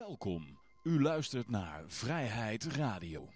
Welkom. U luistert naar Vrijheid Radio.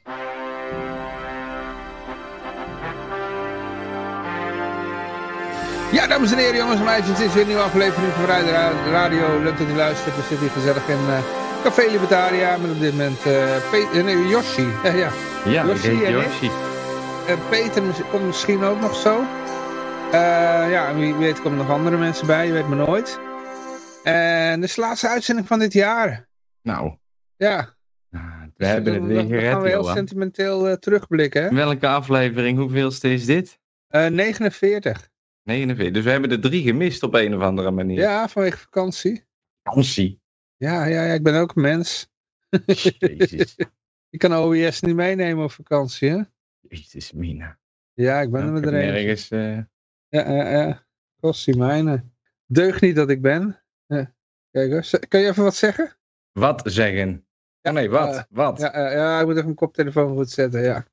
Ja, dames en heren, jongens en meisjes, het is weer een nieuwe aflevering van Vrijheid Radio. Leuk dat u luistert. We zitten hier gezellig in Café Libertaria met op dit moment Yoshi. Ja, Yoshi. Peter komt misschien ook nog zo. En wie weet komen er nog andere mensen bij, je weet maar nooit. En dit is de laatste uitzending van dit jaar. Nou. Ja. We hebben het weer gered, Dan gaan we heel sentimenteel terugblikken. Hè? Welke aflevering, hoeveelste is dit? 49. 49. Dus we hebben er 3 gemist op een of andere manier. Ja, vanwege vakantie. Vakantie? Ja, ik ben ook een mens. Jezus. Je kan OES niet meenemen op vakantie, hè? Jezus, Mina. Ja, ik ben er met nergens. Ja. Kostie mijne. Deugd niet dat ik ben. Kijk hoor. Kan je even wat zeggen? Wat zeggen? Oh nee, wat? Wat? Ja, ik moet even mijn koptelefoon goed zetten, ja.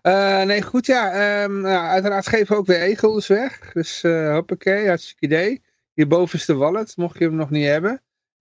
Uiteraard geven we ook weer e-guldens weg. Dus hoppakee, hartstikke idee. Hierboven is de wallet, mocht je hem nog niet hebben.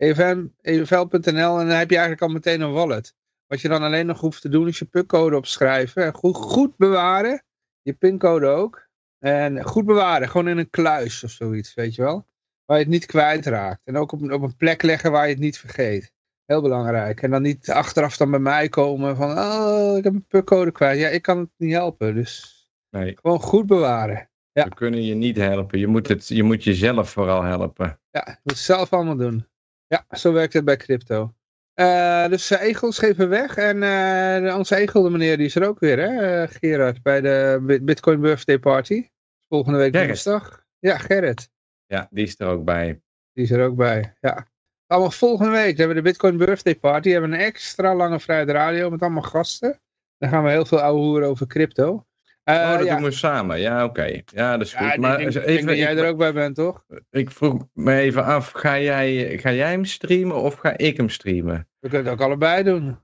evl.nl en dan heb je eigenlijk al meteen een wallet. Wat je dan alleen nog hoeft te doen is je PUK-code opschrijven. En goed bewaren. Je pincode ook. En goed bewaren, gewoon in een kluis of zoiets, weet je wel. Waar je het niet kwijtraakt. En ook op een plek leggen waar je het niet vergeet. Heel belangrijk. En dan niet achteraf dan bij mij komen van, ik heb een PUK-code kwijt. Ja, ik kan het niet helpen. Dus nee. Gewoon goed bewaren. Ja. We kunnen je niet helpen. Je moet jezelf vooral helpen. Ja, je moet het zelf allemaal doen. Ja, zo werkt het bij crypto. Dus e-guldens geven we weg. En onze e-gulden meneer die is er ook weer, hè? Gerard, bij de Bitcoin Birthday Party. Volgende week dinsdag. Ja, Gerrit. Ja, die is er ook bij. Die is er ook bij, ja. Allemaal volgende week hebben we de Bitcoin Birthday Party. We hebben een extra lange Vrijheid Radio met allemaal gasten. Dan gaan we heel veel ouwe hoeren over crypto. Dat doen we samen. Ja, oké. Ja, dat is goed. Maar ik denk dat jij er ook bij bent, toch? Ik vroeg me even af, ga jij hem streamen of ga ik hem streamen? We kunnen het ook allebei doen.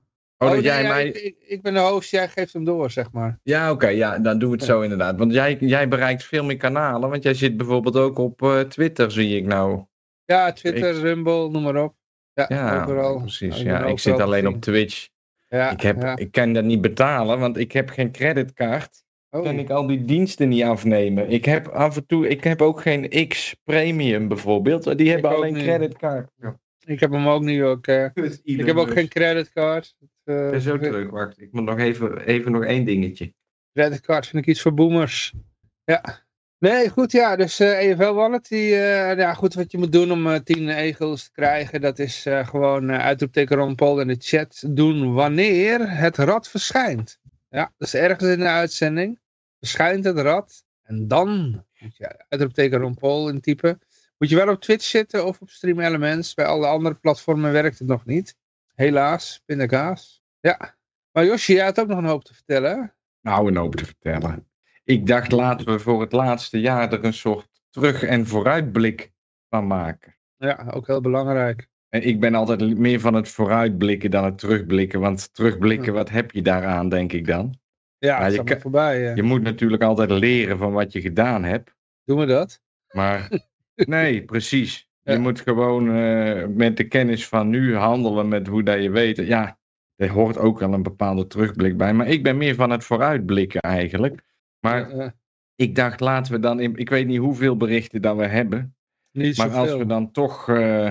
Ik ben de host, jij geeft hem door, zeg maar. Ja, oké, ja, dan doen we het zo inderdaad. Want jij bereikt veel meer kanalen, want jij zit bijvoorbeeld ook op Twitter, zie ik nou. Ja, Twitter, Rumble, noem maar op. Ja, overal. Precies. Ja, ik zit alleen op Twitch. Ja, ik kan dat niet betalen, want ik heb geen creditcard. Kan ik al die diensten niet afnemen. Ik heb ook geen X Premium bijvoorbeeld. Die hebben alleen creditcard. Ja. Ik heb hem ook niet ook. Ik heb ook geen creditcard. Ik ben zo terug, wacht. Ik moet nog even nog 1 dingetje. Creditcard vind ik iets voor boomers. Ja. Nee, goed, ja. Dus EFL Wallet, goed, wat je moet doen om 10 e-guldens te krijgen, dat is gewoon uitroepteken Ron Paul in de chat doen wanneer het rad verschijnt. Ja, dus ergens in de uitzending verschijnt het rad en dan moet je uitroepteken Ron Paul intypen. Moet je wel op Twitch zitten of op Stream Elements. Bij alle andere platformen werkt het nog niet. Helaas, pindakaas. Ja. Maar Yoshi, jij had ook nog een hoop te vertellen, hè? Nou, een hoop te vertellen. Ik dacht, laten we voor het laatste jaar er een soort terug- en vooruitblik van maken. Ja, ook heel belangrijk. En ik ben altijd meer van het vooruitblikken dan het terugblikken. Want terugblikken, wat heb je daaraan, denk ik dan? Ja, het is voorbij. Ja. Je moet natuurlijk altijd leren van wat je gedaan hebt. Doen we dat? Maar nee, precies. Je moet gewoon met de kennis van nu handelen met hoe dat je weet. Ja, er hoort ook wel een bepaalde terugblik bij. Maar ik ben meer van het vooruitblikken eigenlijk. Maar ik dacht, laten we dan... Ik weet niet hoeveel berichten dat we hebben. Niet maar zoveel. als we dan toch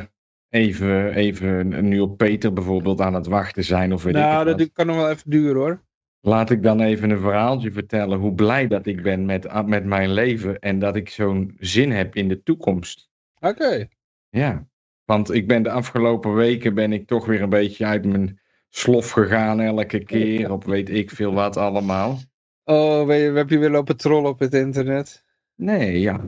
even nu op Peter bijvoorbeeld aan het wachten zijn. Of weet ik het dat kan nog wel even duren hoor. Laat ik dan even een verhaaltje vertellen hoe blij dat ik ben met mijn leven. En dat ik zo'n zin heb in de toekomst. Oké. Ja, want ik ben de afgelopen weken toch weer een beetje uit mijn slof gegaan elke keer. Op weet ik veel wat allemaal. Oh, heb je weer lopen trollen op het internet? Nee, ja.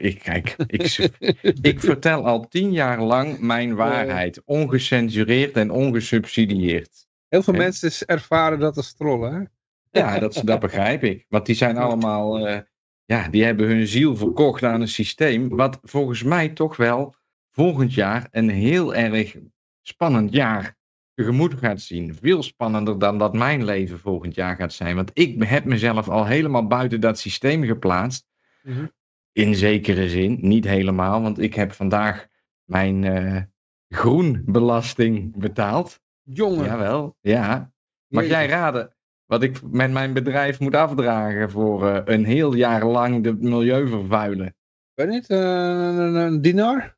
Ik vertel al 10 jaar lang mijn waarheid. Ongecensureerd en ongesubsidieerd. Heel veel mensen ervaren dat als trollen, hè? Ja, dat begrijp ik. Want die zijn allemaal... die hebben hun ziel verkocht aan een systeem. Wat volgens mij toch wel volgend jaar een heel erg spannend jaar tegemoet gaat zien. Veel spannender dan dat mijn leven volgend jaar gaat zijn. Want ik heb mezelf al helemaal buiten dat systeem geplaatst. Mm-hmm. In zekere zin, niet helemaal. Want ik heb vandaag mijn groenbelasting betaald. Jongen. Jawel, ja. Mag jij raden wat ik met mijn bedrijf moet afdragen voor een heel jaar lang de milieu vervuilen? Weet niet, een dinar?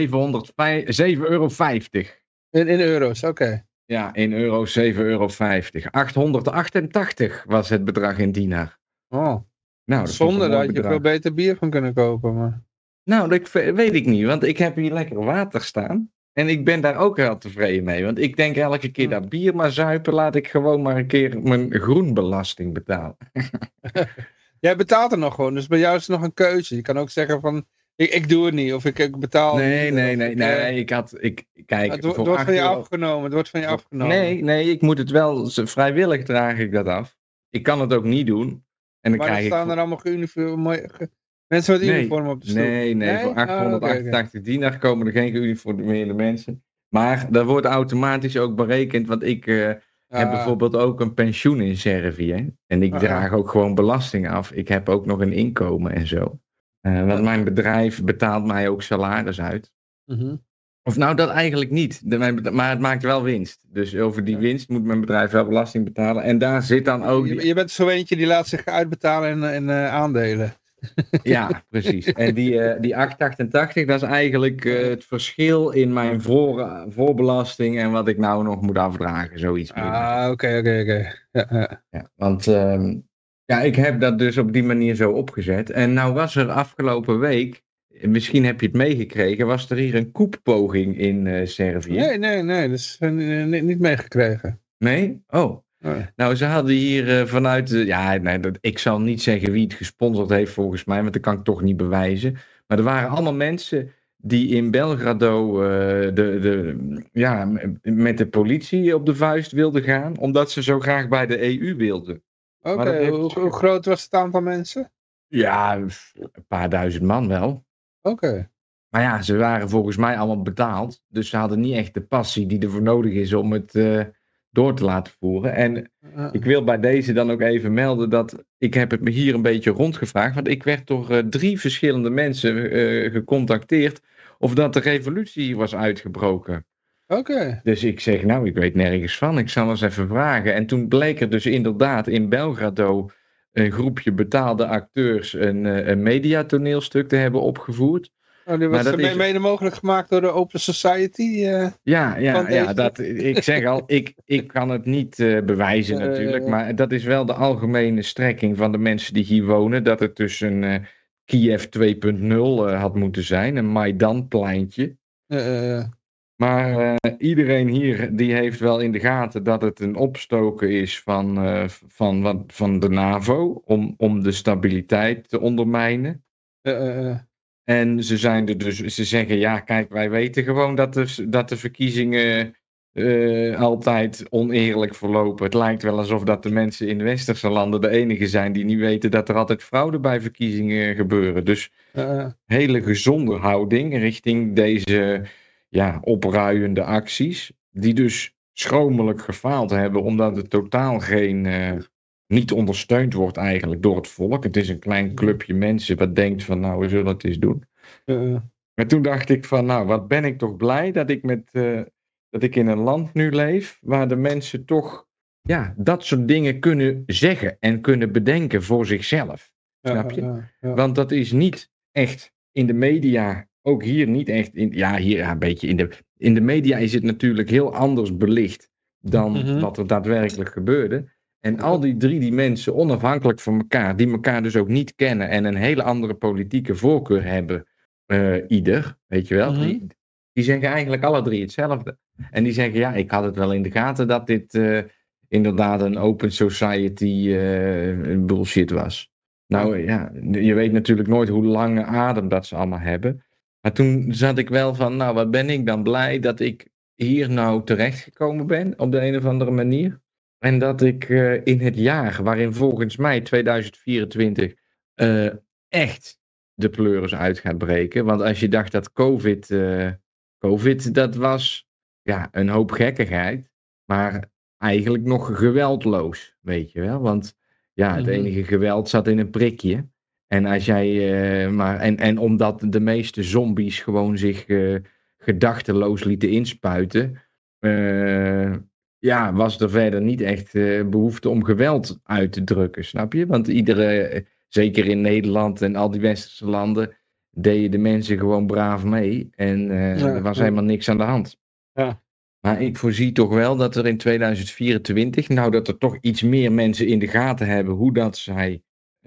7,50 €. In euro's, oké. Ja, in euro's 7,50 €. 888 was het bedrag in dinar. Oh, Nou, dat vond ik zonde, een daar mooi had je bedrag. veel beter bier van kunnen kopen. Maar... Nou, dat weet ik niet, want ik heb hier lekker water staan. En ik ben daar ook wel tevreden mee. Want ik denk elke keer dat bier maar zuipen, laat ik gewoon maar een keer mijn groenbelasting betalen. Jij betaalt er nog gewoon, dus bij jou is het nog een keuze. Je kan ook zeggen van, ik doe het niet, of ik betaal Nee, niet. nee. Kijk, Het voor wordt van je €8. afgenomen, het wordt van je afgenomen. Nee, ik moet het wel, vrijwillig draag ik dat af. Ik kan het ook niet doen. En dan Maar er krijg ik staan er allemaal mensen met uniform op de stoel. Nee, voor 888 dinar komen er geen geuniformeerde mensen. Maar dat wordt automatisch ook berekend, want ik heb bijvoorbeeld ook een pensioen in Servië. Hè? En ik draag ook gewoon belasting af. Ik heb ook nog een inkomen en zo. Want mijn bedrijf betaalt mij ook salaris uit. Of nou, dat eigenlijk niet. Maar het maakt wel winst. Dus over die winst moet mijn bedrijf wel belasting betalen. En daar zit dan ook... Je bent zo eentje die laat zich uitbetalen in aandelen. Ja, precies. En die 888, dat is eigenlijk het verschil in mijn voorbelasting en wat ik nou nog moet afdragen. Zoiets. Oké. Ja, want ik heb dat dus op die manier zo opgezet. En nou was er afgelopen week, misschien heb je het meegekregen, was er hier een koepoging in Servië. Nee, dat is niet meegekregen. Nee? Oh. Nee. Nou, ze hadden hier vanuit... ik zal niet zeggen wie het gesponsord heeft volgens mij, want dat kan ik toch niet bewijzen. Maar er waren allemaal mensen die in Belgrado met de politie op de vuist wilden gaan, omdat ze zo graag bij de EU wilden. Oké, hoe groot was het aantal mensen? Ja, een paar duizend man wel. Oké. Maar ja, ze waren volgens mij allemaal betaald, dus ze hadden niet echt de passie die ervoor nodig is om het... door te laten voeren. En ik wil bij deze dan ook even melden dat ik heb het me hier een beetje rondgevraagd, want ik werd door 3 verschillende mensen gecontacteerd of dat de revolutie hier was uitgebroken. Oké. Dus ik zeg, nou, ik weet nergens van, ik zal eens even vragen. En toen bleek er dus inderdaad in Belgrado een groepje betaalde acteurs een mediatoneelstuk te hebben opgevoerd. Die was mede mogelijk gemaakt door de Open Society? Ik zeg al, ik kan het niet bewijzen natuurlijk, maar dat is wel de algemene strekking van de mensen die hier wonen, dat het dus een Kiev 2.0 had moeten zijn, een Maidanpleintje. Maar iedereen hier die heeft wel in de gaten dat het een opstoken is van de NAVO om de stabiliteit te ondermijnen. En ze zeggen, ja, kijk, wij weten gewoon dat de verkiezingen altijd oneerlijk verlopen. Het lijkt wel alsof dat de mensen in westerse landen de enige zijn die niet weten dat er altijd fraude bij verkiezingen gebeuren. Dus hele gezonde houding richting deze opruiende acties, die dus schromelijk gefaald hebben, omdat het totaal niet ondersteund wordt eigenlijk door het volk. Het is een klein clubje mensen wat denkt van, nou, we zullen het eens doen. Maar toen dacht ik van, nou, wat ben ik toch blij dat ik in een land nu leef, waar de mensen toch, dat soort dingen kunnen zeggen en kunnen bedenken voor zichzelf. Snap je? Want dat is niet echt in de media, ook hier niet echt, hier een beetje in de media is het natuurlijk heel anders belicht dan wat er daadwerkelijk gebeurde. En al die mensen, onafhankelijk van elkaar, die elkaar dus ook niet kennen en een hele andere politieke voorkeur hebben, ieder, weet je wel, die zeggen eigenlijk alle 3 hetzelfde. En die zeggen, ja, ik had het wel in de gaten dat dit inderdaad een open society bullshit was. Nou ja, je weet natuurlijk nooit hoe lange adem dat ze allemaal hebben. Maar toen zat ik wel van, nou, wat ben ik dan blij dat ik hier nou terechtgekomen ben op de een of andere manier. En dat ik in het jaar waarin volgens mij 2024 echt de pleuris uit gaat breken. Want als je dacht dat COVID dat was een hoop gekkigheid. Maar eigenlijk nog geweldloos, weet je wel. Want het enige geweld zat in een prikje. En als jij en omdat de meeste zombies gewoon zich gedachteloos lieten inspuiten, was er verder niet echt behoefte om geweld uit te drukken, snap je? Want zeker in Nederland en al die westerse landen, deden de mensen gewoon braaf mee. En er was helemaal niks aan de hand. Ja. Maar ik voorzie toch wel dat er in 2024, nou dat er toch iets meer mensen in de gaten hebben hoe dat zij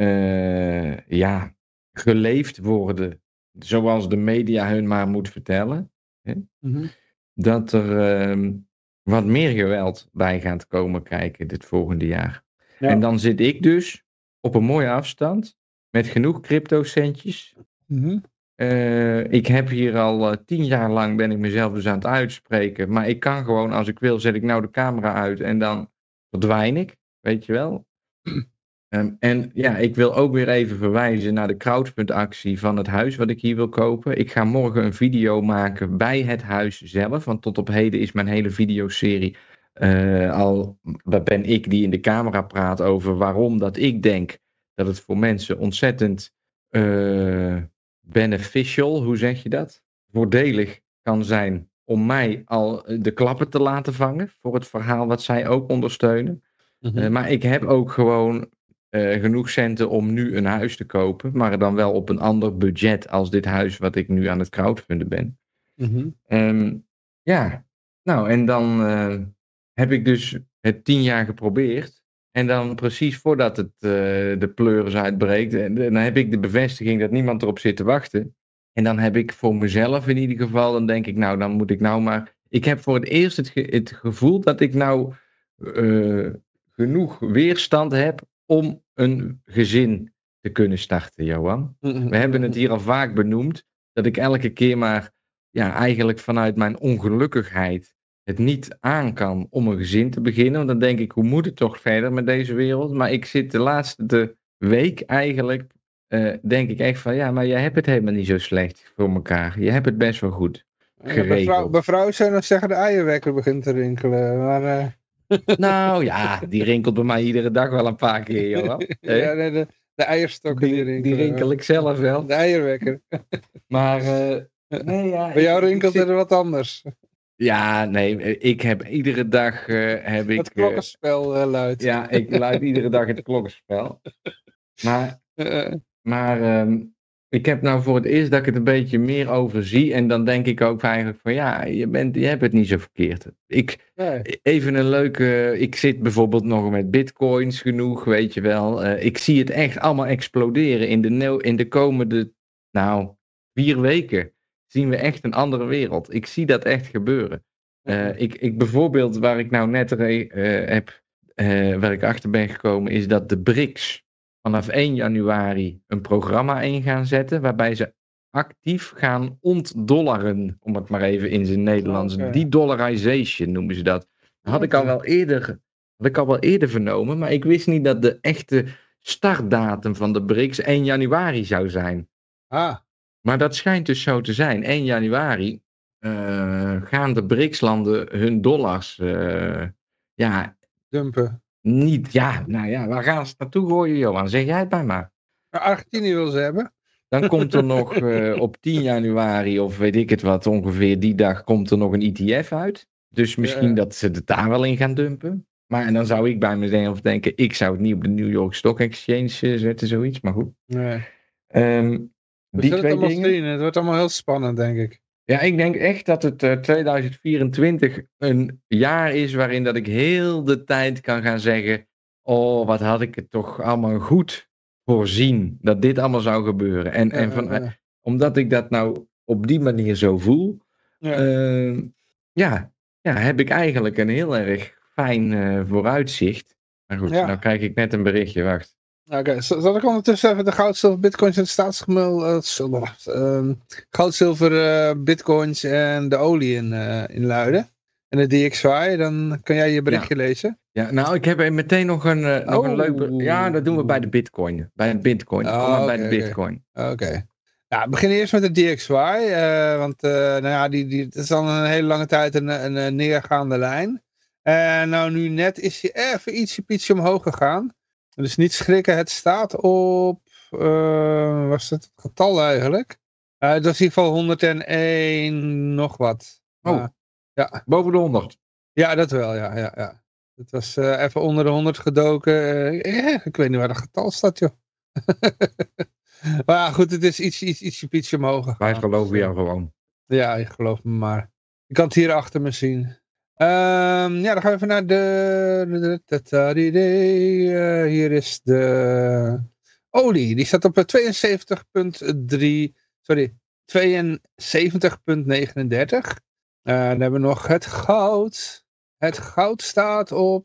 geleefd worden, zoals de media hun maar moet vertellen. Hè? Mhm. Dat er wat meer geweld bij gaat komen kijken dit volgende jaar. Ja. En dan zit ik dus op een mooie afstand met genoeg cryptocentjes. Mhm. Ik heb hier al 10 jaar lang ben ik mezelf dus aan het uitspreken. Maar ik kan gewoon, als ik wil, zet ik nou de camera uit en dan verdwijn ik. Weet je wel? En ja, ik wil ook weer even verwijzen naar de crowdfundactie van het huis wat ik hier wil kopen. Ik ga morgen een video maken bij het huis zelf. Want tot op heden is mijn hele videoserie dat ben ik die in de camera praat over waarom dat ik denk dat het voor mensen ontzettend beneficial, hoe zeg je dat? Voordelig kan zijn om mij al de klappen te laten vangen voor het verhaal wat zij ook ondersteunen. Mhm. Maar ik heb ook gewoon genoeg centen om nu een huis te kopen, maar dan wel op een ander budget als dit huis wat ik nu aan het crowdfunden ben. Mhm. Nou en dan heb ik dus het 10 jaar geprobeerd. En dan precies voordat het de pleuris uitbreekt, en dan heb ik de bevestiging dat niemand erop zit te wachten. En dan heb ik voor mezelf in ieder geval, dan denk ik, nou, dan moet ik nou maar. Ik heb voor het eerst het gevoel dat ik nou genoeg weerstand heb om een gezin te kunnen starten, Johan. We hebben het hier al vaak benoemd, dat ik elke keer maar, ja, eigenlijk vanuit mijn ongelukkigheid het niet aan kan om een gezin te beginnen. Want dan denk ik, hoe moet het toch verder met deze wereld? Maar ik zit de laatste week eigenlijk, denk ik echt van, ja, maar jij hebt het helemaal niet zo slecht voor elkaar. Je hebt het best wel goed geregeld. Bij vrouwen zou je nog zeggen de eierwekker begint te rinkelen. Maar, Nou ja, die rinkelt bij mij iedere dag wel een paar keer, Johan. ja, nee, de eierstokken die rinkelen. Die rinkel ik zelf wel. De eierwekker. Maar nee, ja, Bij jou rinkelt er wat anders. Ja, nee, ik heb iedere dag Het klokkenspel luidt. Ja, ik luid iedere dag het klokkenspel. Maar ik heb nou voor het eerst dat ik het een beetje meer overzie. En dan denk ik ook eigenlijk van ja, je hebt het niet zo verkeerd. Even een leuke. Ik zit bijvoorbeeld nog met bitcoins genoeg, weet je wel. Ik zie het echt allemaal exploderen in de komende 4 weken. Zien we echt een andere wereld. Ik zie dat echt gebeuren. Ik bijvoorbeeld, waar ik nou net waar ik achter ben gekomen, is dat de BRICS vanaf 1 januari een programma in gaan zetten, waarbij ze actief gaan ontdollaren, om het maar even in zijn Nederlands. De-dollarization noemen ze dat. Dat had ik al wel eerder vernomen, maar ik wist niet dat de echte startdatum van de BRICS 1 januari zou zijn. Maar dat schijnt dus zo te zijn. 1 januari gaan de BRICS-landen hun dollars dumpen. Niet, waar gaan ze naartoe gooien, Johan? Zeg jij het bij maar. Argentinië wil ze hebben. Dan komt er nog op 10 januari, of weet ik het wat, ongeveer die dag, komt er nog een ETF uit. Dus misschien dat ze het daar wel in gaan dumpen. Maar en dan zou ik bij mezelf denken, ik zou het niet op de New York Stock Exchange zetten, zoiets, maar goed. Nee. Die twee allemaal dingen. zien. Het wordt allemaal heel spannend, denk ik. Ja, ik denk echt dat het 2024 een jaar is waarin dat ik heel de tijd kan gaan zeggen, oh, wat had ik het toch allemaal goed voorzien dat dit allemaal zou gebeuren. Omdat ik dat nou op die manier zo voel, heb ik eigenlijk een heel erg fijn vooruitzicht. Maar goed, nou krijg ik net een berichtje, wacht. Oké, zal ik ondertussen even de goud, zilver, bitcoins en goud, zilver, bitcoins en de olie inluiden? En de DXY, dan kan jij je berichtje lezen. Ja, nou, ik heb meteen nog een leuk... Ja, dat doen we bij de bitcoin. Bij een bitcoin. Kom maar bij de bitcoin. Oké. Nou, we beginnen eerst met de DXY. Want het is al een hele lange tijd een neergaande lijn. En nou, nu net is hij even ietsje omhoog gegaan. Dus niet schrikken, het staat op, was het getal eigenlijk? Dat is in ieder geval 101 nog wat. Ja. Boven de 100. Ja, dat wel, ja. Het was even onder de 100 gedoken. Ik weet niet waar dat getal staat, joh. Maar ja, goed, het is ietsje pietje omhoog gegaan. Wij geloven jou gewoon. Ja, ik geloof me maar. Je kan het hier achter me zien. Ja, dan gaan we even naar hier is de olie. Die staat op 72,3. Sorry, 72,39. Dan hebben we nog het goud. Het goud staat op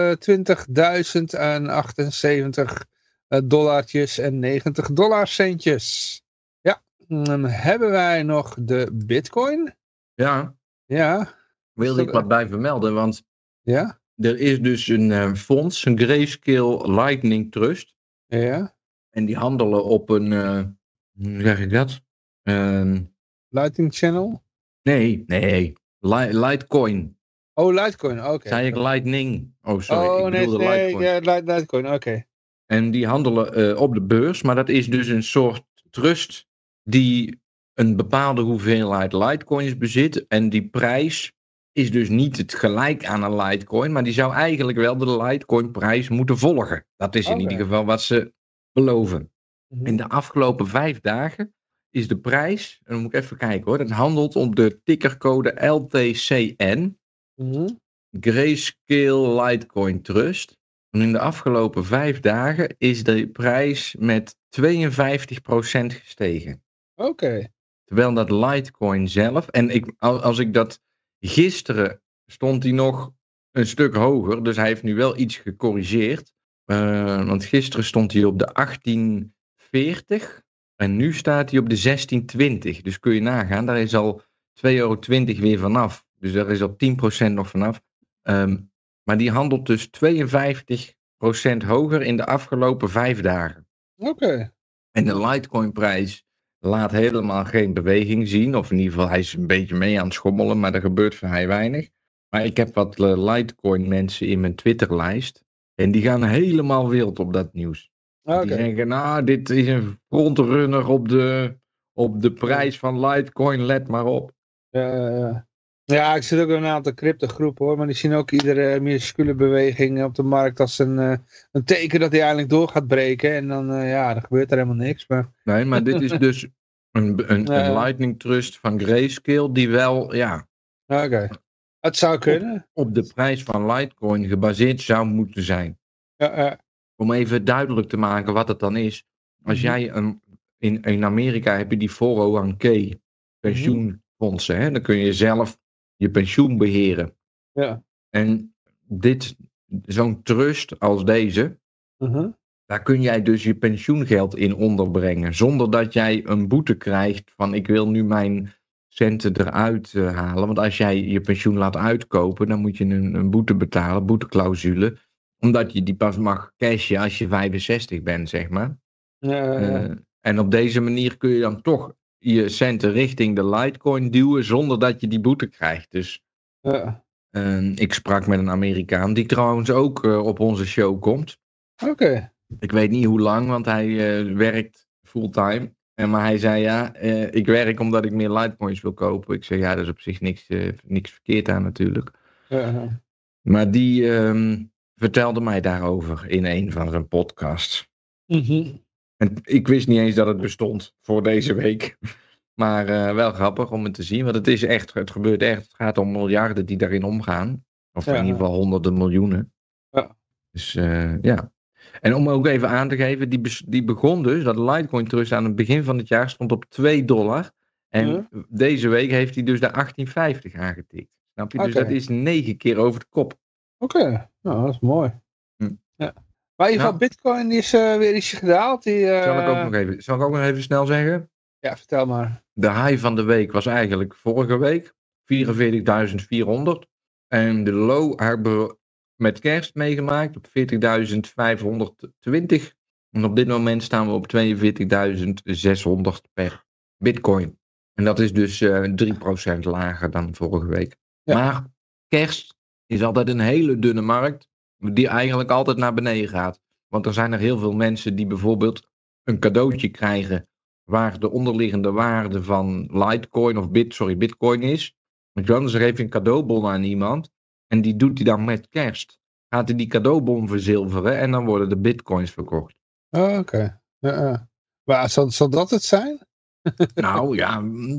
$20.078 dollartjes en 90 dollarcentjes. Ja, dan hebben wij nog de bitcoin. Ja, Ja. wilde ik wat bij vermelden, want Ja. er is dus een fonds, een Grayscale Lightning Trust. Ja. En die handelen op een, hoe zeg ik dat? Lightning Channel? Nee, Litecoin. Oh, Litecoin, oké. Zei ik Lightning? Oh, sorry, ik bedoelde Litecoin. Ja, Litecoin, oké. En die handelen op de beurs, maar dat is dus een soort trust die een bepaalde hoeveelheid Litecoins bezit. En die prijs is dus niet het gelijk aan een Litecoin, maar die zou eigenlijk wel de Litecoin prijs moeten volgen. Dat is in ieder geval wat ze beloven. In de afgelopen 5 dagen is de prijs, en dan moet ik even kijken hoor, dat handelt op de tickercode LTCN, Grayscale Litecoin Trust. En in de afgelopen 5 dagen is de prijs met 52% gestegen. Oké. Terwijl dat Litecoin zelf, en als ik dat gisteren stond hij nog een stuk hoger, dus hij heeft nu wel iets gecorrigeerd. Want gisteren stond hij op de 1840 en nu staat hij op de 1620. Dus kun je nagaan, daar is al €2,20 weer vanaf. Dus daar is al 10% nog vanaf. Maar die handelt dus 52% hoger in de afgelopen 5 dagen. Oké. En de Litecoin prijs laat helemaal geen beweging zien. Of in ieder geval, hij is een beetje mee aan het schommelen, maar er gebeurt vrij weinig. Maar ik heb wat Litecoin mensen in mijn Twitterlijst. En die gaan helemaal wild op dat nieuws. Die zeggen, nou, dit is een frontrunner op de prijs van Litecoin, let maar op. Ja, ik zit ook in een aantal cryptogroepen hoor, maar die zien ook iedere minuscule beweging op de markt als een teken dat hij eindelijk door gaat breken. En dan, dan gebeurt er helemaal niks. Maar... Nee, maar dit is dus een Lightning Trust van Grayscale die wel, ja... Oké. Het zou kunnen. Op de prijs van Litecoin gebaseerd zou moeten zijn. Om even duidelijk te maken wat het dan is. Als jij in Amerika heb je die 401k pensioenfondsen. Hè? Dan kun je zelf je pensioen beheren. Ja. En zo'n trust als deze, daar kun jij dus je pensioengeld in onderbrengen. Zonder dat jij een boete krijgt van ik wil nu mijn centen eruit halen. Want als jij je pensioen laat uitkopen, dan moet je een boete betalen, boeteclausule. Omdat je die pas mag cashen als je 65 bent, zeg maar. En op deze manier kun je dan toch je centen richting de Litecoin duwen zonder dat je die boete krijgt. Dus ik sprak met een Amerikaan die trouwens ook op onze show komt. Oké. Ik weet niet hoe lang, want hij werkt fulltime. Maar hij zei ik werk omdat ik meer Litecoins wil kopen. Ik zei dat is op zich niks verkeerd aan natuurlijk. Maar die vertelde mij daarover in een van zijn podcasts. En ik wist niet eens dat het bestond voor deze week. Maar wel grappig om het te zien. Want het gebeurt echt. Het gaat om miljarden die daarin omgaan. Of in ieder geval honderden miljoenen. Ja. Dus ja. En om ook even aan te geven, die begon dus, dat Litecoin Trust aan het begin van het jaar stond op $2. En deze week heeft hij dus de 1850 aangetikt. Snap je? Dus dat is 9 keer over de kop. Oké, nou dat is mooi. Ja. Maar in ieder geval, Bitcoin is weer ietsje gedaald. Zal ik ook nog even snel zeggen? Ja, vertel maar. De high van de week was eigenlijk vorige week 44.400. En de low hebben we met kerst meegemaakt op 40.520. En op dit moment staan we op 42.600 per bitcoin. En dat is dus 3% lager dan vorige week. Ja. Maar kerst is altijd een hele dunne markt die eigenlijk altijd naar beneden gaat. Want er zijn er heel veel mensen die bijvoorbeeld een cadeautje krijgen waar de onderliggende waarde van Litecoin of Bitcoin is. Want dan geef je een cadeaubon aan iemand. En die doet hij dan met kerst. Gaat hij die cadeaubon verzilveren. En dan worden de bitcoins verkocht. Oh, oké. Maar zal dat het zijn? Nou ja,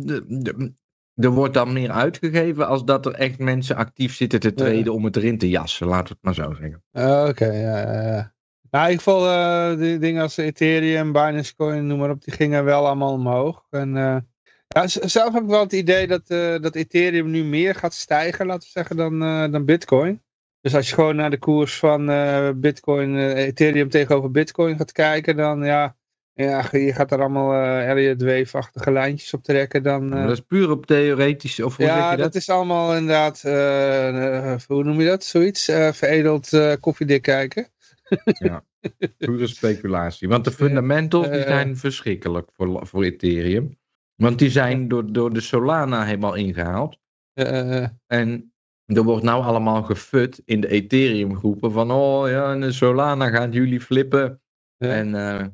er wordt dan meer uitgegeven als dat er echt mensen actief zitten te treden om het erin te jassen. Laten we het maar zo zeggen. Oké, ja. Nou, in ieder geval die dingen als Ethereum, Binance Coin, noem maar op, die gingen wel allemaal omhoog. En zelf heb ik wel het idee dat Ethereum nu meer gaat stijgen, laten we zeggen, dan Bitcoin. Dus als je gewoon naar de koers van Bitcoin, Ethereum tegenover Bitcoin gaat kijken, dan je gaat er allemaal Elliott Wave-achtige lijntjes op trekken. Dan, Maar dat is puur op theoretisch, of hoe zeg je dat? Ja, dat is allemaal inderdaad, hoe noem je dat, zoiets? Veredeld koffiedik kijken. Ja, pure speculatie. Want de fundamentals die zijn verschrikkelijk voor Ethereum. Want die zijn door de Solana helemaal ingehaald. En er wordt nou allemaal gefut in de Ethereum groepen van en de Solana gaat jullie flippen. En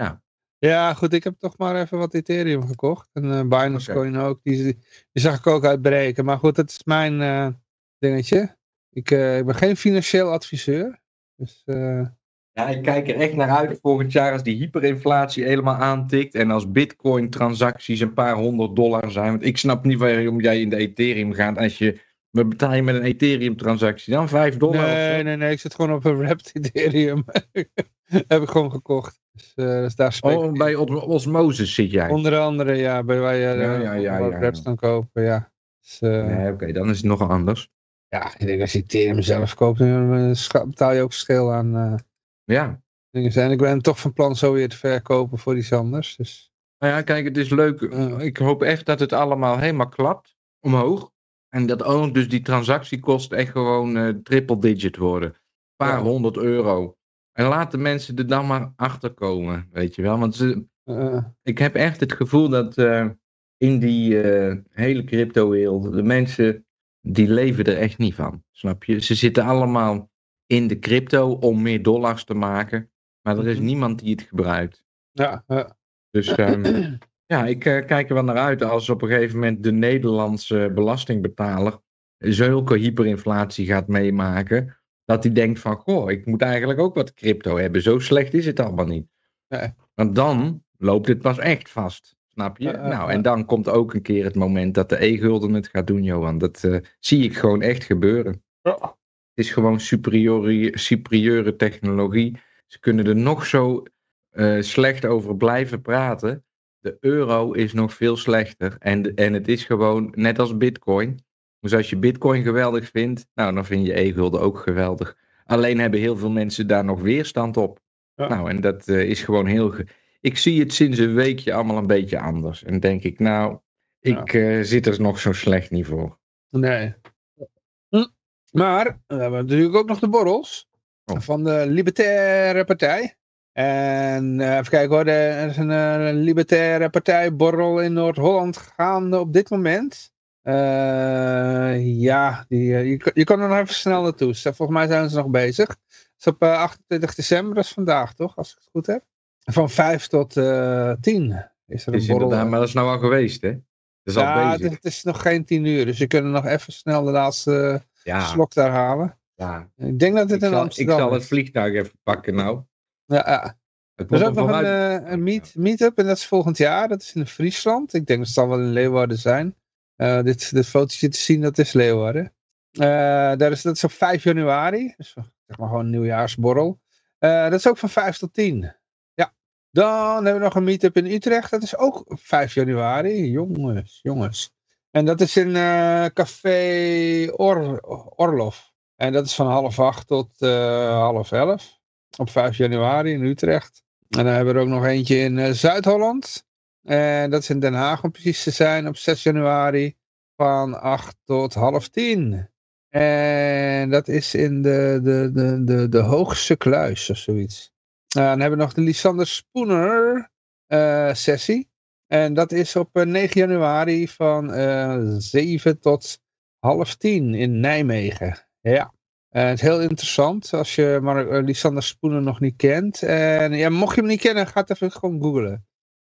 Ja, goed, ik heb toch maar even wat Ethereum gekocht. En Binance Coin ook, die zag ik ook uitbreken. Maar goed, dat is mijn dingetje. Ik ben geen financieel adviseur. Dus, ja, ik kijk er echt naar uit volgend jaar als die hyperinflatie helemaal aantikt. En als bitcoin transacties een paar $100 zijn. Want ik snap niet waarom jij in de Ethereum gaat als wat betaal je met een Ethereum transactie dan? $5? Nee, ik zit gewoon op een wrapped Ethereum. Heb ik gewoon gekocht. Dus daar bij Osmosis zit jij? Onder andere, ja, bij waar je wraps kan kopen, ja. Dus, nee, oké, dan is het nog anders. Ja, ik denk als je Ethereum zelf koopt, dan betaal je ook verschil aan ja. dingen. En ik ben toch van plan zo weer te verkopen voor iets anders. Dus. Nou ja, kijk, het is leuk. Ik hoop echt dat het allemaal helemaal klapt, omhoog. En dat ook dus die transactiekosten echt gewoon triple digit worden. Een paar €100. En laat de mensen er dan maar achter komen, weet je wel. Want ik heb echt het gevoel dat in die hele crypto-wereld, de mensen, die leven er echt niet van. Snap je? Ze zitten allemaal in de crypto om meer dollars te maken. Maar er is niemand die het gebruikt. Ja. Dus ik kijk er wel naar uit als op een gegeven moment de Nederlandse belastingbetaler zulke hyperinflatie gaat meemaken. Dat hij denkt van, goh, ik moet eigenlijk ook wat crypto hebben. Zo slecht is het allemaal niet. Ja. Want dan loopt het pas echt vast. Snap je? En dan komt ook een keer het moment dat de e-gulden het gaat doen, Johan. Dat zie ik gewoon echt gebeuren. Ja. Het is gewoon superieure technologie. Ze kunnen er nog zo slecht over blijven praten. De euro is nog veel slechter. En het is gewoon net als Bitcoin. Dus als je Bitcoin geweldig vindt, nou dan vind je e-gulden ook geweldig. Alleen hebben heel veel mensen daar nog weerstand op. Ja. Nou, en dat is gewoon heel... Ik zie het sinds een weekje allemaal een beetje anders. En denk ik, ik zit er nog zo slecht niet voor. Nee. Maar, we hebben natuurlijk ook nog de borrels van de Libertaire Partij. En even kijken hoor, er is een Libertaire Partij borrel in Noord-Holland gaande op dit moment. Je kan er nog even snel naartoe. Volgens mij zijn ze nog bezig. Het is op 28 december, dat is vandaag toch, als ik het goed heb. Van 5 tot 10 is er een borrel. Maar dat is nou al geweest, hè? Dat is al bezig. Het is nog geen 10 uur, dus je kunt nog even snel de laatste slok daar halen. Ja. Ik denk dat dit in Amsterdam is. Ik zal het vliegtuig even pakken nou. Ja. Er is ook nog een meet-up en dat is volgend jaar. Dat is in Friesland. Ik denk dat het zal wel in Leeuwarden zijn. Dit fotootje te zien, dat is Leeuwarden. Dat is op 5 januari. Dus zeg maar gewoon een nieuwjaarsborrel. Dat is ook van 5 tot 10. Ja. Dan hebben we nog een meet-up in Utrecht. Dat is ook op 5 januari. Jongens. En dat is in Café Orlof. En dat is van 7:30 tot 10:30. Op 5 januari in Utrecht. En dan hebben we er ook nog eentje in Zuid-Holland. En dat is in Den Haag om precies te zijn op 6 januari van 8 tot 9:30. En dat is in de Hoogse Kluis of zoiets. Dan hebben we nog de Lysander Spooner sessie. En dat is op 9 januari van 7 tot 9:30 in Nijmegen. Ja. Het is heel interessant als je maar Lysander Spooner nog niet kent. En ja, mocht je hem niet kennen, ga het even gewoon googlen.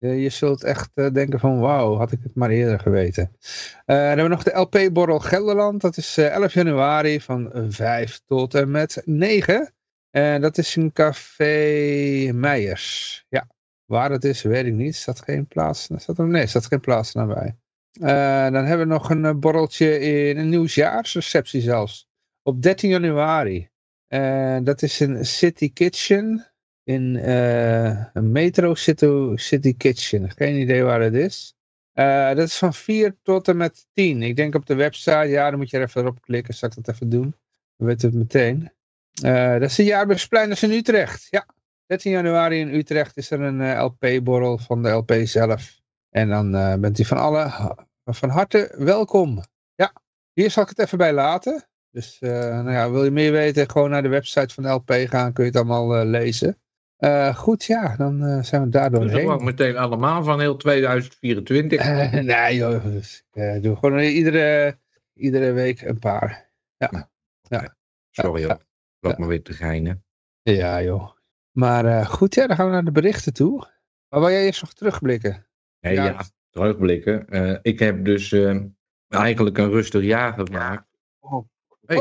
Je zult echt denken van wauw, had ik het maar eerder geweten. Dan hebben we nog de LP-borrel Gelderland. Dat is 11 januari van 5 tot en met 9. En dat is in Café Meijers. Ja, waar het is weet ik niet. Staat geen plaats? Staat geen plaats nabij. Dan hebben we nog een borreltje in een nieuwsjaarsreceptie zelfs. Op 13 januari. Dat is een City Kitchen. In een Metro City Kitchen. Geen idee waar het is. Dat is van 4 tot en met 10. Ik denk op de website. Ja, dan moet je er even op klikken. Zal ik dat even doen? Dan weet het meteen. Dat is de Jaarbeursplein, dat is in Utrecht. Ja, 13 januari in Utrecht is er een LP-borrel van de LP zelf. En dan bent u van harte welkom. Ja, hier zal ik het even bij laten. Dus nou ja, wil je meer weten, gewoon naar de website van de LP gaan. Kun je het allemaal lezen. Goed, ja, dan zijn we daar doorheen. Dat is ook meteen allemaal van heel 2024. Nee joh, dus, doe gewoon iedere week een paar. Ja. Sorry hoor, laat me weer te geinen. Ja joh. Maar goed, ja, dan gaan we naar de berichten toe. Maar wil jij eerst nog terugblikken? Nee, ja, terugblikken. Ik heb dus eigenlijk een rustig jaar gemaakt. Oh, Hey.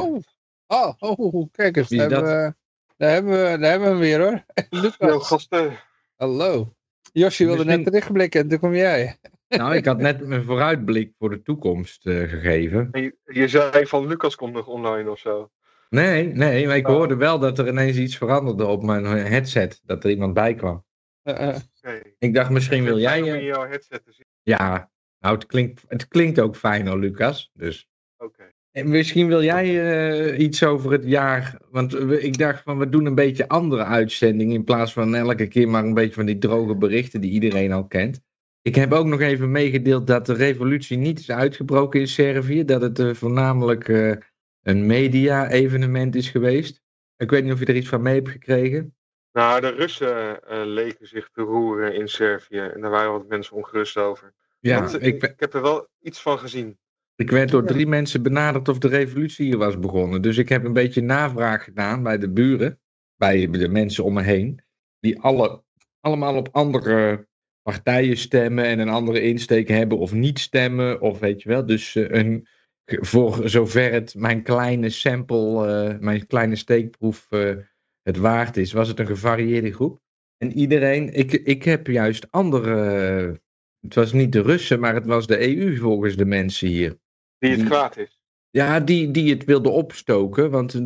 Kijk eens. Wie is Daar hebben we hem weer hoor. Yo, gasten. Hallo. Josje wilde net terugblikken en toen kom jij. Nou, ik had net mijn vooruitblik voor de toekomst gegeven. En je zei van Lucas komt nog online of zo. Nee, maar ik hoorde wel dat er ineens iets veranderde op mijn headset. Dat er iemand bij kwam. Okay. Ik dacht, misschien wil jij... in jouw headset te zien. Ja, nou, het klinkt ook fijn hoor, Lucas. Dus. Oké. En misschien wil jij iets over het jaar... Want ik dacht van, we doen een beetje andere uitzendingen... in plaats van elke keer maar een beetje van die droge berichten... die iedereen al kent. Ik heb ook nog even meegedeeld dat de revolutie niet is uitgebroken in Servië. Dat het voornamelijk een media-evenement is geweest. Ik weet niet of je er iets van mee hebt gekregen. Nou, de Russen leken zich te roeren in Servië. En daar waren wat mensen ongerust over. Ja, Want, ik heb er wel iets van gezien. Ik werd door 3 mensen benaderd of de revolutie hier was begonnen. Dus ik heb een beetje navraag gedaan bij de buren. Bij de mensen om me heen. Die allemaal op andere partijen stemmen en een andere insteek hebben of niet stemmen. Of weet je wel. Dus voor zover het mijn kleine sample, mijn kleine steekproef het waard is, was het een gevarieerde groep. En iedereen, ik heb juist andere... Het was niet de Russen, maar het was de EU volgens de mensen hier. Die het kwaad is. Ja, die het wilde opstoken, want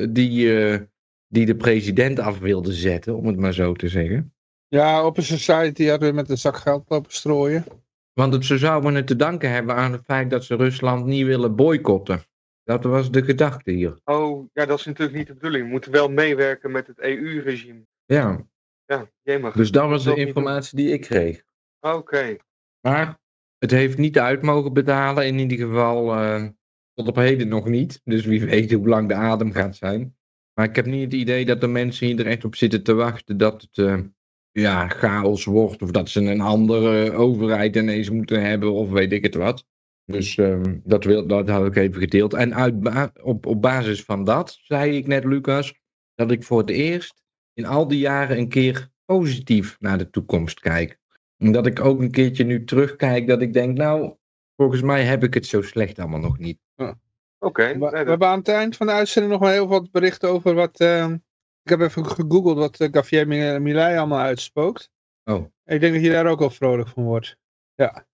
die de president af wilde zetten, om het maar zo te zeggen. Ja, Open Society hadden we met een zak geld lopen strooien. Want ze zouden het te danken hebben aan het feit dat ze Rusland niet willen boycotten. Dat was de gedachte hier. Oh, ja, dat is natuurlijk niet de bedoeling. We moeten wel meewerken met het EU-regime. Ja. Ja, jij mag. Dus dat was de informatie die ik kreeg. Oké. Maar het heeft niet uit mogen betalen, in ieder geval tot op heden nog niet. Dus wie weet hoe lang de adem gaat zijn. Maar ik heb niet het idee dat de mensen hier er echt op zitten te wachten dat het chaos wordt. Of dat ze een andere overheid ineens moeten hebben of weet ik het wat. Dus dat had ik even gedeeld. En op basis van dat zei ik net, Lucas, dat ik voor het eerst in al die jaren een keer positief naar de toekomst kijk. Omdat ik ook een keertje nu terugkijk dat ik denk, nou, volgens mij heb ik het zo slecht allemaal nog niet. Oké. We hebben aan het eind van de uitzending nog wel heel wat berichten over wat... ik heb even gegoogeld wat Javier Milei allemaal uitspookt. Oh. Ik denk dat je daar ook wel vrolijk van wordt. Ja.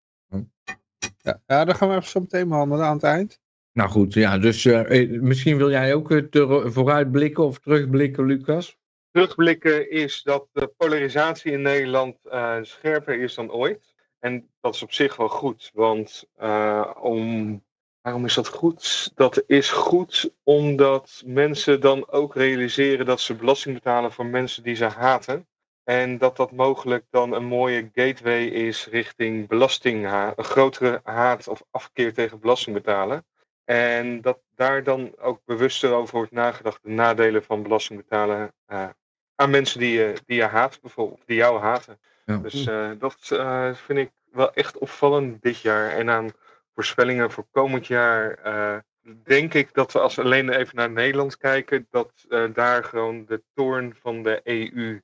Ja, dan gaan we even zo meteen behandelen aan het eind. Nou goed, ja, dus misschien wil jij ook vooruitblikken of terugblikken, Lucas? Terugblikken is dat de polarisatie in Nederland scherper is dan ooit. En dat is op zich wel goed, want waarom is dat goed? Dat is goed omdat mensen dan ook realiseren dat ze belasting betalen voor mensen die ze haten. En dat mogelijk dan een mooie gateway is richting belastinghaat, een grotere haat of afkeer tegen belasting betalen. En dat daar dan ook bewuster over wordt nagedacht, de nadelen van belasting betalen aan mensen die je haat bijvoorbeeld, die jou haten. Ja. Dus dat vind ik wel echt opvallend dit jaar. En aan voorspellingen voor komend jaar denk ik dat we als we alleen even naar Nederland kijken, dat daar gewoon de toorn van de EU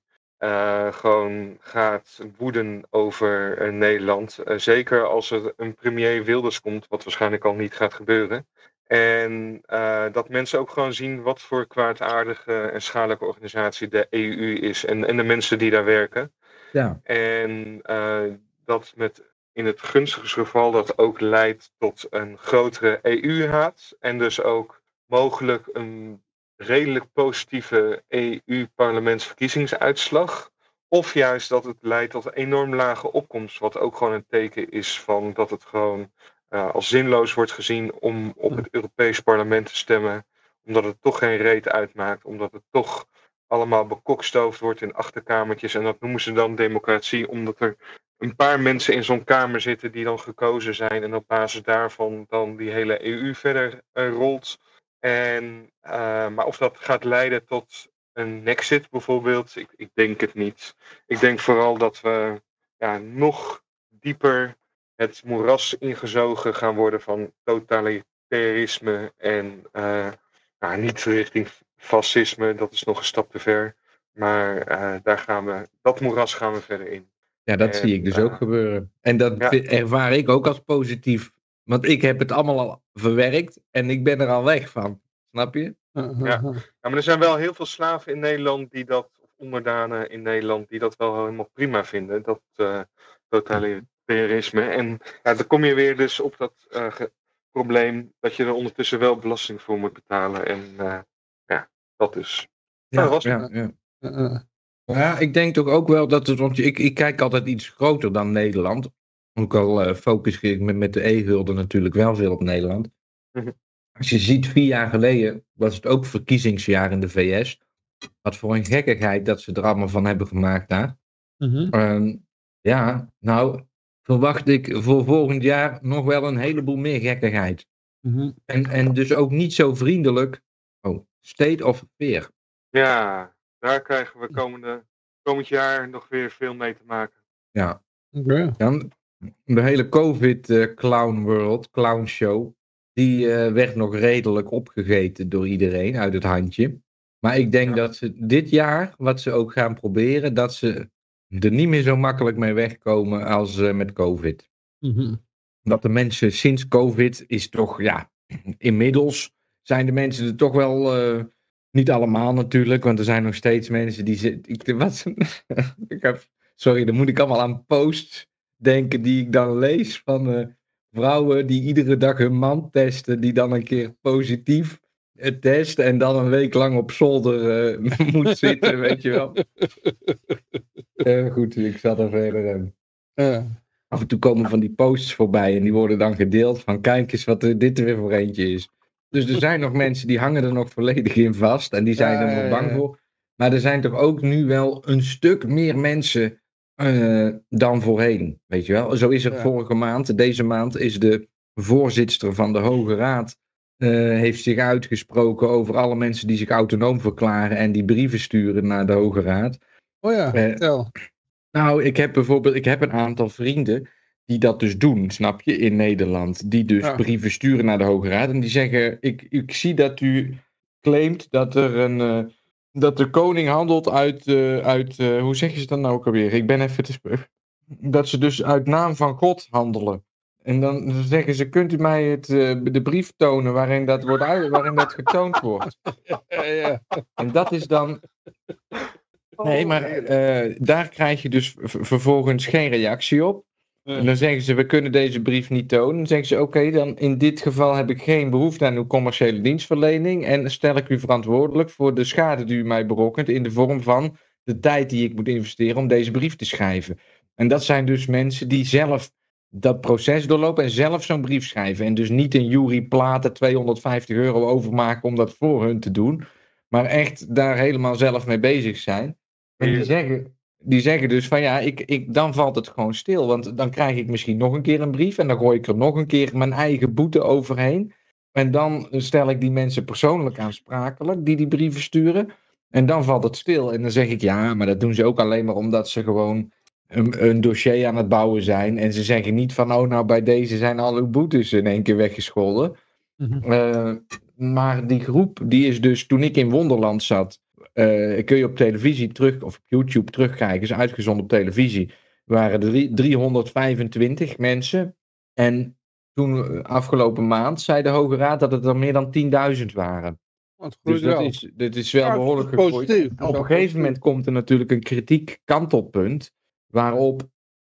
gewoon gaat woeden over Nederland. Zeker als er een premier Wilders komt, wat waarschijnlijk al niet gaat gebeuren. En dat mensen ook gewoon zien wat voor kwaadaardige en schadelijke organisatie de EU is en de mensen die daar werken. Ja. En dat in het gunstigste geval dat ook leidt tot een grotere EU-haat. En dus ook mogelijk een redelijk positieve EU-parlementsverkiezingsuitslag. Of juist dat het leidt tot een enorm lage opkomst. Wat ook gewoon een teken is van dat het gewoon als zinloos wordt gezien om op het Europees Parlement te stemmen. Omdat het toch geen reet uitmaakt. Omdat het toch allemaal bekokstoofd wordt in achterkamertjes. En dat noemen ze dan democratie. Omdat er een paar mensen in zo'n kamer zitten die dan gekozen zijn. En op basis daarvan dan die hele EU verder rolt. Maar of dat gaat leiden tot een Nexit bijvoorbeeld, ik denk het niet. Ik denk vooral dat we nog dieper het moeras ingezogen gaan worden van totalitarisme en niet richting fascisme, dat is nog een stap te ver. Maar dat moeras gaan we verder in. Ja, dat zie ik dus ook gebeuren. En dat ervaar ik ook als positief. Want ik heb het allemaal al verwerkt en ik ben er al weg van. Snap je? Ja, maar er zijn wel heel veel slaven in Nederland of onderdanen in Nederland die dat wel helemaal prima vinden. Dat totalitarisme. En dan kom je weer dus op dat probleem dat je er ondertussen wel belasting voor moet betalen. En dat dus. Ja, ik denk toch ook wel dat het, want ik kijk altijd iets groter dan Nederland. Ook al focus ik met de e-gulden natuurlijk wel veel op Nederland. Als je ziet, 4 jaar geleden was het ook verkiezingsjaar in de VS. Wat voor een gekkigheid dat ze er allemaal van hebben gemaakt daar. Verwacht ik voor volgend jaar nog wel een heleboel meer gekkigheid. En dus ook niet zo vriendelijk. State of fear. Ja, daar krijgen we komend jaar nog weer veel mee te maken. Ja. Dan de hele clown show. Die werd nog redelijk opgegeten door iedereen uit het handje. Maar ik denk dat ze dit jaar, wat ze ook gaan proberen, dat ze er niet meer zo makkelijk mee wegkomen als met COVID. Dat de mensen sinds COVID is toch, inmiddels zijn de mensen er toch wel, niet allemaal natuurlijk, want er zijn nog steeds mensen die dan moet ik allemaal aan posts denken die ik dan lees van vrouwen die iedere dag hun man testen, die dan een keer positief testen en dan een week lang op zolder moet zitten, weet je wel. Goed, ik zat er verder. Af en toe komen van die posts voorbij en die worden dan gedeeld van kijk eens wat dit er weer voor eentje is. Dus er zijn nog mensen die hangen er nog volledig in vast en die zijn er nog bang voor. Maar er zijn toch ook nu wel een stuk meer mensen dan voorheen, weet je wel. Zo is er deze maand is de voorzitster van de Hoge Raad heeft zich uitgesproken over alle mensen die zich autonoom verklaren en die brieven sturen naar de Hoge Raad. Vertel. Nou, ik heb een aantal vrienden die dat dus doen, snap je, in Nederland. Die dus brieven sturen naar de Hoge Raad en die zeggen, ik zie dat u claimt dat dat de koning handelt uit hoe zeg je het dan nou ook alweer? Ik ben even dat ze dus uit naam van God handelen. En dan zeggen ze, kunt u mij de brief tonen waarin dat getoond wordt? En dat is dan... Nee, maar daar krijg je dus vervolgens geen reactie op. En dan zeggen ze, we kunnen deze brief niet tonen. Dan zeggen ze, oké, dan in dit geval heb ik geen behoefte aan uw commerciële dienstverlening. En stel ik u verantwoordelijk voor de schade die u mij berokkent in de vorm van de tijd die ik moet investeren om deze brief te schrijven. En dat zijn dus mensen die zelf dat proces doorlopen en zelf zo'n brief schrijven. En dus niet een jury platen €250 overmaken om dat voor hun te doen. Maar echt daar helemaal zelf mee bezig zijn. En die zeggen dus van dan valt het gewoon stil. Want dan krijg ik misschien nog een keer een brief. En dan gooi ik er nog een keer mijn eigen boete overheen. En dan stel ik die mensen persoonlijk aansprakelijk die brieven sturen. En dan valt het stil. En dan zeg ik maar dat doen ze ook alleen maar omdat ze gewoon een dossier aan het bouwen zijn. En ze zeggen niet van bij deze zijn al uw boetes in één keer weggescholden. Maar die groep die is dus toen ik in Wonderland zat. kun je op televisie of op YouTube terugkijken, is uitgezonden op televisie, waren er 325 mensen. En toen afgelopen maand zei de Hoge Raad dat het er meer dan 10.000 waren. Dus dat is wel behoorlijk gegroeid. Positief. Op een gegeven moment komt er natuurlijk een kritiek kantelpunt waarop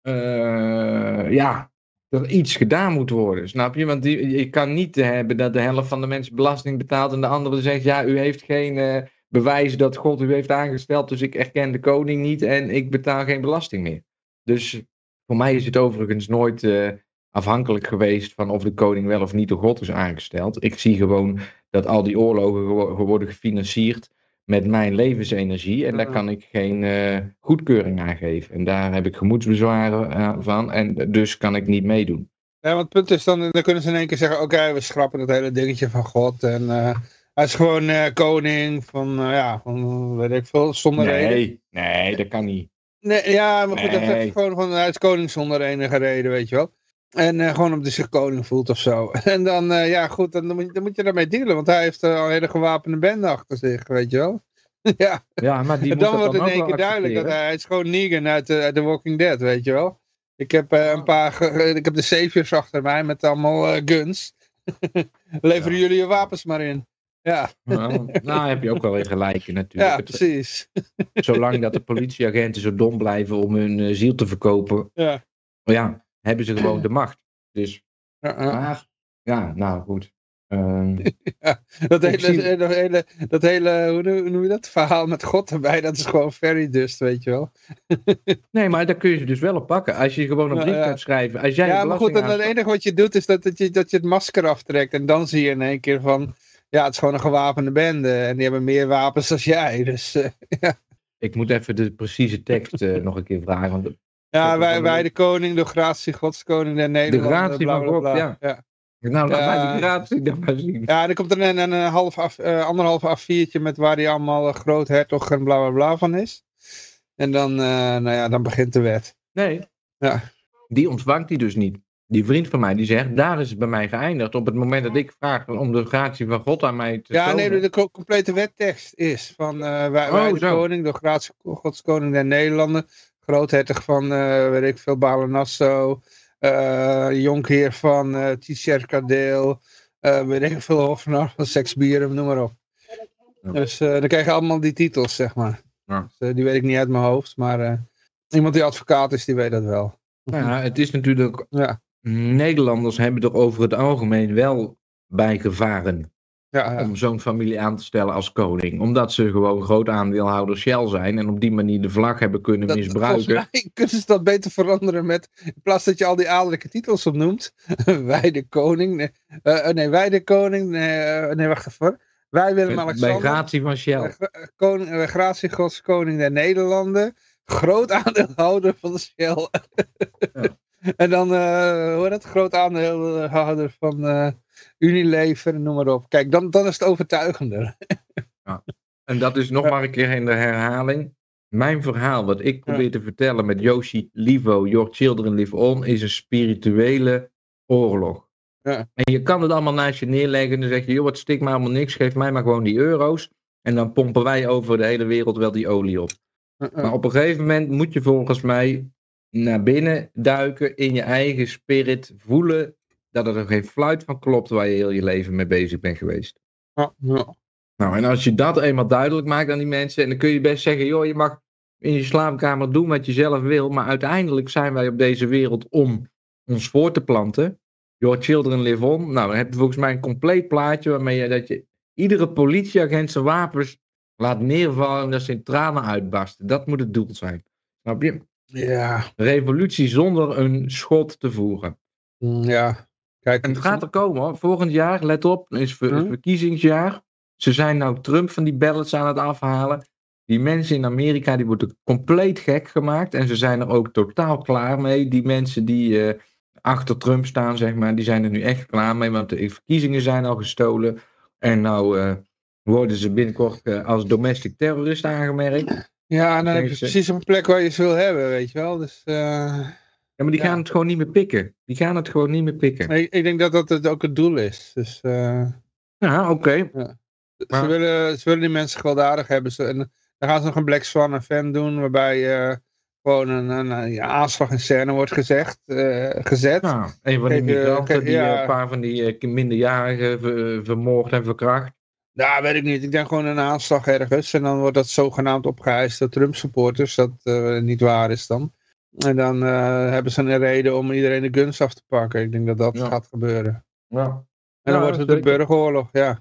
er iets gedaan moet worden, snap je? Want je kan niet hebben dat de helft van de mensen belasting betaalt en de andere zegt, ja, u heeft geen bewijs dat God u heeft aangesteld, dus ik erken de koning niet en ik betaal geen belasting meer. Dus voor mij is het overigens nooit afhankelijk geweest van of de koning wel of niet door God is aangesteld. Ik zie gewoon dat al die oorlogen worden gefinancierd met mijn levensenergie en daar kan ik geen goedkeuring aan geven. En daar heb ik gemoedsbezwaren van en dus kan ik niet meedoen. Ja, want het punt is dan kunnen ze in één keer zeggen, oké, we schrappen het hele dingetje van God en hij is gewoon koning van weet ik veel, zonder reden. Nee, dat kan niet. Nee, ja, maar goed, dat is gewoon van, hij is koning zonder enige reden, weet je wel. En gewoon omdat hij zich koning voelt of zo. En dan, dan moet je daarmee dealen, want hij heeft al een hele gewapende bende achter zich, weet je wel. Ja, maar die en dan wordt het in één keer duidelijk dat hij is gewoon Negan uit The Walking Dead, weet je wel. Ik heb ik heb de saviors achter mij met allemaal guns. Leveren jullie je wapens maar in. Ja. Nou, heb je ook wel weer gelijk in natuurlijk. Ja, precies. Zolang dat de politieagenten zo dom blijven om hun ziel te verkopen, hebben ze gewoon de macht. Dus, maar, nou goed. Dat hele, hoe noem je dat? Verhaal met God erbij, dat is gewoon very dust, weet je wel. Nee, maar daar kun je ze dus wel op pakken. Als je gewoon een brief kan schrijven. Als jij maar goed, en het enige wat je doet is dat je het masker aftrekt. En dan zie je in één keer van, het is gewoon een gewapende bende. En die hebben meer wapens dan jij. Dus, Ik moet even de precieze tekst nog een keer vragen. Want wij de koning, de gratie, Gods koning der Nederlanden. De gratie van God, ja. Nou, laat mij die gratie dan maar zien. Ja, er komt er een anderhalf A4'tje met waar hij allemaal groothertog en bla bla bla van is. En dan, dan begint de wet. Nee, die ontvangt hij dus niet. Die vriend van mij die zegt, daar is het bij mij geëindigd. Op het moment dat ik vraag om de gratie van God aan mij te tonen. Nee, de complete wettekst is van wij de koning, de gratie Gods koning der Nederlanden. Groothertog van, weet ik veel, Balen-Nassau. Jonkheer van Tjitjerkadeel, weet ik veel, hofnar van Seksbieren, noem maar op. Ja. Dus dan krijg je allemaal die titels, zeg maar. Ja. Dus, die weet ik niet uit mijn hoofd, maar iemand die advocaat is, die weet dat wel. Ja, het is natuurlijk, Nederlanders hebben er over het algemeen wel bij gevaren om zo'n familie aan te stellen als koning. Omdat ze gewoon groot aandeelhouder Shell zijn en op die manier de vlag hebben kunnen misbruiken. Volgens mij kunnen ze dat beter veranderen met, in plaats dat je al die adellijke titels opnoemt, wij de koning, wij de koning, wacht even, wij Willem-Alexander. Bij gratie van Shell. Gratie Gods koning der Nederlanden, groot aandeelhouder van Shell. En dan, groot aandeelhouder van Unilever, noem maar op. Kijk, dan is het overtuigender. En dat is nog maar een keer in de herhaling. Mijn verhaal, wat ik probeer te vertellen met Yoshi Livo, Your Children Live On, is een spirituele oorlog. Ja. En je kan het allemaal naast je neerleggen en dan zeg je, joh, het stikt me allemaal niks, geef mij maar gewoon die euro's. En dan pompen wij over de hele wereld wel die olie op. Maar op een gegeven moment moet je volgens mij naar binnen duiken, in je eigen spirit voelen dat er geen fluit van klopt waar je heel je leven mee bezig bent geweest. Nou, en als je dat eenmaal duidelijk maakt aan die mensen, en dan kun je best zeggen, joh, je mag in je slaapkamer doen wat je zelf wil, maar uiteindelijk zijn wij op deze wereld om ons voor te planten. Your Children Live On. Nou, dan heb je volgens mij een compleet plaatje waarmee dat je iedere politieagent zijn wapens laat neervallen en dat ze in tranen uitbarsten. Dat moet het doel zijn. Snap je? Ja. Revolutie zonder een schot te voeren. Ja. Kijk, en het gaat er komen hoor. Volgend jaar, let op, is verkiezingsjaar. Ze zijn nou Trump van die ballots aan het afhalen. Die mensen in Amerika die worden compleet gek gemaakt. En ze zijn er ook totaal klaar mee. Die mensen die achter Trump staan, zeg maar, die zijn er nu echt klaar mee. Want de verkiezingen zijn al gestolen. En nou worden ze binnenkort als domestic terrorist aangemerkt. Ja, en dan heb je precies op een plek waar je ze wil hebben, weet je wel. Dus, ja, maar die gaan het gewoon niet meer pikken. Die gaan het gewoon niet meer pikken. Ik denk dat dat het ook het doel is. Dus, ja, oké. Ja. Ze willen die mensen gewelddadig hebben. En dan gaan ze nog een Black Swan event doen, waarbij gewoon een aanslag in scène wordt gezet. Nou, een van die migranten die een paar van die minderjarigen vermoord en verkracht. Nou, weet ik niet. Ik denk gewoon een aanslag ergens. En dan wordt dat zogenaamd opgeëist door Trump-supporters. Dat niet waar is dan. En dan hebben ze een reden om iedereen de guns af te pakken. Ik denk dat dat gaat gebeuren. Ja. En dan wordt het de burgeroorlog, ja.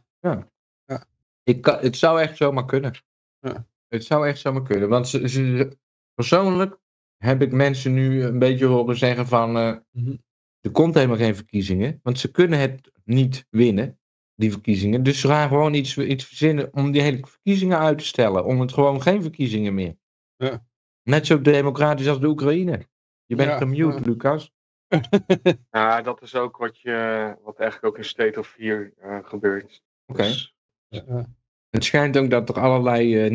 Het zou echt zomaar kunnen. Ja. Het zou echt zomaar kunnen. Want persoonlijk heb ik mensen nu een beetje horen zeggen van... Er komt helemaal geen verkiezingen. Want ze kunnen het niet winnen, die verkiezingen. Dus ze gaan gewoon iets verzinnen om die hele verkiezingen uit te stellen. Om het gewoon geen verkiezingen meer. Ja. Net zo democratisch als de Oekraïne. Je bent gemute, Lucas. Ja, dat is ook wat eigenlijk ook in State of Fear gebeurt. Oké. Dus, Het schijnt ook dat er allerlei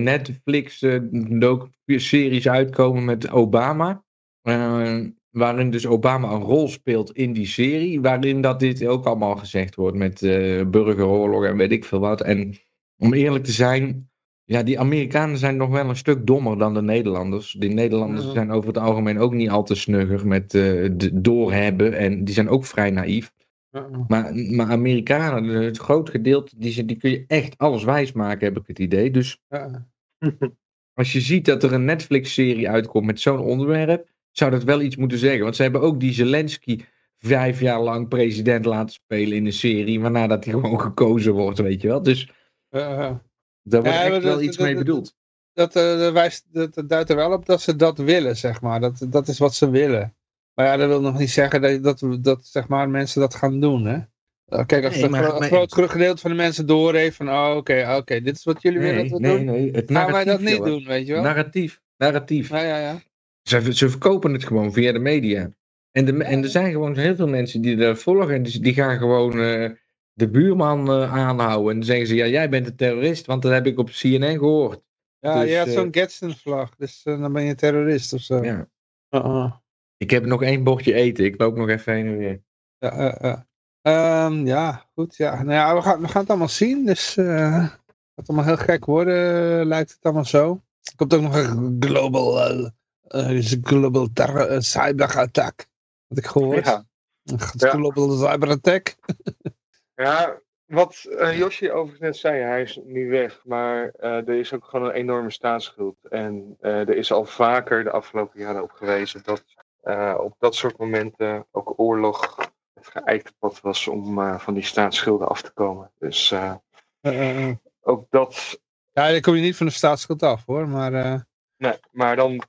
Netflix-series uitkomen met Obama. Waarin dus Obama een rol speelt in die serie. Waarin dat dit ook allemaal gezegd wordt met burgeroorlog en weet ik veel wat. En om eerlijk te zijn... Ja, die Amerikanen zijn nog wel een stuk dommer dan de Nederlanders. Die Nederlanders zijn over het algemeen ook niet al te snugger met doorhebben. En die zijn ook vrij naïef. Maar Amerikanen, het groot gedeelte, die kun je echt alles wijsmaken, heb ik het idee. Dus als je ziet dat er een Netflix-serie uitkomt met zo'n onderwerp, zou dat wel iets moeten zeggen. Want ze hebben ook die Zelensky 5 jaar lang president laten spelen in een serie, waarna dat hij gewoon gekozen wordt, weet je wel. Dus... Daar wordt echt wel iets mee bedoeld. Dat duidt er wel op dat ze dat willen, zeg maar. Dat is wat ze willen. Maar ja, dat wil nog niet zeggen dat zeg maar, mensen dat gaan doen, hè. Kijk, als een groot gedeelte van de mensen doorheeft van... Oké, dit is wat jullie willen dat we doen. Nee, gaan wij dat niet doen, weet je wel. Narratief. Ja. Ze verkopen het gewoon via de media. En er zijn gewoon heel veel mensen die dat volgen. En die gaan gewoon... de buurman aanhouden. En dan zeggen ze, ja, jij bent een terrorist, want dat heb ik op CNN gehoord. Ja, dus, je had zo'n Gadsden-vlag, dus dan ben je een terrorist of zo. Ja. Ik heb nog 1 bordje eten, ik loop nog even heen en weer. Ja, goed. Ja. Nou ja, we gaan het allemaal zien, dus het gaat allemaal heel gek worden, lijkt het allemaal zo. Er komt ook nog een global cyberattack, had ik gehoord. Ja. Een global cyberattack. Ja, wat Yoshi overigens net zei, hij is nu weg, maar er is ook gewoon een enorme staatsschuld. En er is al vaker de afgelopen jaren op gewezen dat op dat soort momenten ook oorlog het geëikte pad was om van die staatsschulden af te komen. Dus ook dat... Ja, dan kom je niet van de staatsschuld af hoor, maar... Nee, maar dan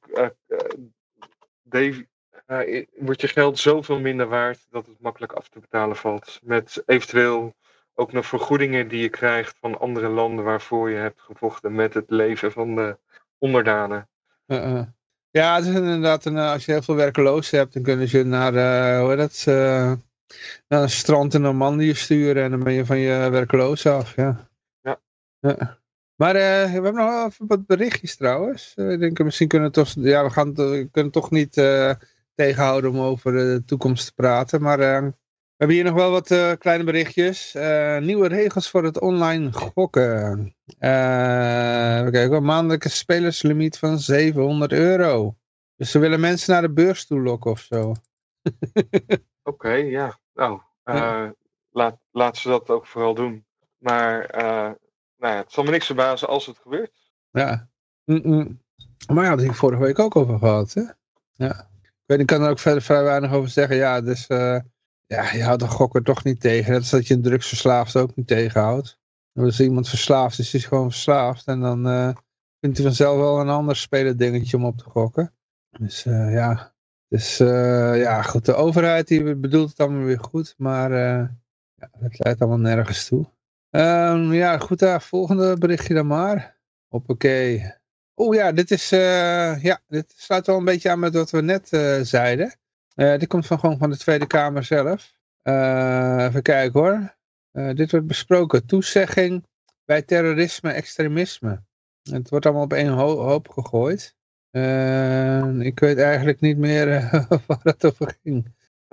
wordt je geld zoveel minder waard dat het makkelijk af te betalen valt. Met eventueel ook nog vergoedingen die je krijgt van andere landen waarvoor je hebt gevochten met het leven van de onderdanen. Ja, het is inderdaad als je heel veel werklozen hebt, dan kunnen ze je naar, naar een strand in Normandië sturen en dan ben je van je werklozen af, ja. Maar we hebben nog wel even wat berichtjes trouwens. Ik denk misschien kunnen we toch, we kunnen toch niet tegenhouden om over de toekomst te praten, maar we hebben hier nog wel wat kleine berichtjes. Nieuwe regels voor het online gokken. Even kijken, een maandelijke spelerslimiet van €700. Dus ze willen mensen naar de beurs toe lokken of zo. Oké, ja. Nou, laat ze dat ook vooral doen. Maar het zal me niks verbazen als het gebeurt. Ja. Maar ja, dat heb ik vorige week ook over gehad. Hè? Ja. Ik kan er ook verder vrij weinig over zeggen. Ja, dus... je houdt een gokker toch niet tegen. Net als dat je een drugsverslaafde ook niet tegenhoudt. Als iemand verslaafd is, is hij gewoon verslaafd. En dan vindt hij vanzelf wel een ander spelendingetje om op te gokken. Dus ja. Dus goed. De overheid die bedoelt het allemaal weer goed. Maar het leidt allemaal nergens toe. Ja, goed. Volgende berichtje dan maar. Hoppakee. Oh ja, dit sluit wel een beetje aan met wat we net zeiden. Dit komt gewoon van de Tweede Kamer zelf. Even kijken hoor. Dit wordt besproken. Toezegging bij terrorisme, extremisme. Het wordt allemaal op één hoop gegooid. Ik weet eigenlijk niet meer waar het over ging.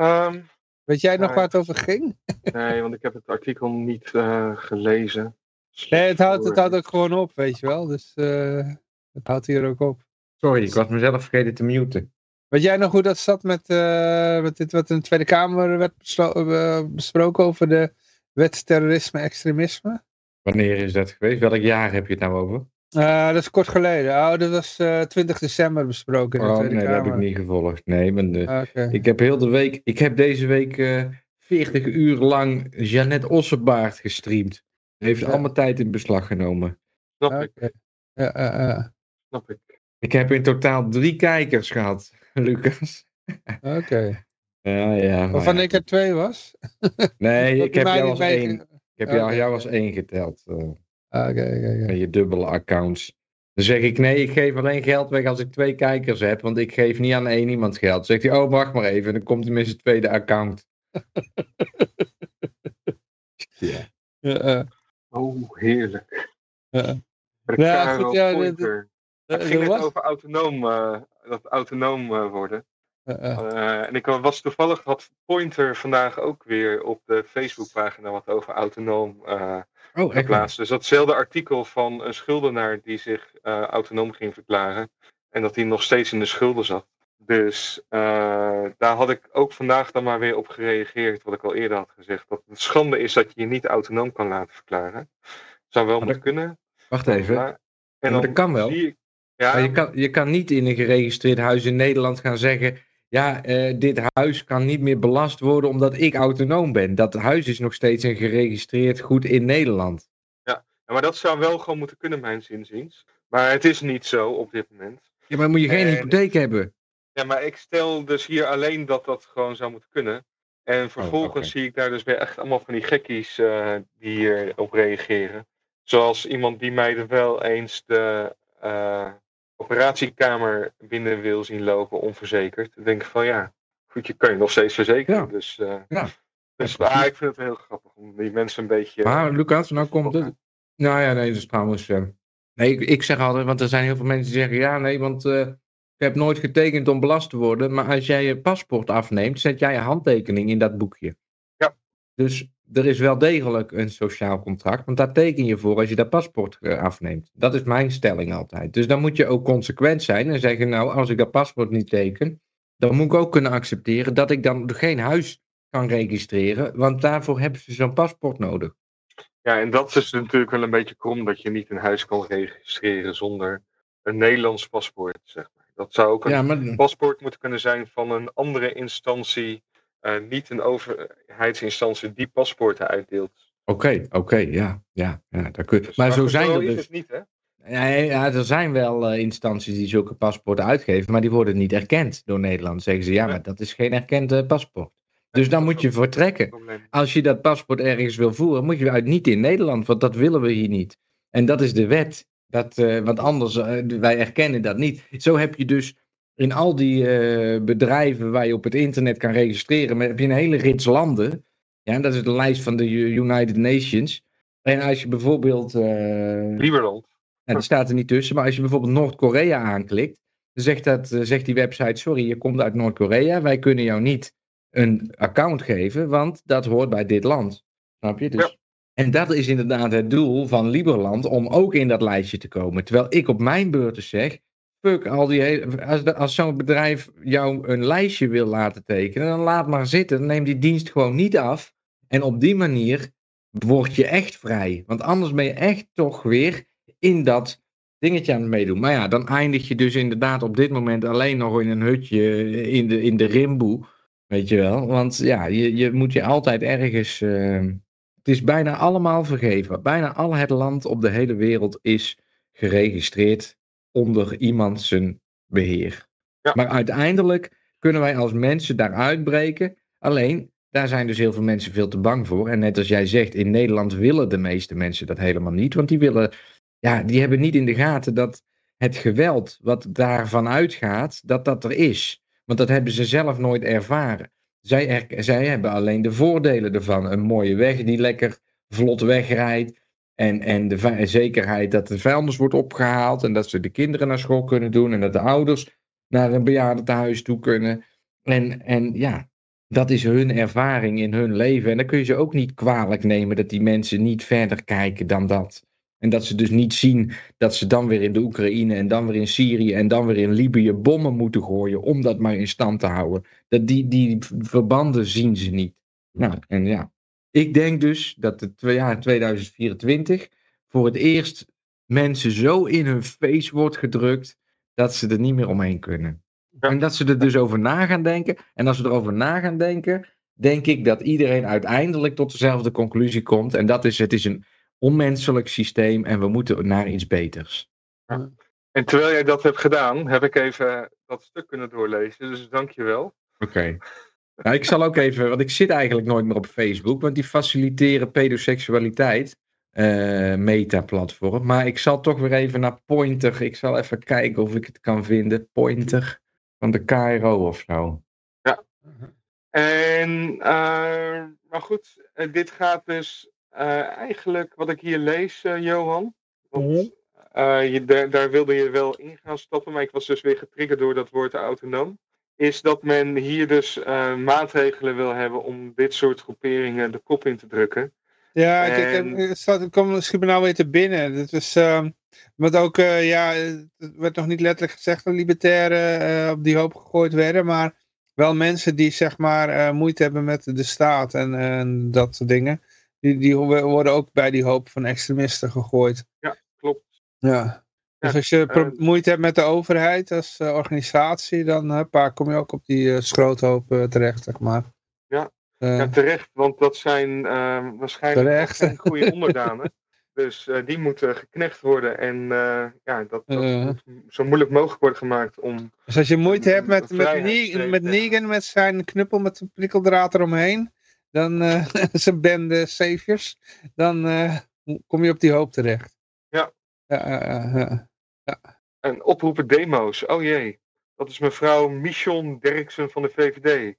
Weet jij nog waar het over ging? Nee, want ik heb het artikel niet gelezen. Nee, het houdt ook gewoon op, weet je wel. Dus het houdt hier ook op. Sorry, ik was mezelf vergeten te muten. Weet jij nog hoe dat zat met dit wat in de Tweede Kamer werd besproken over de wet terrorisme-extremisme? Wanneer is dat geweest? Welk jaar heb je het nou over? Dat is kort geleden. Oh, dat was 20 december besproken in de Tweede Nee, Kamer. dat heb ik niet gevolgd. Nee, maar Okay. ik heb heel de week... Ik heb deze week 40 uur lang Jeannette Ossenbaard gestreamd. Heeft allemaal tijd in beslag genomen. Snap ik. Snap ik. Ik heb in totaal 3 kijkers gehad, Lucas. Oké. Ja. Waarvan ik er 2 was? Nee, Dat ik heb mij jou niet als mee- 1. Ik heb jou als 1 geteld. Oké. Met je dubbele accounts. Dan zeg ik, nee, ik geef alleen geld weg als ik 2 kijkers heb, want ik geef niet aan één iemand geld. Dan zegt hij, oh, wacht maar even. En dan komt hij met zijn tweede account. Ja. Oh, heerlijk. Ja. De Ja, Karel goed, ja, Pointer. Het ging net over autonoom worden. En ik was toevallig, had Pointer vandaag ook weer op de Facebookpagina wat over autonoom Oh, echt? geplaatst. Dus datzelfde artikel van een schuldenaar die zich autonoom ging verklaren. En dat hij nog steeds in de schulden zat. Dus daar had ik ook vandaag dan maar weer op gereageerd, wat ik al eerder had gezegd. Dat het schande is dat je je niet autonoom kan laten verklaren. Zou wel moeten kunnen. Wacht even. Maar dat kan wel. Maar je kan niet in een geregistreerd huis in Nederland gaan zeggen... Ja, dit huis kan niet meer belast worden omdat ik autonoom ben. Dat huis is nog steeds een geregistreerd goed in Nederland. Ja, maar dat zou wel gewoon moeten kunnen, mijns inziens. Maar het is niet zo op dit moment. Ja, maar moet je geen hypotheek hebben? Ja, maar ik stel dus hier alleen dat dat gewoon zou moeten kunnen. En vervolgens zie ik daar dus weer echt allemaal van die gekkies die hierop reageren. Zoals iemand die mij er wel eens de operatiekamer binnen wil zien lopen, onverzekerd. Dan denk ik van ja, goed, je kan je nog steeds verzekeren. Ja. Dus ik vind het heel grappig om die mensen een beetje... Maar Lucas, nou komt het... Nou ja, nee, dat is trouwens... Nee, ik zeg altijd, want er zijn heel veel mensen die zeggen... Ja, nee, want ik heb nooit getekend om belast te worden. Maar als jij je paspoort afneemt, zet jij je handtekening in dat boekje. Ja. Dus er is wel degelijk een sociaal contract. Want daar teken je voor als je dat paspoort afneemt. Dat is mijn stelling altijd. Dus dan moet je ook consequent zijn en zeggen... Nou, als ik dat paspoort niet teken... Dan moet ik ook kunnen accepteren dat ik dan geen huis kan registreren. Want daarvoor hebben ze zo'n paspoort nodig. Ja, en dat is natuurlijk wel een beetje krom dat je niet een huis kan registreren zonder een Nederlands paspoort, zeg maar. Dat zou ook een paspoort moeten kunnen zijn van een andere instantie, niet een overheidsinstantie die paspoorten uitdeelt. Oké, ja. Dat kun je... Dus maar zo zijn er is dus... het niet, hè? Ja, er zijn wel instanties die zulke paspoorten uitgeven, maar die worden niet erkend door Nederland. Zeggen ze, ja, maar dat is geen erkend paspoort. Dus dan moet je vertrekken. Als je dat paspoort ergens wil voeren, moet je uit niet in Nederland, want dat willen we hier niet. En dat is de wet. Want anders, wij erkennen dat niet. Zo heb je dus in al die bedrijven waar je op het internet kan registreren, heb je een hele rits landen. Ja, dat is de lijst van de United Nations. En als je bijvoorbeeld... Liberland. Dat staat er niet tussen, maar als je bijvoorbeeld Noord-Korea aanklikt, dan zegt die website, sorry, je komt uit Noord-Korea, wij kunnen jou niet een account geven, want dat hoort bij dit land. Snap je? Dus, en dat is inderdaad het doel van Liberland, om ook in dat lijstje te komen. Terwijl ik op mijn beurt dus zeg, fuck al die als zo'n bedrijf jou een lijstje wil laten tekenen, dan laat maar zitten, dan neem die dienst gewoon niet af. En op die manier word je echt vrij. Want anders ben je echt toch weer in dat dingetje aan het meedoen. Maar ja, dan eindig je dus inderdaad op dit moment alleen nog in een hutje in de rimboe. Weet je wel. Want ja, je moet je altijd ergens... het is bijna allemaal vergeven. Bijna al het land op de hele wereld is geregistreerd onder iemand zijn beheer. Ja. Maar uiteindelijk kunnen wij als mensen daar uitbreken. Alleen, daar zijn dus heel veel mensen veel te bang voor. En net als jij zegt, in Nederland willen de meeste mensen dat helemaal niet. Want die willen... Ja, die hebben niet in de gaten dat het geweld wat daarvan uitgaat, dat er is. Want dat hebben ze zelf nooit ervaren. Zij hebben alleen de voordelen ervan. Een mooie weg die lekker vlot wegrijdt. En de zekerheid dat de vuilnis wordt opgehaald. En dat ze de kinderen naar school kunnen doen. En dat de ouders naar een bejaardentehuis toe kunnen. En ja, dat is hun ervaring in hun leven. En dan kun je ze ook niet kwalijk nemen dat die mensen niet verder kijken dan dat. En dat ze dus niet zien dat ze dan weer in de Oekraïne en dan weer in Syrië en dan weer in Libië bommen moeten gooien om dat maar in stand te houden. Die verbanden zien ze niet. Nou, en ja. Ik denk dus dat het jaar 2024 voor het eerst mensen zo in hun face wordt gedrukt dat ze er niet meer omheen kunnen. Ja. En dat ze er dus over na gaan denken. En als ze erover na gaan denken, denk ik dat iedereen uiteindelijk tot dezelfde conclusie komt. En dat is, het is een onmenselijk systeem en we moeten naar iets beters. Ja. En terwijl jij dat hebt gedaan, heb ik even dat stuk kunnen doorlezen. Dus dank je wel. Oké. Nou, ik zal ook even, want ik zit eigenlijk nooit meer op Facebook, want die faciliteren pedoseksualiteit, Meta-platform. Maar ik zal toch weer even naar Pointer. Ik zal even kijken of ik het kan vinden. Pointer van de KRO of zo. Ja. En, maar goed, dit gaat dus eigenlijk wat ik hier lees, Johan. Want daar wilde je wel in gaan stappen, maar ik was dus weer getriggerd door dat woord autonoom. Is dat men hier dus maatregelen wil hebben om dit soort groeperingen de kop in te drukken. Ja, ik kom misschien nou weer te binnen. Dat is, wat ook, het werd nog niet letterlijk gezegd dat libertairen op die hoop gegooid werden, maar wel mensen die zeg maar moeite hebben met de staat en dat soort dingen. Die worden ook bij die hoop van extremisten gegooid. Ja, klopt. Ja. Dus als je moeite hebt met de overheid als organisatie, dan kom je ook op die schroothoop terecht, zeg maar. Ja. Ja, terecht, want dat zijn waarschijnlijk geen goede onderdanen. Dus die moeten geknecht worden en dat moet zo moeilijk mogelijk worden gemaakt om... Dus als je moeite hebt met Negan, met zijn knuppel met zijn prikkeldraad eromheen, dan zijn bende saviors, dan kom je op die hoop terecht. Ja. Ja. En oproepen demo's, oh jee. Dat is mevrouw Michon Derksen van de VVD.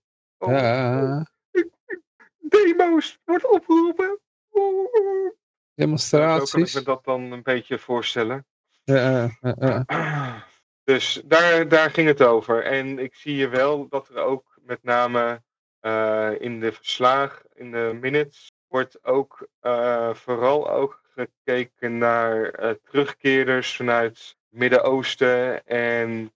Demo's wordt opgeroepen. Demonstraties. Zo kan ik me dat dan een beetje voorstellen. Ja. Dus daar ging het over. En ik zie hier wel dat er ook met name in de verslag, in de minutes, wordt ook vooral ook gekeken naar terugkeerders vanuit het Midden-Oosten en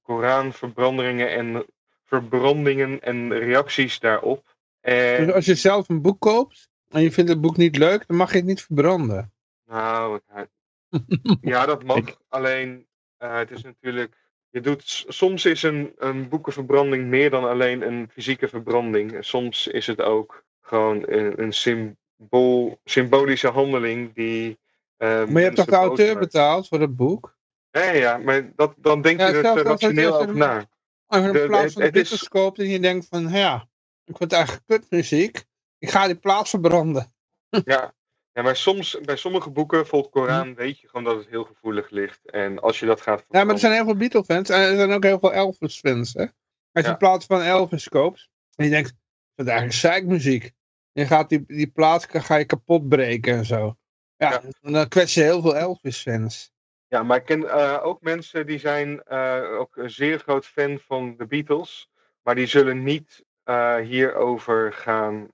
Koranverbrandingen en reacties daarop. Dus als je zelf een boek koopt en je vindt het boek niet leuk, dan mag je het niet verbranden. Nou, ja, dat mag. Alleen, het is natuurlijk... Soms is een boekenverbranding meer dan alleen een fysieke verbranding. Soms is het ook gewoon een symbolische handeling die... maar je hebt toch de auteur betaald voor het boek? Ja, maar dan denk je er rationeel over na. Als je in plaats van de Beatles koopt en je denkt van, ja, ik vind het eigenlijk kutmuziek. Ik ga die plaats verbranden. Ja, maar soms, bij sommige boeken, bijvoorbeeld Koran, weet je gewoon dat het heel gevoelig ligt. En als je dat gaat verbranden... Ja, maar er zijn heel veel Beatle-fans en er zijn ook heel veel Elvis-fans, hè. Als je in plaats van Elvis koopt en je denkt, dat is eigenlijk zeikmuziek. Je gaat die plaats ga je kapot breken en zo. Ja, en dan kwets je heel veel Elvis-fans. Ja, maar ik ken ook mensen die zijn ook een zeer groot fan van de Beatles. Maar die zullen niet hierover gaan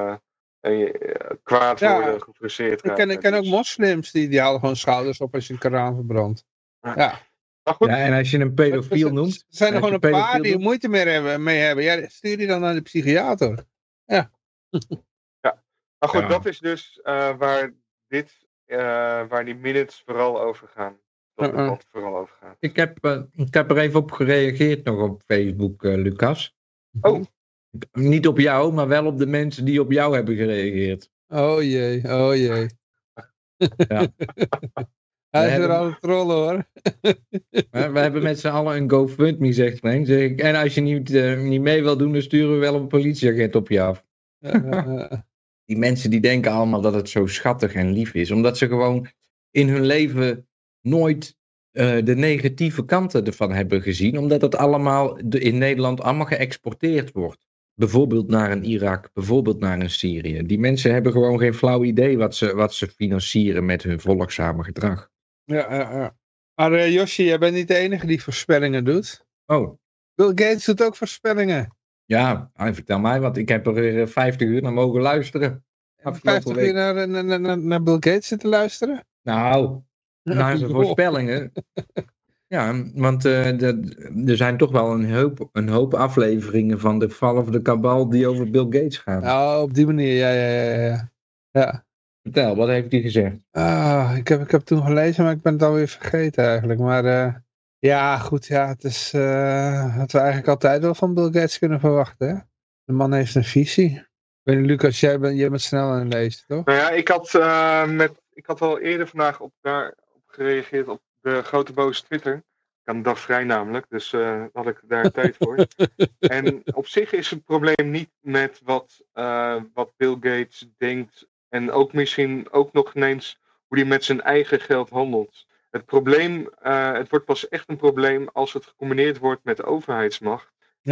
kwaad worden, gefrustreerd raken. Ik ken ook moslims die halen gewoon schouders op als je een Koran verbrandt. Ja. Maar goed. Ja, en als je een pedofiel noemt... Er zijn er gewoon een paar die er moeite mee hebben. Ja, stuur die dan naar de psychiater. Ja. Ja, maar goed, dat is dus waar die minutes vooral over gaan. Dat debat vooral over gaat. Ik heb er even op gereageerd nog op Facebook, Lucas. Oh. Niet op jou, maar wel op de mensen die op jou hebben gereageerd. Oh jee. Ja. Hij is weer aan het trollen, hoor. We hebben met z'n allen een GoFundMe, zegt Frank. Zeg ik, en als je niet mee wil doen, dan sturen we wel een politieagent op je af. Die mensen die denken allemaal dat het zo schattig en lief is. Omdat ze gewoon in hun leven nooit de negatieve kanten ervan hebben gezien. Omdat het allemaal in Nederland allemaal geëxporteerd wordt. Bijvoorbeeld naar een Irak, bijvoorbeeld naar een Syrië. Die mensen hebben gewoon geen flauw idee wat ze financieren met hun volgzame gedrag. Ja. Maar Yoshi, jij bent niet de enige die voorspellingen doet. Oh. Bill Gates doet ook voorspellingen. Ja, vertel mij, want ik heb er weer 50 uur naar mogen luisteren. 50 uur naar Bill Gates zitten luisteren? Nou, naar zijn voorspellingen. Ja, want er zijn toch wel een hoop afleveringen van de Fall of the Cabal die over Bill Gates gaan. Oh, op die manier, ja. Vertel, wat heeft hij gezegd? Ik heb toen gelezen, maar ik ben het alweer vergeten eigenlijk. Maar ja, goed, ja, het is wat we eigenlijk altijd wel van Bill Gates kunnen verwachten. Hè? De man heeft een visie. Ik weet niet, Lucas, jij bent snel aan het lezen, toch? Nou ja, ik had al eerder vandaag daarop gereageerd op de grote boze Twitter. Ik had een dag vrij namelijk, dus had ik daar tijd voor. En op zich is het probleem niet met wat Bill Gates denkt. En ook misschien ook nog ineens hoe hij met zijn eigen geld handelt. Het probleem, het wordt pas echt een probleem als het gecombineerd wordt met de overheidsmacht.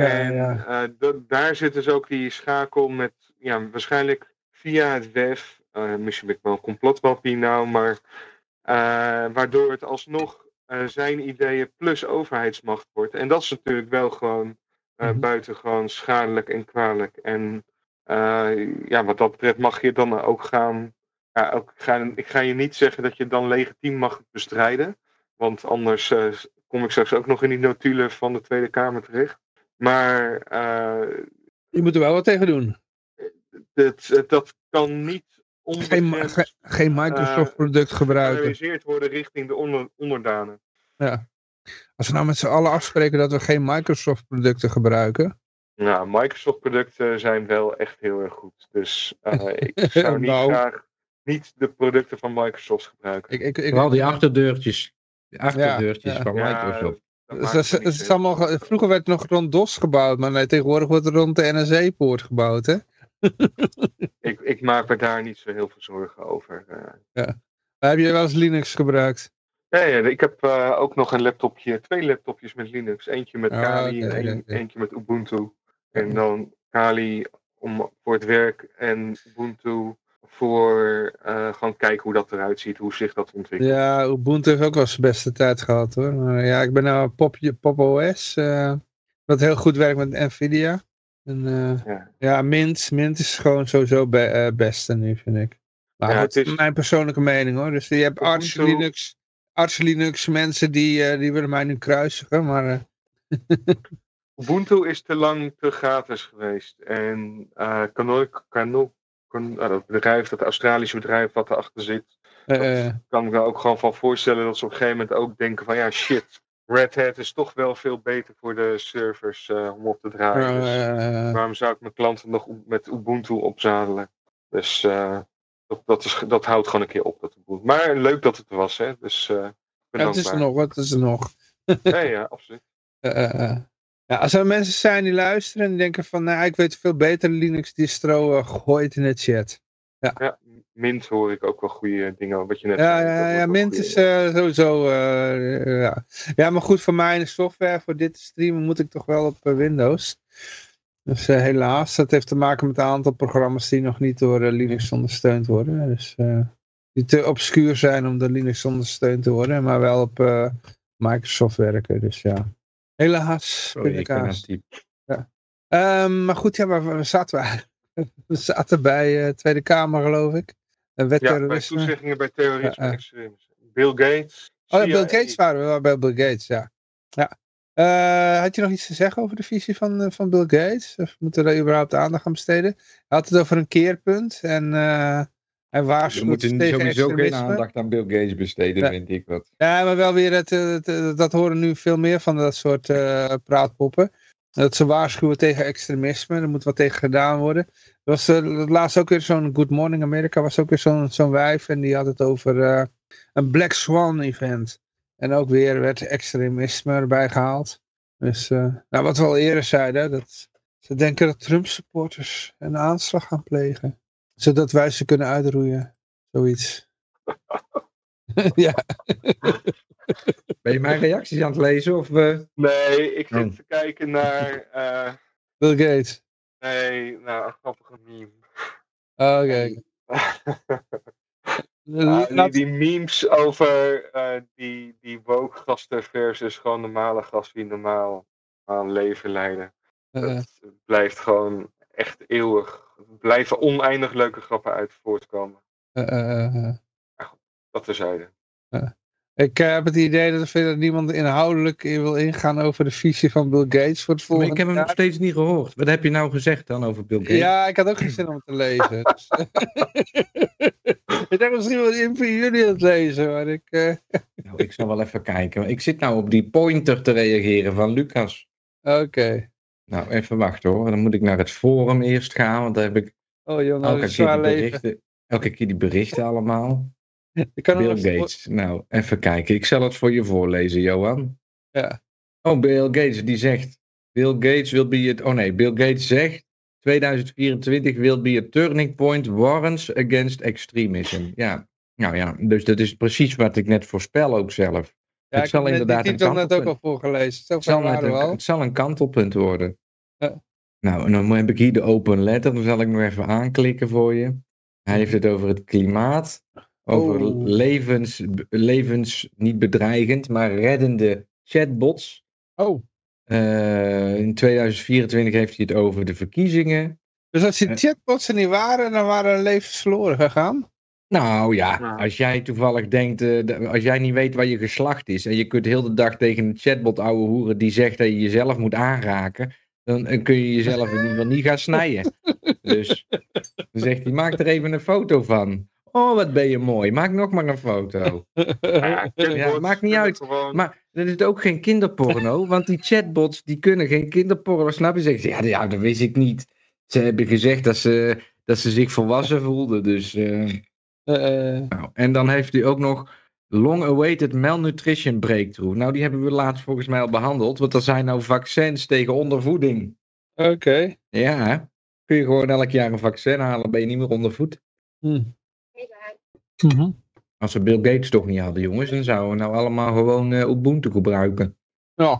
Daar zit dus ook die schakel met, ja, waarschijnlijk via het WEF. Misschien ben ik wel een complotwappie nou, maar waardoor het alsnog zijn ideeën plus overheidsmacht wordt. En dat is natuurlijk wel gewoon buitengewoon schadelijk en kwalijk. En ja, wat dat betreft mag je dan ook gaan. Ja, ik ga je niet zeggen dat je dan legitiem mag bestrijden. Want anders kom ik straks ook nog in die notulen van de Tweede Kamer terecht. Maar je moet er wel wat tegen doen. Dat kan niet geen Microsoft product gebruiken. gerealiseerd worden richting de onderdanen. Ja. Als we nou met z'n allen afspreken dat we geen Microsoft producten gebruiken. Nou, Microsoft producten zijn wel echt heel erg goed. Dus ik zou graag niet de producten van Microsoft gebruiken. Vooral die achterdeurtjes. De achterdeurtjes van Microsoft. Vroeger werd het nog rond DOS gebouwd, maar nee, tegenwoordig wordt er rond de NSE-poort gebouwd, hè? Ik maak me daar niet zo heel veel zorgen over. Heb je wel eens Linux gebruikt? Ja, ik heb ook nog twee laptopjes met Linux. Eentje met Kali en eentje met Ubuntu. En dan Kali voor het werk en Ubuntu voor gewoon kijken hoe dat eruit ziet, hoe zich dat ontwikkelt. Ja, Ubuntu heeft ook wel zijn beste tijd gehad hoor. Maar ja, ik ben nou Pop OS, wat heel goed werkt met Nvidia. En, Mint is gewoon sowieso beste nu, vind ik. Maar het is mijn persoonlijke mening hoor. Dus je hebt Arch Linux mensen die willen mij nu kruisigen, maar... Ubuntu is te lang te gratis geweest. En dat bedrijf, dat Australische bedrijf wat erachter zit, kan ik me ook gewoon van voorstellen dat ze op een gegeven moment ook denken van ja shit, Red Hat is toch wel veel beter voor de servers om op te draaien. Dus waarom zou ik mijn klanten nog met Ubuntu opzadelen? Dus dat houdt gewoon een keer op. Dat Ubuntu. Maar leuk dat het er was, hè. Dus het is er nog, wat is er nog? Ja, absoluut. Ja, als er mensen zijn die luisteren en denken van, nou, ik weet veel beter Linux distro, gooi het in de chat. Ja, Mint hoor ik ook wel goede dingen, wat je net zei. Ja, Mint is sowieso, ja, maar goed, voor mijn software, voor dit te streamen, moet ik toch wel op Windows. Dus helaas, dat heeft te maken met een aantal programma's die nog niet door Linux ondersteund worden. Dus die te obscuur zijn om door Linux ondersteund te worden, maar wel op Microsoft werken, dus ja. Helaas. Sorry, ik ben aan het typen. Ja. Maar goed, ja, waar zaten we eigenlijk? We zaten bij Tweede Kamer, geloof ik. Bij toezeggingen bij terrorisme en extremisme. Bill Gates. Bij Bill Gates waren we wel bij Bill Gates, ja. Had je nog iets te zeggen over de visie van Bill Gates? Of moeten we daar überhaupt aandacht aan besteden? Hij had het over een keerpunt en... Hij waarschuwt tegen extremisme. We moeten sowieso geen aandacht aan Bill Gates besteden, vind ik wat. Ja, maar wel weer, dat horen nu veel meer van dat soort praatpoppen. Dat ze waarschuwen tegen extremisme, er moet wat tegen gedaan worden. Er was laatst ook weer zo'n Good Morning America, was ook weer zo'n wijf en die had het over een Black Swan event. En ook weer werd extremisme erbij gehaald. Dus wat we al eerder zeiden, dat ze denken dat Trump supporters een aanslag gaan plegen. Zodat wij ze kunnen uitroeien. Zoiets. Ja. Ben je mijn reacties aan het lezen? Of, Nee, ik zit te kijken naar... Bill Gates. Nee, nou, een grappige meme. Oké. Die memes over die woke gasten versus gewoon normale gasten die normaal aan leven leiden. Dat blijft gewoon echt eeuwig. Er blijven oneindig leuke grappen uit voortkomen. Dat terzijde. Ik heb het idee dat er verder niemand inhoudelijk wil ingaan over de visie van Bill Gates voor het Maar volgende ik heb hem nog jaar. steeds niet gehoord. Wat heb je nou gezegd dan over Bill Gates? Ja, ik had ook geen zin om het te lezen. Dus, ik dacht misschien wel in voor jullie aan het lezen, maar ik... Nou, ik zal wel even kijken. Ik zit nou op die pointer te reageren van Lucas. Oké. Nou, even wachten hoor. Dan moet ik naar het forum eerst gaan, want daar heb ik Oh joh, nou, elke dat keer is zwaar die leven. berichten. Elke keer die berichten allemaal. Ik kan Bill hem nog- Gates. Nou, even kijken. Ik zal het voor je voorlezen, Johan. Ja. Oh, Bill Gates, die zegt... Bill Gates will be it... Oh nee, Bill Gates zegt... 2024 will be a turning point warrants against extremism. Ja, nou ja, dus dat is precies wat ik net voorspel ook zelf. Ja, Het zal ik heb inderdaad die een titel net ook al kantelpunt. voorgelezen. Zo Het zal, ver waren we al. het zal een kantelpunt worden. Ja. Nou, en dan heb ik hier de open letter. Dan zal ik nog even aanklikken voor je. Hij heeft het over het klimaat. Over Oh. levens niet bedreigend, maar reddende chatbots. Oh, In 2024 heeft hij het over de verkiezingen. dus als die chatbots er niet waren, dan waren levens verloren gegaan? Nou ja, Nou. als jij toevallig denkt, als jij niet weet waar je geslacht is en je kunt heel de dag tegen een chatbot ouwe hoeren die zegt dat je jezelf moet aanraken, dan kun je jezelf in ieder geval niet gaan snijden. Dus dan zegt hij, maak er even een foto van. Oh, wat ben je mooi, maak nog maar een foto. Chatbots maakt niet kunnen uit. gewoon- Maar dat is ook geen kinderporno, want die chatbots die kunnen geen kinderporno, snap je? Zegt ze, ja, dat wist ik niet. Ze hebben gezegd dat ze zich volwassen voelden, dus... Nou, en dan heeft hij ook nog long-awaited malnutrition breakthrough. Nou, die hebben we laatst volgens mij al behandeld, want er zijn nou vaccins tegen ondervoeding. Oké. Ja, kun je gewoon elk jaar een vaccin halen, ben je niet meer ondervoed. Hm. Mhm. Als we Bill Gates toch niet hadden, jongens, dan zouden we nou allemaal gewoon Ubuntu gebruiken. Ja.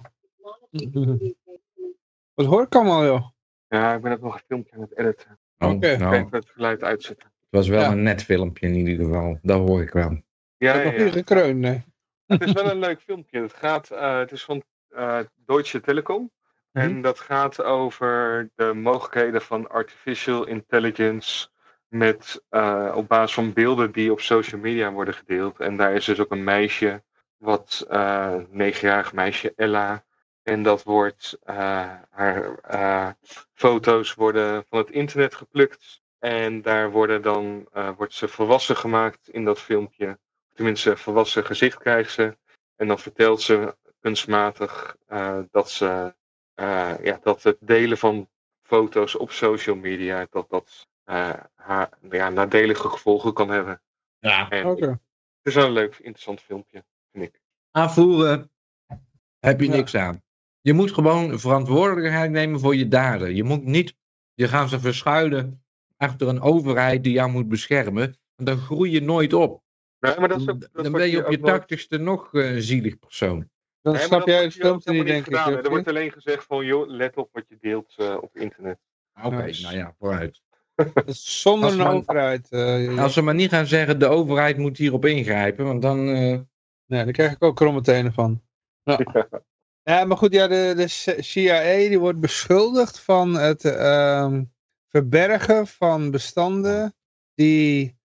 Wat hoor ik allemaal, joh? Ja, ik ben ook nog een filmpje aan het editen. Oh, Oké. nou, Even het geluid uitzetten. het was wel Ja. een net filmpje in ieder geval, dat hoor ik wel. Ja, Ik heb nog ja, niet ja. gekreund, nee. Het is wel een leuk filmpje. Het is van Deutsche Telekom. En dat gaat over de mogelijkheden van artificial intelligence op basis van beelden die op social media worden gedeeld. En daar is dus ook een meisje, 9-jarig meisje, Ella. En dat wordt, haar foto's worden van het internet geplukt. En daar wordt ze volwassen gemaakt in dat filmpje. Tenminste, een volwassen gezicht krijgt ze. En dan vertelt ze kunstmatig dat het delen van foto's op social media, dat nadelige gevolgen kan hebben. Ja. En Oké. het is wel een leuk, interessant filmpje, vind ik. Aanvoeren heb je Ja. niks aan. Je moet gewoon verantwoordelijkheid nemen voor je daden. Je moet niet je gaan ze verschuilen achter een overheid die jou moet beschermen. Want dan groei je nooit op. Nee, maar dat is ook, dat Dan wordt ben je hier op je ook nooit- 80ste nog een zielig persoon. Dan Nee, maar snap dat jij wordt het hier ook filmpje niet, helemaal denk ik. gedaan, hè. Er Jeffrey. wordt alleen gezegd van, joh, let op wat je deelt op internet. Oké, Nice. nou ja, vooruit. Dat is zonder Als een man- overheid. Als ze maar niet gaan zeggen, de overheid moet hierop ingrijpen, want dan... Nee, daar krijg ik ook kromme tenen van. Ja. Ja, maar goed, ja, de CIA die wordt beschuldigd van het verbergen van bestanden die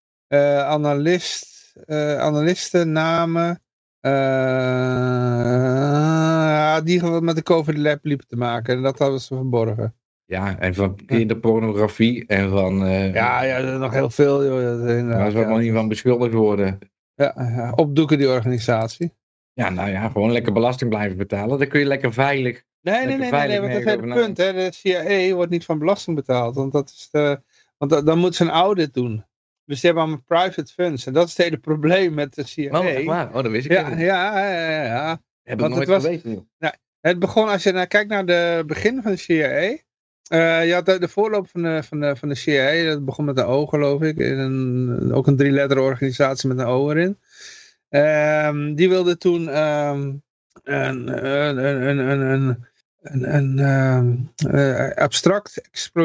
analisten namen die gewoon met de COVID-lab liepen te maken. En dat hadden ze verborgen. Ja, en van kinderpornografie en van... Ja, er is nog heel veel. Joh, Waar ze allemaal niet van beschuldigd worden. Ja, opdoeken die organisatie. Ja, nou ja, gewoon lekker belasting blijven betalen. Dan kun je lekker veilig... Nee, Lekker want veilig dat is het nergens hele over punt. Hè. De CIA wordt niet van belasting betaald. Want dan moeten ze een audit doen. Dus die hebben allemaal private funds. En dat is het hele probleem met de CIA. Oh, echt waar? Oh, dat wist ik Ja, niet. ja. Heb ik want nooit het was- geweten, joh. Het begon, als je kijkt naar de begin van de CIA. Je had de voorloop van de CIA. Dat begon met een O, geloof ik. Ook een 3-letter organisatie met een O erin. Die wilde toen een abstract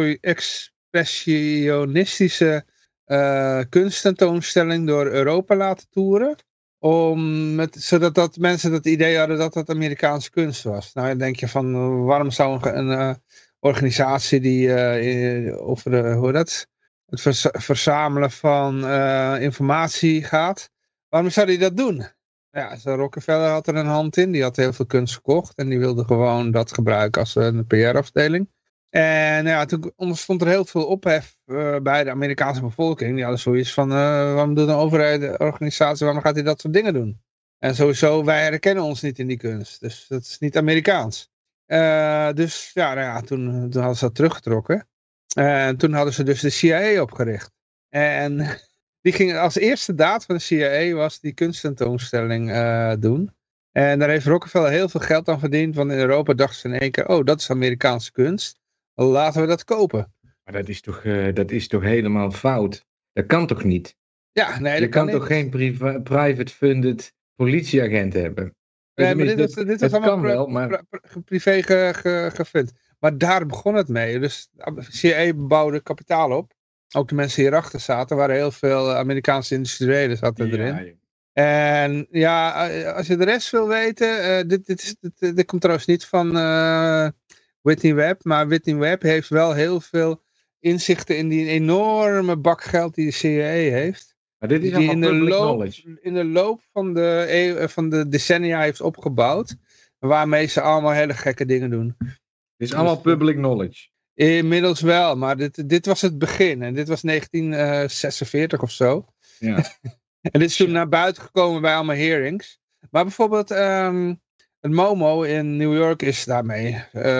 expressionistische kunsttentoonstelling door Europa laten toeren. Zodat mensen het idee hadden dat dat Amerikaanse kunst was. Nou, dan denk je van, waarom zou een organisatie die het verzamelen van informatie gaat, waarom zou die dat doen? Ja, zo Rockefeller had er een hand in. Die had heel veel kunst gekocht. En die wilde gewoon dat gebruiken als een PR-afdeling. En ja, toen ontstond er heel veel ophef bij de Amerikaanse bevolking. Die hadden zoiets van, waarom doet een overheid, de organisatie, waarom gaat hij dat soort dingen doen? En sowieso, wij herkennen ons niet in die kunst. Dus dat is niet Amerikaans. Dus ja, nou ja, toen hadden ze dat teruggetrokken. En toen hadden ze dus de CIA opgericht. En die ging als eerste daad van de CIA was die kunsttentoonstelling doen. En daar heeft Rockefeller heel veel geld aan verdiend. Want in Europa dachten ze in één keer, oh, dat is Amerikaanse kunst. Laten we dat kopen. Maar dat is toch helemaal fout? Dat kan toch niet? Ja, nee, Je dat kan kan toch niet. geen private-funded politieagent hebben? Nee, maar Tenminste, dit was het allemaal kan wel, maar... privé gefund. Maar daar begon het mee. Dus de CIA bouwde kapitaal op. Ook de mensen die hierachter zaten, waren heel veel Amerikaanse industriëlen zaten erin. En ja, als je de rest wil weten, dit komt trouwens niet van Whitney Webb, maar Whitney Webb heeft wel heel veel inzichten in die enorme bak geld die de CIA heeft. Maar dit is Die allemaal public knowledge. in de loop van de decennia heeft opgebouwd, waarmee ze allemaal hele gekke dingen doen. Dit is allemaal public knowledge. Inmiddels wel, maar dit was het begin. En dit was 1946 of zo. Ja. En dit is toen naar buiten gekomen bij allemaal hearings. Maar bijvoorbeeld het MoMo in New York is daarmee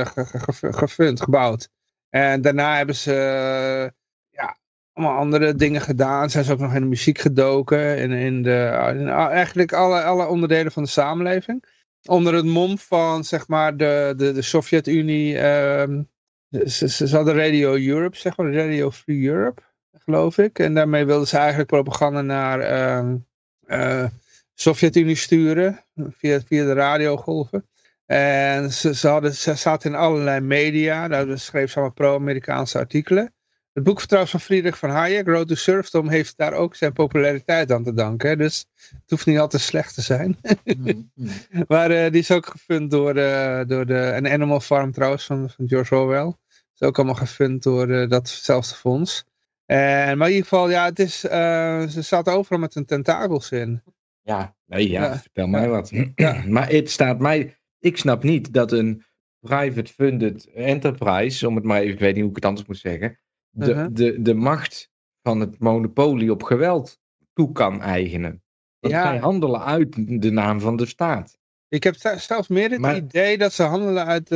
gebouwd. En daarna hebben ze allemaal andere dingen gedaan. Zijn ze ook nog in de muziek gedoken. In eigenlijk alle onderdelen van de samenleving. Onder het mom van zeg maar de Sovjet-Unie. Ze hadden Radio Europe, zeg maar. Radio Free Europe, geloof ik. En daarmee wilden ze eigenlijk propaganda naar Sovjet-Unie sturen. Via de radiogolven. En ze zaten in allerlei media. Daar schreef ze allemaal pro-Amerikaanse artikelen. Het boek trouwens van Friedrich van Hayek, Road to Serfdom, heeft daar ook zijn populariteit aan te danken. Hè? Dus het hoeft niet altijd slecht te zijn. Maar die is ook gefund door een Animal Farm trouwens, van George Orwell. Is ook allemaal gefund door datzelfde fonds. Maar in ieder geval, ja, het is, ze zaten overal met hun tentakels in. Ja, vertel mij wat. Ja. Maar het staat mij... Ik snap niet dat een private-funded enterprise, om het maar even, ik weet niet hoe ik het anders moet zeggen, de macht van het monopolie op geweld toe kan eigenen. Want zij handelen uit de naam van de staat. Ik heb zelfs meer het idee dat ze handelen uit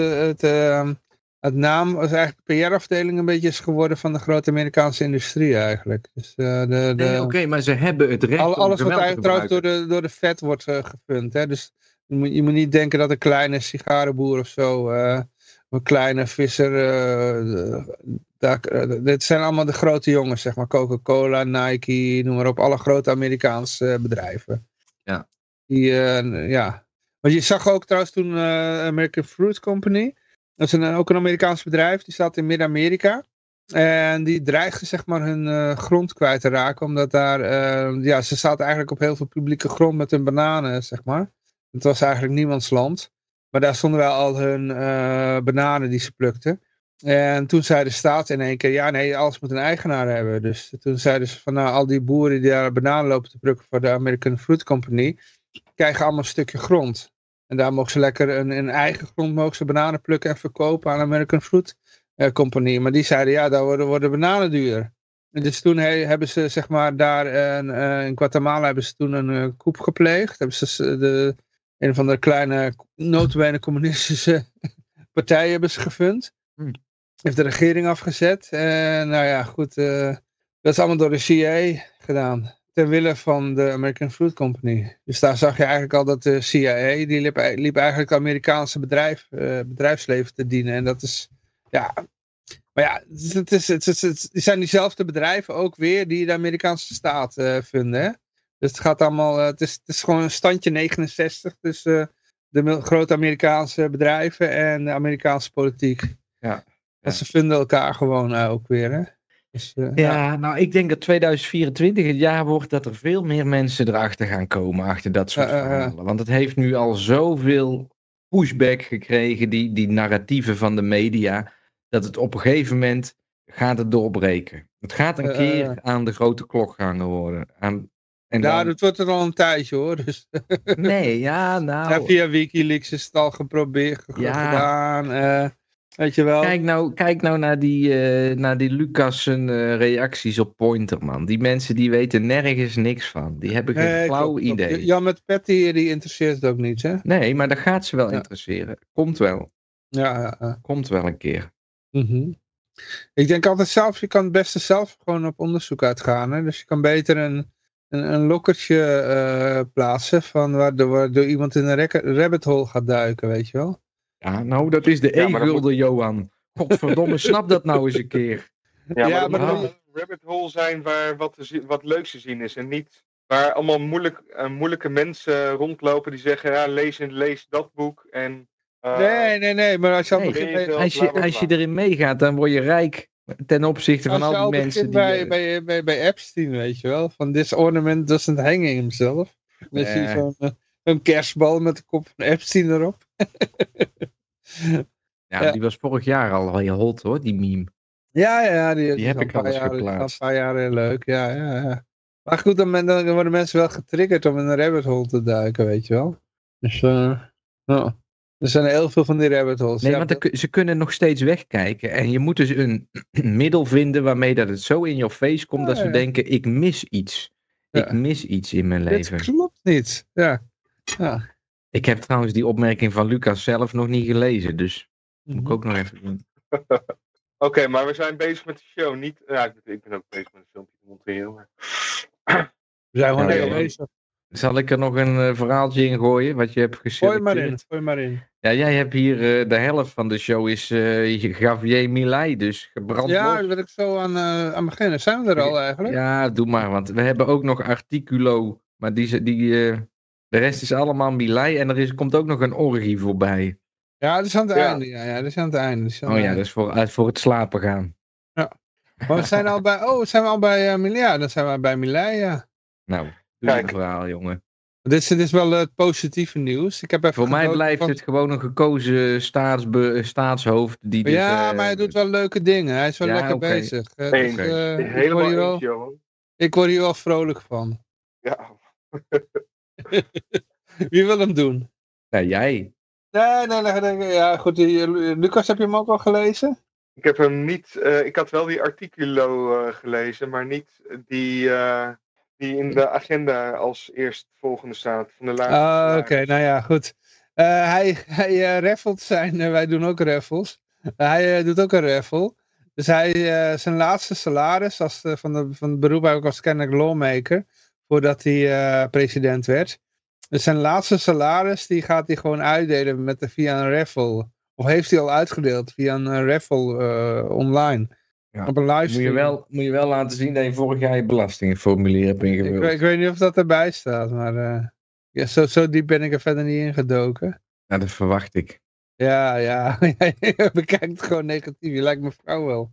het naam, was eigenlijk de PR-afdeling een beetje is geworden van de grote Amerikaanse industrie eigenlijk. Dus, Oké, maar ze hebben het recht om alles wat eigenlijk trouwens door de vet wordt gefund. Hè? Dus je moet niet denken dat een kleine sigarenboer of zo, een kleine visser, dit zijn allemaal de grote jongens, zeg maar. Coca-Cola, Nike, noem maar op. Alle grote Amerikaanse bedrijven. Ja. Want je zag ook trouwens toen American Fruit Company. Dat is ook een Amerikaans bedrijf. Die staat in Midden-Amerika. En die dreigden zeg maar hun grond kwijt te raken. Omdat daar, ze zaten eigenlijk op heel veel publieke grond met hun bananen, zeg maar. Het was eigenlijk niemands land. Maar daar stonden wel al hun bananen die ze plukten. En toen zei de staat in één keer, ja nee, alles moet een eigenaar hebben. Dus toen zeiden ze van, nou, al die boeren die daar bananen lopen te plukken voor de American Fruit Company, krijgen allemaal een stukje grond. En daar mogen ze lekker in eigen grond mogen ze bananen plukken en verkopen aan American Fruit Company. Maar die zeiden, ja, daar worden bananen duur. En dus toen hebben ze, zeg maar, daar in Guatemala hebben ze toen een coup gepleegd. Hebben ze een van de kleine notabene communistische partijen hebben ze gefund. Heeft de regering afgezet. Nou ja, goed. Dat is allemaal door de CIA gedaan. Ter wille van de American Fruit Company. Dus daar zag je eigenlijk al dat de CIA, die liep eigenlijk het Amerikaanse bedrijfsleven te dienen. En dat is, ja... Maar ja, het zijn diezelfde bedrijven ook weer die de Amerikaanse staat vinden. Hè? Dus het gaat allemaal, het is gewoon een standje 69 tussen de grote Amerikaanse bedrijven en de Amerikaanse politiek. Ja. Ze vinden elkaar gewoon ook weer. Hè? Dus, nou ik denk dat 2024 het jaar wordt dat er veel meer mensen erachter gaan komen, achter dat soort verhalen. Want het heeft nu al zoveel pushback gekregen, die narratieven van de media, dat het op een gegeven moment gaat het doorbreken. Het gaat een keer aan de grote klok gehangen worden. En Nou, dan... dat wordt er al een tijdje hoor. Dus, Nee, ja, nou... ja, via Wikileaks is het al geprobeerd gedaan. Weet je wel. Kijk nou naar die Lucas reacties op Pointer, man. Die mensen die weten nergens niks van. Die hebben geen flauw klopt. idee. Jan met Patty, die interesseert het ook niet, hè? Nee, maar dat gaat ze wel interesseren. Komt wel. Ja. Komt wel een keer. Mhm. Ik denk altijd zelf, je kan het beste zelf gewoon op onderzoek uitgaan. Hè? Dus je kan beter een lokkertje plaatsen van waardoor iemand in een rabbit hole gaat duiken, weet je wel. Ja, nou, dat is de e-gulden, Johan. Godverdomme, snap dat nou eens een keer. Ja, maar dat moet een rabbit hole zijn waar wat leuks te zien is. En niet waar allemaal moeilijke mensen rondlopen die zeggen, ja, lees dat boek. En, nee, maar als je al begint... Als je erin meegaat, dan word je rijk ten opzichte van al die mensen die... Bij Epstein, weet je wel. Van this ornament doesn't hang in himself. Dan zie je zo'n kerstbal met de kop van Epstein erop. Ja, die was vorig jaar al heel hot hoor, die meme. Ja, die heb ik al eens geplaatst. Een paar jaar heel leuk, ja. Maar goed, dan worden mensen wel getriggerd om in een rabbit hole te duiken, weet je wel. Dus, er zijn heel veel van die rabbit holes. Nee, want ze kunnen nog steeds wegkijken. En je moet dus een middel vinden waarmee dat het zo in your face komt dat ze denken, ik mis iets. Ik mis iets in mijn leven. Dit klopt niet, ja. Ik heb trouwens die opmerking van Lucas zelf nog niet gelezen, dus moet ik ook nog even doen. Oké, maar we zijn bezig met de show, niet... Ja, ik ben ook bezig met een filmpje te monteren, maar... We zijn gewoon heel bezig. Zal ik er nog een verhaaltje in gooien, wat je hebt geselecteerd? Gooi maar in. Ja, jij hebt hier, de helft van de show is Javier Milei, dus gebrand Ja, los. daar wil ik zo aan beginnen. Zijn we er al eigenlijk? Ja, doe maar, want we hebben ook nog Articulo, maar de rest is allemaal Milei en komt ook nog een orgie voorbij. Ja, dat is aan het einde. Ja, dat is aan het einde. Dat is voor het slapen gaan. Ja. Maar we zijn al bij... zijn we al bij Milei? Ja, dan zijn we bij Milei, ja. Nou, doe je verhaal, jongen. Dit is wel het positieve nieuws. Ik heb even voor mij blijft het gewoon een gekozen staatshoofd. Die dus, maar hij doet wel leuke dingen. Hij is wel lekker bezig. Helemaal eens, Johan. Ik word hier wel vrolijk van. Ja. Wie wil hem doen? Ja, jij. Nee. Ja, goed. Lucas, heb je hem ook al gelezen? Ik heb hem niet... ik had wel die Articulo gelezen, maar niet die in de agenda als eerstvolgende staat. Van de laatste. Oké, nou ja, goed. Hij raffelt wij doen ook raffles. Hij doet ook een raffle. Dus zijn laatste salaris van het beroep eigenlijk als kennelijk lawmaker, voordat hij president werd. Dus zijn laatste salaris, die gaat hij gewoon uitdelen via een raffle. Of heeft hij al uitgedeeld via een raffle online. Ja. Op een livestream. Moet je wel laten zien dat je vorig jaar je belastingformulier hebt ingevuld. Ik weet niet of dat erbij staat, maar zo diep ben ik er verder niet ingedoken. Nou, dat verwacht ik. Ja, je bekijkt het gewoon negatief. Je lijkt mijn vrouw wel.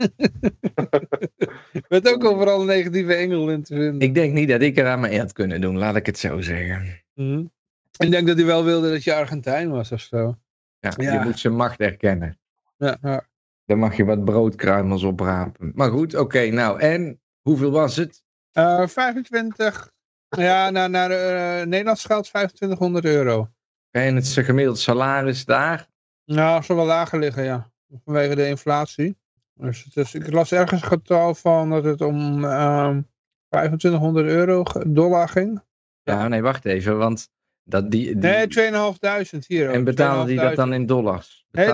Je bent ook overal een negatieve engel in te vinden. Ik denk niet dat ik er aan mee had kunnen doen, laat ik het zo zeggen. Ik denk dat hij wel wilde dat je Argentijn was of zo. Ja. Je moet zijn macht erkennen. Ja. Dan mag je wat broodkruimels oprapen. Maar goed, oké, nou, en hoeveel was het? 25. Ja, naar Nederlands geld 2500 euro. En het gemiddeld salaris daar? Nou, het zal wel lager liggen, ja. Vanwege de inflatie. Dus ik las ergens een getal van dat het om 2500 dollar ging. Ja, nee, wacht even, want... Nee, 2500 hier ook. En betalen die dat dan in dollars? Nee.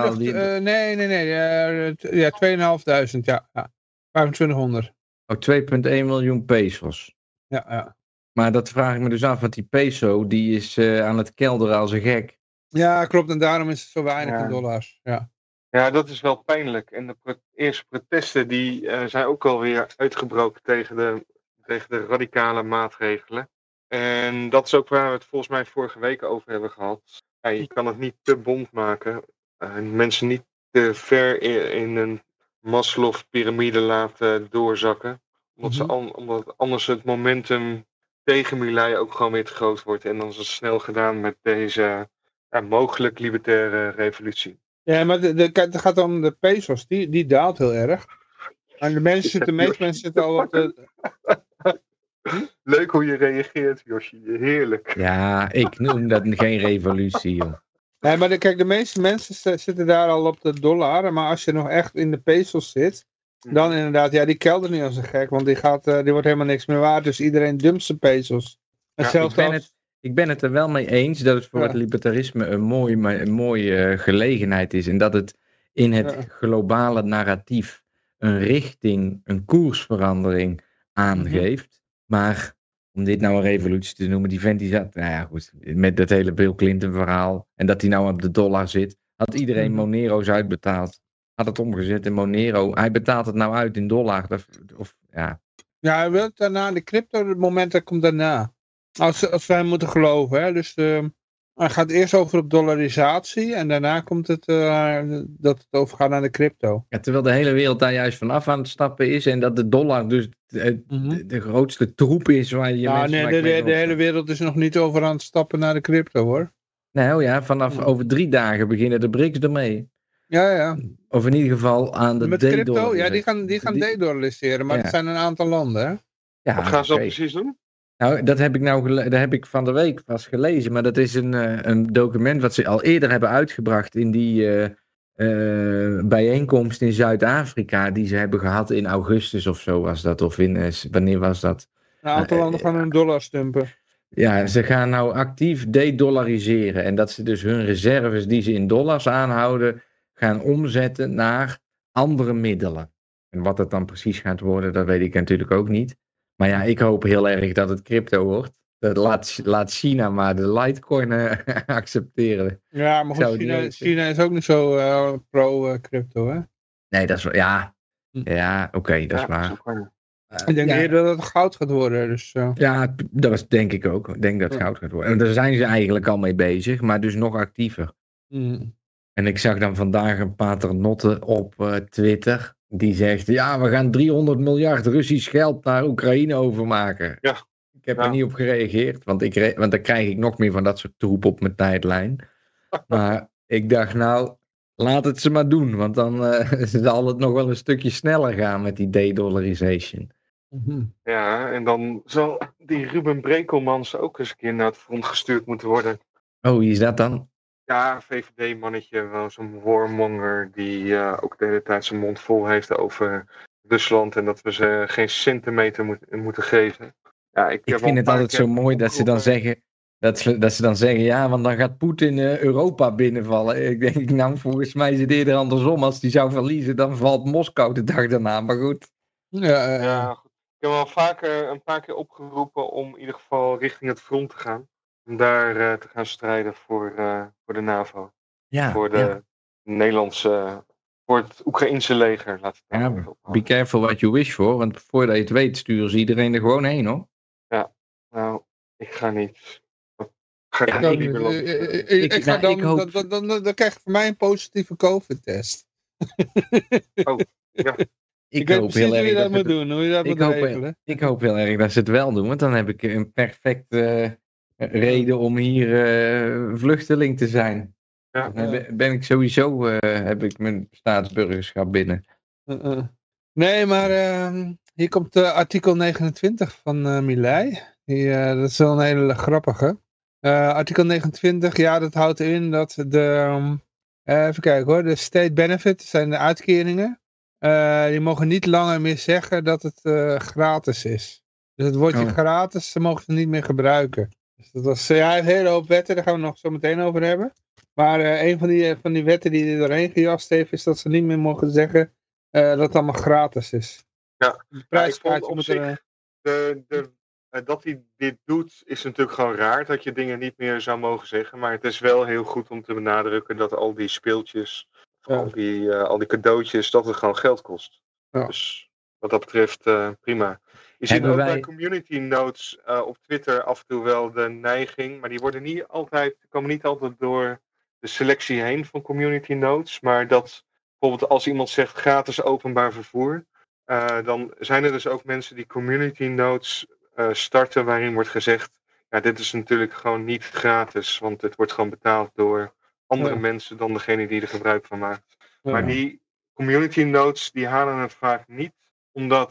Ja, 2500, ja. 2500. Oh, 2,1 miljoen pesos. Ja. Maar dat vraag ik me dus af, want die peso, die is aan het kelderen als een gek. Ja, klopt. En daarom is het zo weinig in dollars. Ja, dat is wel pijnlijk. En de eerste protesten die zijn ook alweer uitgebroken tegen de radicale maatregelen. En dat is ook waar we het volgens mij vorige week over hebben gehad. Ja, je kan het niet te bond maken. Mensen niet te ver in een Maslow-pyramide laten doorzakken. Omdat anders het momentum tegen Milei ook gewoon weer te groot wordt. En dan is het snel gedaan met deze mogelijk libertaire revolutie. Ja, maar het gaat om de pesos. Die daalt heel erg. En de meeste mensen zitten al op de... Leuk hoe je reageert, Yoshi. Heerlijk. Ja, ik noem dat geen revolutie, joh. Nee, maar kijk, de meeste mensen zitten daar al op de dollar. Maar als je nog echt in de pesos zit, dan inderdaad, ja, die kelder niet als een gek. Want die wordt helemaal niks meer waard. Dus iedereen dumpt zijn pesos. En Ja, zelfs Ik ben het er wel mee eens dat het voor het libertarisme een mooie gelegenheid is. En dat het in het globale narratief een richting, een koersverandering aangeeft. Maar om dit nou een revolutie te noemen, die vent die zat, nou ja goed, met dat hele Bill Clinton verhaal. En dat hij nou op de dollar zit. Had iedereen Monero's uitbetaald. Had het omgezet in Monero. Hij betaalt het nou uit in dollar. Ja, hij wil het daarna, de crypto, het moment dat komt daarna. Als wij moeten geloven, hè. Dus hij gaat eerst over op dollarisatie en daarna komt het dat het overgaat naar de crypto. Ja, terwijl de hele wereld daar juist vanaf aan het stappen is en dat de dollar dus de grootste troep is waar je mensen... Nee, de hele wereld is nog niet over aan het stappen naar de crypto, hoor. Nou ja, vanaf over 3 dagen beginnen de BRICS ermee. Ja. Of in ieder geval aan de met crypto, ja, die gaan de-dollariseren, maar het zijn een aantal landen, hè. Ja, wat gaan ze dan precies doen? Nou, dat heb ik van de week pas gelezen, maar dat is een document wat ze al eerder hebben uitgebracht in die bijeenkomst in Zuid-Afrika die ze hebben gehad in augustus of zo was dat, of wanneer was dat? Een aantal landen gaan hun dollar stumpen. Ja, ze gaan nou actief de-dollariseren en dat ze dus hun reserves die ze in dollars aanhouden gaan omzetten naar andere middelen. En wat het dan precies gaat worden, dat weet ik natuurlijk ook niet. Maar ja, ik hoop heel erg dat het crypto wordt. Laat China maar de Litecoin accepteren. Ja, maar goed, China is ook niet zo pro-crypto, hè? Nee, dat is wel... Ja, oké, dat is waar. Ik denk eerder dat het goud gaat worden. Dus, Ja, dat denk ik ook. Ik denk dat het goud gaat worden. En daar zijn ze eigenlijk al mee bezig, maar dus nog actiever. En ik zag dan vandaag een paternotte op Twitter. Die zegt, ja, we gaan 300 miljard Russisch geld naar Oekraïne overmaken. Ja. Ik heb er niet op gereageerd, want dan krijg ik nog meer van dat soort troep op mijn tijdlijn. Maar ik dacht, nou, laat het ze maar doen. Want dan zal het nog wel een stukje sneller gaan met die de-dollarization. Ja, en dan zal die Ruben Brekelmans ook eens een keer naar het front gestuurd moeten worden. Oh, wie is dat dan? Ja, VVD-mannetje, wel zo'n warmonger die ook de hele tijd zijn mond vol heeft over Rusland en dat we ze geen centimeter moeten geven. Ja, ik vind het altijd zo mooi dat ze dan zeggen, dat ze dan zeggen, ja, want dan gaat Poetin Europa binnenvallen. Ik denk, nou, volgens mij is het eerder andersom. Als die zou verliezen, dan valt Moskou de dag daarna, maar goed. Ja, goed. Ik heb wel een paar keer opgeroepen om in ieder geval richting het front te gaan. Om daar te gaan strijden voor de NAVO. Ja, voor de Nederlandse, voor het Oekraïnse leger. Be careful what you wish for, want voordat je het weet sturen ze iedereen er gewoon heen, hoor. Ja, nou, ik ga niet. Dan krijg je voor mij een positieve COVID-test. Oh, ja. Ik hoop heel erg hoe je dat moet doen, hoe je dat moet regelen. Ik hoop heel erg dat ze het wel doen, want dan heb ik een perfecte reden om hier vluchteling te zijn. Ja. Dan ben ik sowieso, heb ik mijn staatsburgerschap binnen. Nee, maar hier komt artikel 29 van Milei. Dat is wel een hele grappige. Artikel 29, ja, dat houdt in dat even kijken hoor, de state benefits zijn de uitkeringen. Die mogen niet langer meer zeggen dat het gratis is. Dus het woordje gratis, ze mogen ze niet meer gebruiken. Dus dat was, hij heeft een hele hoop wetten, daar gaan we nog zo meteen over hebben. Maar een van die wetten die hij doorheen gejast heeft, is dat ze niet meer mogen zeggen dat het allemaal gratis is. Ja, ik vond op zich, dat hij dit doet, is natuurlijk gewoon raar, dat je dingen niet meer zou mogen zeggen. Maar het is wel heel goed om te benadrukken dat al die speeltjes, al die cadeautjes, dat het gewoon geld kost. Ja. Dus wat dat betreft prima. Je ziet ook bij community notes op Twitter af en toe wel de neiging, maar die komen niet altijd door de selectie heen van community notes. Maar dat bijvoorbeeld als iemand zegt gratis openbaar vervoer, dan zijn er dus ook mensen die community notes starten waarin wordt gezegd, ja, dit is natuurlijk gewoon niet gratis, want het wordt gewoon betaald door andere mensen dan degene die er gebruik van maakt. Maar die community notes, die halen het vaak niet, omdat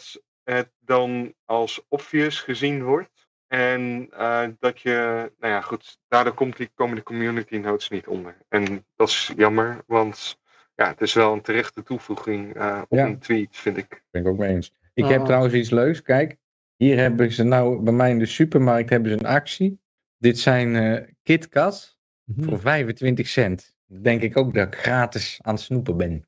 het dan als obvious gezien wordt. En dat je, nou ja goed, daardoor komen de community notes niet onder. En dat is jammer, want ja, het is wel een terechte toevoeging op Ja. een tweet, vind ik. Ben ik ook mee eens. Ik heb trouwens iets leuks. Kijk, hier hebben ze nou bij mij in de supermarkt hebben ze een actie. Dit zijn KitKat voor 25 cent. Dan denk ik ook dat ik gratis aan het snoepen ben.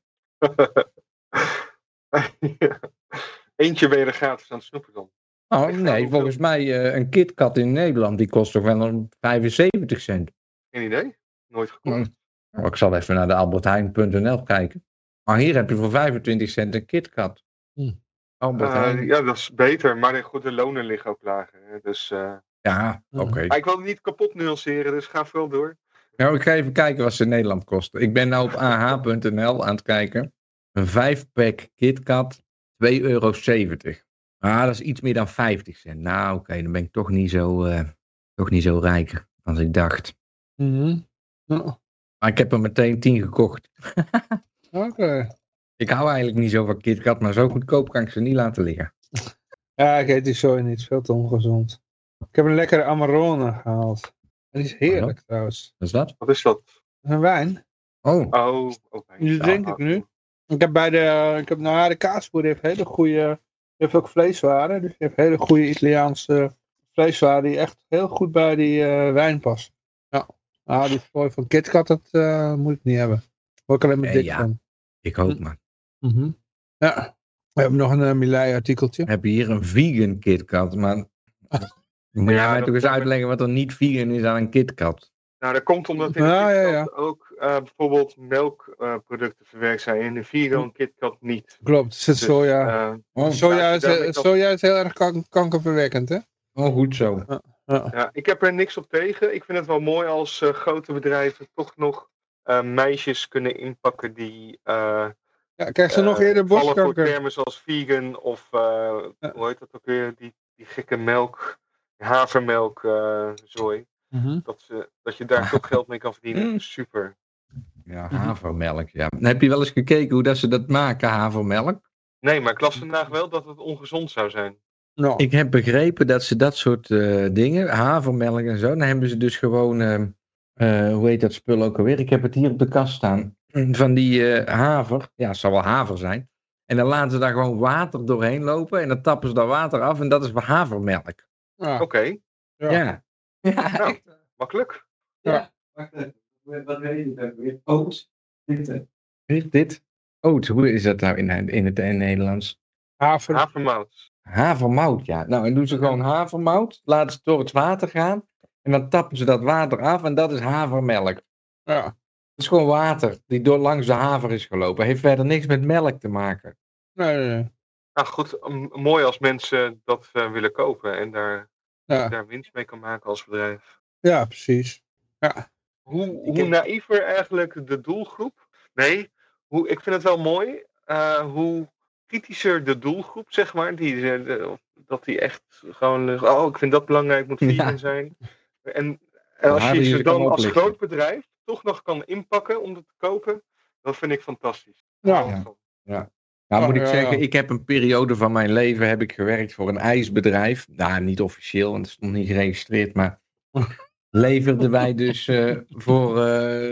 Ja. Eentje ben je er gratis aan het snoepen dan. Oh Echt nee, wel volgens mij een KitKat in Nederland die kost toch wel een 75 cent. Geen idee. Nooit gekocht. Oh, ik zal even naar de albertheijn.nl kijken. Maar hier heb je voor 25 cent een KitKat. Albert Heijn. Ja, dat is beter. Maar goed, de lonen liggen ook lager. Hè. Dus, Ja, oké. maar ik wil het niet kapot nuanceren, dus ga vooral door. Nou, ik ga even kijken wat ze in Nederland kosten. Ik ben nou op ah.nl aan het kijken. Een 5-pack KitKat, €2,70. Ah, dat is iets meer dan 50 cent. Nou, oké, dan ben ik toch niet zo rijk als ik dacht. Maar ik heb er meteen 10 gekocht. Oké. Ik hou eigenlijk niet zo van KitKat, maar zo goedkoop kan ik ze niet laten liggen. Ja, ik eet die soja niet. Veel te ongezond. Ik heb een lekkere Amarone gehaald. Die is heerlijk trouwens. Wat is dat? Wat is dat? Dat is een wijn. Oh, Oh, oké. Die drink ik nu. Ik heb de kaasboer heeft hele goede, die heeft ook vleeswaren. Dus die heeft hele goede Italiaanse vleeswaren die echt heel goed bij die wijn passen. Ja. Nou, die fooi van KitKat, dat moet ik niet hebben. Daar word ik alleen maar dik ja. van. ik ook maar. Ja. We hebben nog een Milei artikeltje. Heb je hier een vegan KitKat, maar moet jij mij dat toch eens komt uitleggen wat er niet vegan is aan een KitKat? Nou, dat komt omdat in de KitKat ook bijvoorbeeld melkproducten verwerkt zijn. In de vegan KitKat niet. Klopt, er zit Dus, soja. Soja is heel erg kankerverwekkend, hè? Oh, goed zo. Ja, ik heb er niks op tegen. Ik vind het wel mooi als grote bedrijven toch nog meisjes kunnen inpakken die Ja, krijg ze nog eerder vallen voor borstkanker. termen zoals vegan of hoe heet dat ook weer, die gekke melk, havermelk zooi. Dat je daar toch geld mee kan verdienen. Super. Ja, havermelk, ja. Heb je wel eens gekeken hoe dat ze dat maken, havermelk? Nee, maar ik las vandaag wel dat het ongezond zou zijn. No. Ik heb begrepen dat ze dat soort dingen, havermelk en zo, dan hebben ze dus gewoon, hoe heet dat spul ook alweer? Ik heb het hier op de kast staan. Van die haver, ja, het zal wel haver zijn. En dan laten ze daar gewoon water doorheen lopen en dan tappen ze dat water af en dat is havermelk. Oké. Ja. Nou, makkelijk. Ja. Wacht even. Wat heet het ook weer? Oat. Dit? Oat, hoe is dat nou in het Nederlands? Havermout. Havermout, ja. Nou, en doen ze gewoon havermout, laten ze het door het water gaan en dan tappen ze dat water af en dat is havermelk. Ja. Het is gewoon water die door langs de haver is gelopen. Heeft verder niks met melk te maken. Nee. Nou goed, mooi als mensen dat willen kopen en daar winst mee kan maken als bedrijf. Ja, precies. Ja. Hoe naïver eigenlijk de doelgroep. Nee, ik vind het wel mooi hoe kritischer de doelgroep, zeg maar, dat die echt gewoon, ik vind dat belangrijk, moet vegan zijn. En als je ze dan als groot bedrijf toch nog kan inpakken om het te kopen, dat vind ik fantastisch. Ja. Nou moet ik zeggen, ik heb een periode van mijn leven heb ik gewerkt voor een ijsbedrijf. Nou, niet officieel, want het is nog niet geregistreerd, maar leverden wij dus voor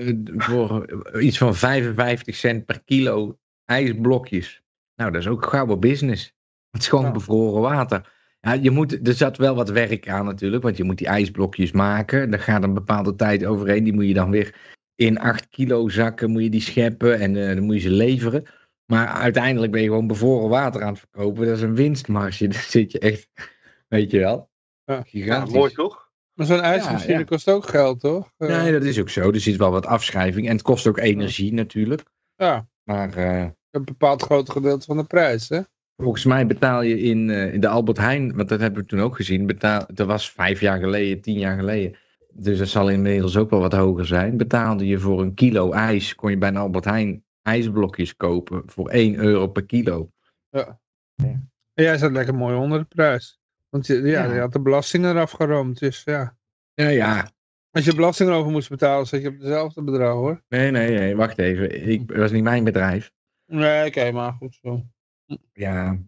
iets van 55 cent per kilo ijsblokjes. Nou, dat is ook gouden business. Het is gewoon bevroren water. Ja, er zat wel wat werk aan natuurlijk, want je moet die ijsblokjes maken. Daar gaat een bepaalde tijd overheen. Die moet je dan weer in 8 kilo zakken, moet je die scheppen en dan moet je ze leveren. Maar uiteindelijk ben je gewoon bevroren water aan het verkopen. Dat is een winstmarge. Daar zit je echt, weet je wel. Gigantisch. Ja, mooi toch? Maar zo'n ijsmachine kost ook geld, toch? Nee, dat is ook zo. Er zit wel wat afschrijving. En het kost ook energie natuurlijk. Ja. Maar een bepaald groot gedeelte van de prijs, hè? Volgens mij betaal je in de Albert Heijn, want dat hebben we toen ook gezien. Dat was 5 jaar geleden, 10 jaar geleden. Dus dat zal inmiddels ook wel wat hoger zijn. Betaalde je voor een kilo ijs, kon je bij een Albert Heijn ijsblokjes kopen voor €1 per kilo. Ja. En jij zat lekker mooi onder de prijs. Want je had de belasting eraf geroomd, dus ja. Ja. Als je belasting over moest betalen, zat je op dezelfde bedrag, hoor. Nee, wacht even. Het was niet mijn bedrijf. Nee, oké, maar goed zo. Ja,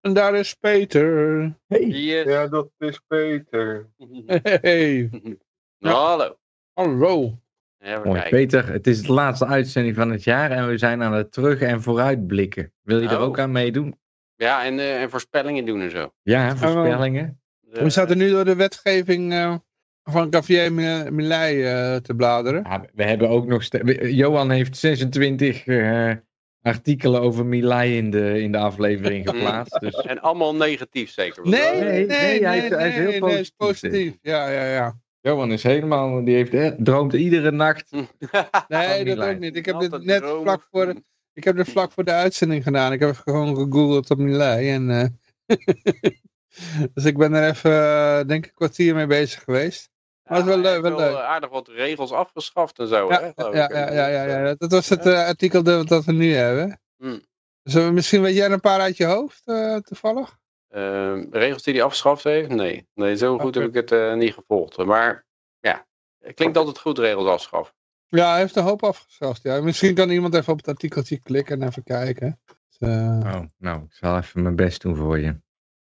En daar is Peter. Yes. Ja, dat is Peter. Hey. Hallo. Hallo. Even Mooi, kijken. Peter. Het is de laatste uitzending van het jaar en we zijn aan het terug- en vooruitblikken. Wil je er Oh. ook aan meedoen? Ja, en voorspellingen doen en zo. Ja, voorspellingen. We zaten nu door de wetgeving van Xavier Milei te bladeren. Ja, we hebben ook nog... Johan heeft 26 artikelen over Milei in de aflevering geplaatst. Dus... En allemaal negatief zeker. Nee, hij is heel nee, is positief. positief. Ja. Johan is helemaal... Die droomt iedere nacht. Nee, Van dat Milei. ook niet. Ik heb Altijd dit net dromen. ik heb dit vlak voor de uitzending gedaan. Ik heb gewoon gegoogeld op Milei. En, dus ik ben er even, denk ik, een kwartier mee bezig geweest. Maar het is wel leuk, wel leuk. Aardig wat regels afgeschaft en zo. Ja, hè, geloof ik. ja. Dat was het artikel dat we nu hebben. Hmm. Dus misschien weet jij er een paar uit je hoofd, toevallig? Regels die hij afgeschaft heeft? Nee, zo goed heb ik het niet gevolgd. Maar ja, het klinkt altijd goed, regels afschaffen. Ja, hij heeft een hoop afgeschaft. Ja. Misschien kan iemand even op het artikeltje klikken en even kijken. Dus, Oh, nou, ik zal even mijn best doen voor je.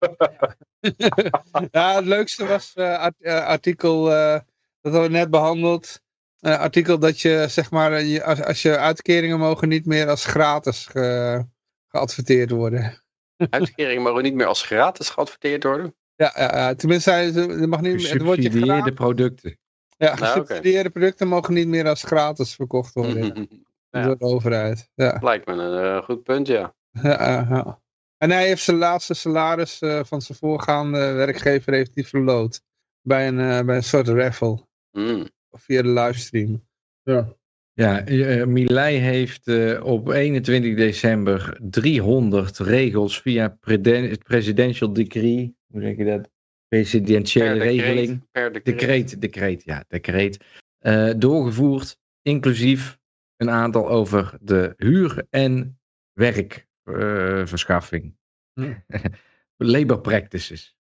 ja, het leukste was artikel, dat hadden we net behandeld. Artikel dat je, zeg maar, als je uitkeringen mogen niet meer als gratis geadverteerd worden. Uitkeringen mogen niet meer als gratis geadverteerd worden. Ja, tenminste, er mag niet meer, het woordje Gesubsidieerde gratis. producten. Ja, Nou, gesubsidieerde producten mogen niet meer als gratis verkocht worden Ja. door de overheid. Ja. Lijkt me een goed punt, ja. Ja. En hij heeft zijn laatste salaris van zijn voorgaande werkgever heeft hij verloot. Bij een soort raffle. Mm. Via de livestream. Ja. Ja, Milei heeft op 21 december 300 regels via presidential decree, hoe zeg je dat? Presidentiële regeling. Per decreet. Decreet. Doorgevoerd, inclusief een aantal over de huur- en werkverschaffing. Labor practices.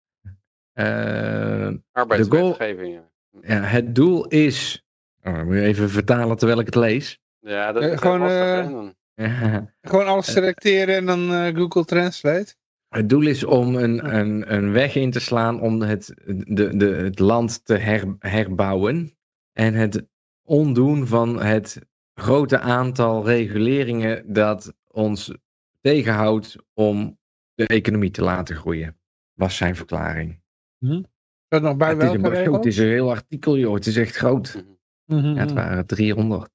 Arbeidswetgeving, ja. Ja, het doel is... Oh, moet je even vertalen terwijl ik het lees. Ja, dat is gewoon, lastig, hè, dan. Gewoon alles selecteren en dan Google Translate. Het doel is om een weg in te slaan om het land te herbouwen. En het ontdoen van het grote aantal reguleringen dat ons tegenhoudt om de economie te laten groeien. Was zijn verklaring. Dat nog bij welke regels? Het is een heel artikel, joh. Het is echt groot. Ja, het waren 300.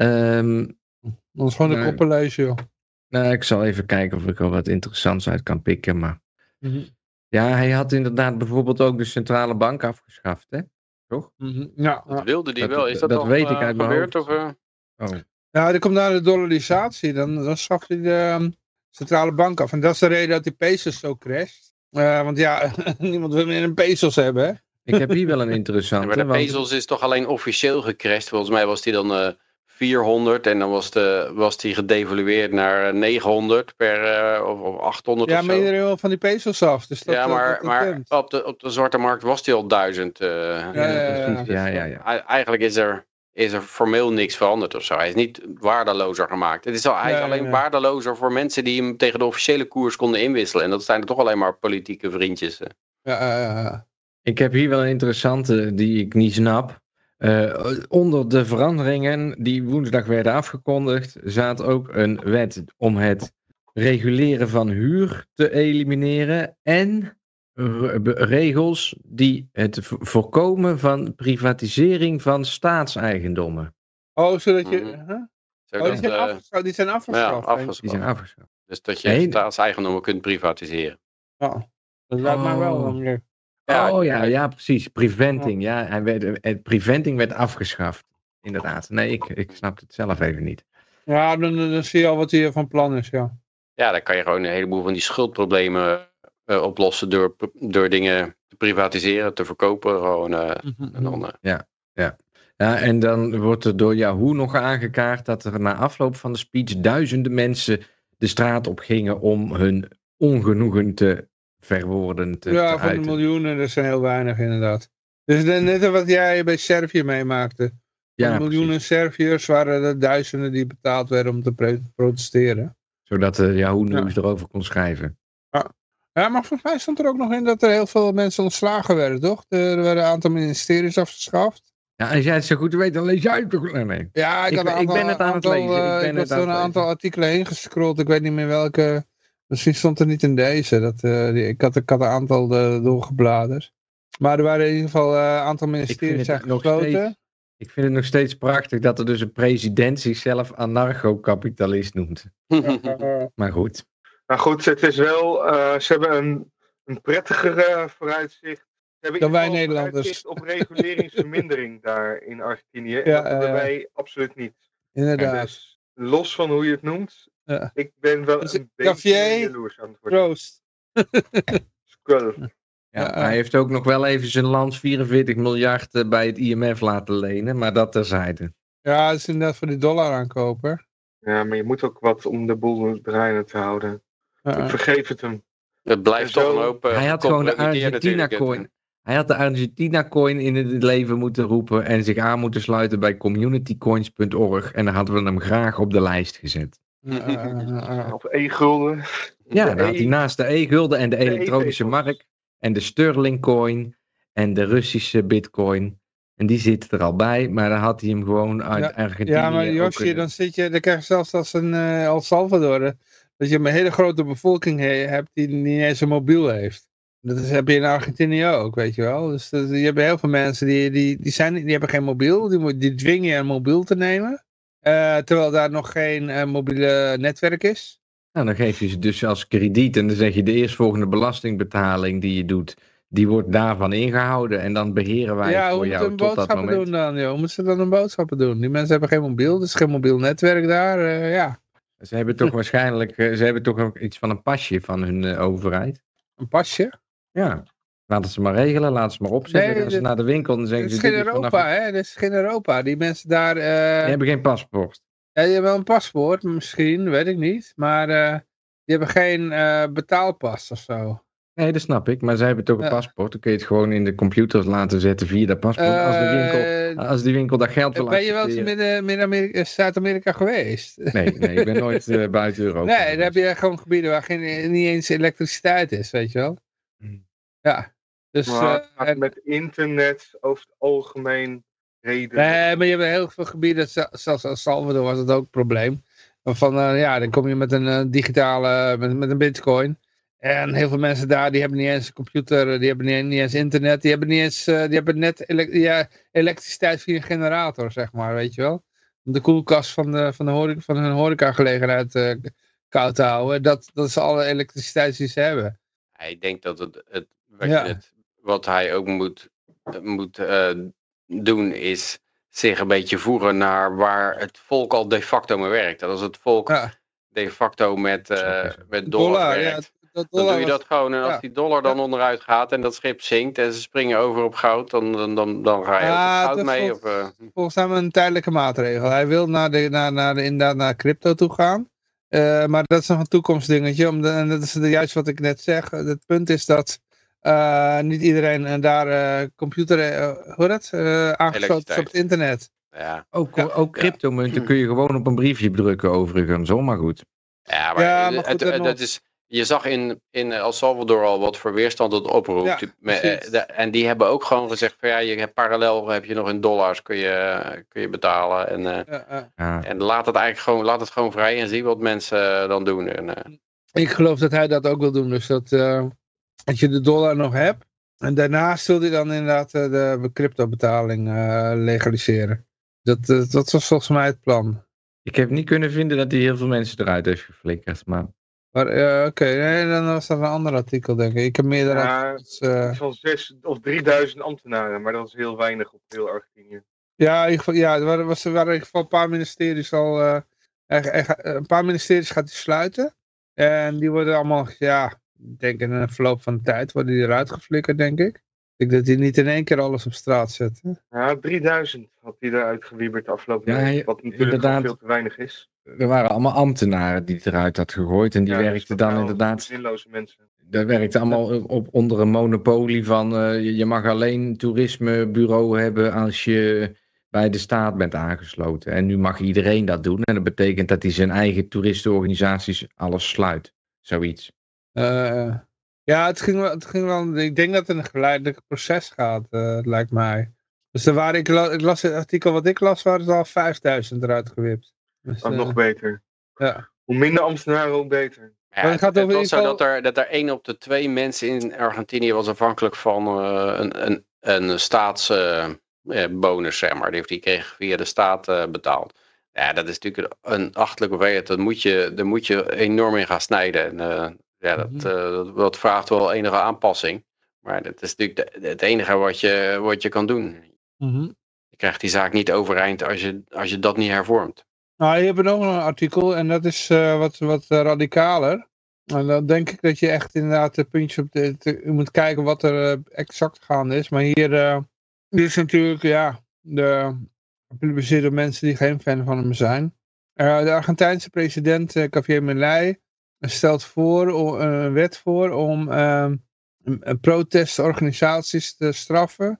Dat is gewoon de koppen lezen, joh. Nou, ik zal even kijken of ik er wat interessants uit kan pikken. Maar... Ja, hij had inderdaad bijvoorbeeld ook de centrale bank afgeschaft, hè? Toch? Ja. Dat wilde die wel. Is dat dat nog weet ik uit mijn gebeurd? hoofd. Of, Ja, er komt naar de dollarisatie. Dan schaft hij de centrale bank af. En dat is de reden dat die pesos zo crasht. Want ja, niemand wil meer een pesos hebben, hè? Ik heb hier wel een interessante. maar de want- pesos is toch alleen officieel gecrashed. Volgens mij was die dan 400 en dan was die gedevalueerd naar 900 of 800 Ja, of maar zo. iedereen wil van die pesos af. Dus dat, Ja, maar punt. op de zwarte markt was die al 1000. precies. Ja. Eigenlijk is er formeel niks veranderd of zo. Hij is niet waardelozer gemaakt. Hij is alleen waardelozer voor mensen die hem tegen de officiële koers konden inwisselen. En dat zijn er toch alleen maar politieke vriendjes. Ja. Ik heb hier wel een interessante die ik niet snap. Onder de veranderingen die woensdag werden afgekondigd, zat ook een wet om het reguleren van huur te elimineren en regels die het voorkomen van privatisering van staatseigendommen. Oh, zodat je... die zijn afgeschaft. Die zijn afgeschaft. Dus dat je staatseigendommen kunt privatiseren. Ja, dat lijkt mij wel. Ja, precies. Preventing. Ja, preventing werd afgeschaft. Inderdaad. Nee, ik snap het zelf even niet. Ja, dan zie je al wat hier van plan is, ja. Ja, dan kan je gewoon een heleboel van die schuldproblemen oplossen door dingen te privatiseren, te verkopen. Gewoon, en dan, Ja, en dan wordt er door Yahoo nog aangekaart dat er na afloop van de speech duizenden mensen de straat op gingen om hun ongenoegen te verwoorden. Ja, van de miljoenen, dat zijn heel weinig inderdaad. Dus net wat jij bij Servië meemaakte. Van miljoenen Serviërs waren er duizenden die betaald werden om te protesteren. Zodat Yahoo News erover kon schrijven. Ja. Ja, maar volgens mij stond er ook nog in dat er heel veel mensen ontslagen werden, toch? Er werden een aantal ministeries afgeschaft. Ja, als jij het zo goed weet, dan lees jij het toch. Nee. Ja, ik ben het aan het lezen. Ik was door een aantal artikelen heen gescrolld. Ik weet niet meer welke. Misschien stond er niet in deze. Ik had een aantal doorgebladerd. Maar er waren in ieder geval een aantal ministeries gesloten. Ik vind het nog steeds prachtig dat er dus een president zichzelf anarcho-kapitalist noemt. Maar goed. Nou goed, het is wel, ze hebben een prettigere vooruitzicht. Ze hebben Dan wij in ieder geval Nederlanders. vooruitzicht op reguleringsvermindering daar in Argentinië. En Ja, dat hebben wij absoluut niet. Inderdaad. Dus los van hoe je het noemt, Ja. ik ben wel Dus een beetje Javier, jaloers aan het worden. Proost. Skull. Ja, hij heeft ook nog wel even zijn land 44 miljard bij het IMF laten lenen, maar dat terzijde. Ja, dat is inderdaad voor die dollar aankopen. Ja, maar je moet ook wat om de boel draaiende te houden. Ik vergeef het hem. Het blijft toch een hoop. Hij had gewoon de gecompromitteerd natuurlijk, Argentina-coin. Hij had de Argentina-coin in het leven moeten roepen en zich aan moeten sluiten bij communitycoins.org. En dan hadden we hem graag op de lijst gezet. Of e-gulden. Ja, dan had hij naast de e-gulden en de elektronische e-pesos. markt en de Sterling coin en de Russische bitcoin. En die zit er al bij, maar dan had hij hem gewoon uit Argentinië. Ja, maar Yoshi, dan krijg je zelfs als een El Salvador, dat je een hele grote bevolking hebt die niet eens een mobiel heeft. Dat heb je in Argentinië ook, weet je wel. Dus je hebt heel veel mensen die hebben geen mobiel, die dwingen je een mobiel te nemen. Terwijl daar nog geen mobiele netwerk is. Nou, dan geef je ze dus als krediet en dan zeg je de eerstvolgende belastingbetaling die je doet, die wordt daarvan ingehouden en dan beheren wij het voor jou tot dat moment. Doen dan, joh? Hoe moeten ze dan hun boodschappen doen? Die mensen hebben geen mobiel, dus geen mobiel netwerk daar, ja. Ze hebben toch waarschijnlijk, ze hebben toch ook iets van een pasje van hun overheid. Een pasje? Ja, laten ze maar regelen, laten ze maar opzetten. Nee, gaan ze naar de winkel en zeggen dit ze... is geen Europa, hè? Dit is geen Europa. Die mensen daar... Die hebben geen paspoort. Ja, die hebben wel een paspoort, misschien, weet ik niet. Maar die hebben geen betaalpas of zo. Nee, dat snap ik. Maar zij hebben toch een paspoort. Dan kun je het gewoon in de computers laten zetten via dat paspoort. Als die winkel dat geld wil ben je wel eens in Zuid-Amerika geweest? Nee, ik ben nooit buiten Europa. Nee, dan heb je gewoon gebieden waar niet eens elektriciteit is, weet je wel. Ja. Dus, met internet over het algemeen reden. Nee, maar je hebt heel veel gebieden, zelfs El Salvador was dat ook een probleem. Dan kom je met een digitale, met een bitcoin. En heel veel mensen daar, die hebben niet eens een computer, die hebben niet eens internet, die hebben net elektriciteit via een generator, zeg maar, weet je wel. Om de koelkast van hun horecagelegenheid koud te houden. Dat is alle elektriciteit die ze hebben. Ik denk dat wat hij ook moet doen is zich een beetje voeren naar waar het volk al de facto mee werkt. Dat als het volk de facto met dollar werkt, dan doe je dat gewoon. En als die dollar dan onderuit gaat en dat schip zinkt en ze springen over op goud, dan ga je ook op goud mee. Volgens hem een tijdelijke maatregel. Hij wil naar crypto toe gaan. Maar dat is nog een toekomstdingetje. En dat is juist wat ik net zeg. Het punt is dat niet iedereen daar aangesloten is op het internet. Ja. Ook cryptomunten kun je gewoon op een briefje drukken overigens, hoor, maar goed. Ja, maar dat is... Je zag in El Salvador al wat voor weerstand het oproept. En die hebben ook gewoon gezegd van je hebt parallel heb je nog in dollars kun je betalen. En laat het gewoon vrij en zie wat mensen dan doen. Ik geloof dat hij dat ook wil doen. Dus dat je de dollar nog hebt. En daarnaast wil hij dan inderdaad de crypto betaling legaliseren. Dat was volgens mij het plan. Ik heb niet kunnen vinden dat hij heel veel mensen eruit heeft geflikkerd, maar... Oké, dan was dat een ander artikel, denk ik. Ik heb meerdere artikels... Van 6.000 of 3.000 ambtenaren, maar dat is heel weinig op heel Argentinië. Ja, in ieder geval, er waren in ieder geval een paar ministeries al... een paar ministeries gaat hij sluiten. En die worden allemaal, ik denk in een verloop van de tijd worden die eruit geflikkerd, denk ik. Ik denk dat hij niet in één keer alles op straat zet. Hè? Ja, 3000 had hij eruit gewieberd de afgelopen week. Wat natuurlijk veel te weinig is. Er waren allemaal ambtenaren die het eruit had gegooid. En die werkten dan inderdaad... Zinloze mensen. Dat werkte allemaal onder een monopolie van... je mag alleen toerismebureau hebben als je bij de staat bent aangesloten. En nu mag iedereen dat doen. En dat betekent dat hij zijn eigen toeristenorganisaties alles sluit. Zoiets. Ja, het ging wel, ik denk dat het een geleidelijk proces gaat, het lijkt mij. Dus ik las het artikel wat ik las, waren er al 5000 eruit gewipt. Dus, Nog beter. Ja. Hoe minder ambtenaren, hoe beter. Ja, Maar het gaat het over was in ieder zo dat er 1 op de 2 mensen in Argentinië was afhankelijk van een staatsbonus, zeg maar. Die kreeg via de staat betaald. Ja, dat is natuurlijk een achtelijke hoeveelheid. Daar moet je enorm in gaan snijden. En, dat vraagt wel enige aanpassing. Maar dat is natuurlijk het enige wat je kan doen. Je krijgt die zaak niet overeind als je dat niet hervormt. Nou, je hebt nog een artikel en dat is wat radicaler. En dan denk ik dat je echt inderdaad de puntjes op je moet kijken wat er exact gaande is. Maar hier is natuurlijk, gepubliceerd door mensen die geen fan van hem zijn. De Argentijnse president Javier Milei stelt een wet voor om protestorganisaties te straffen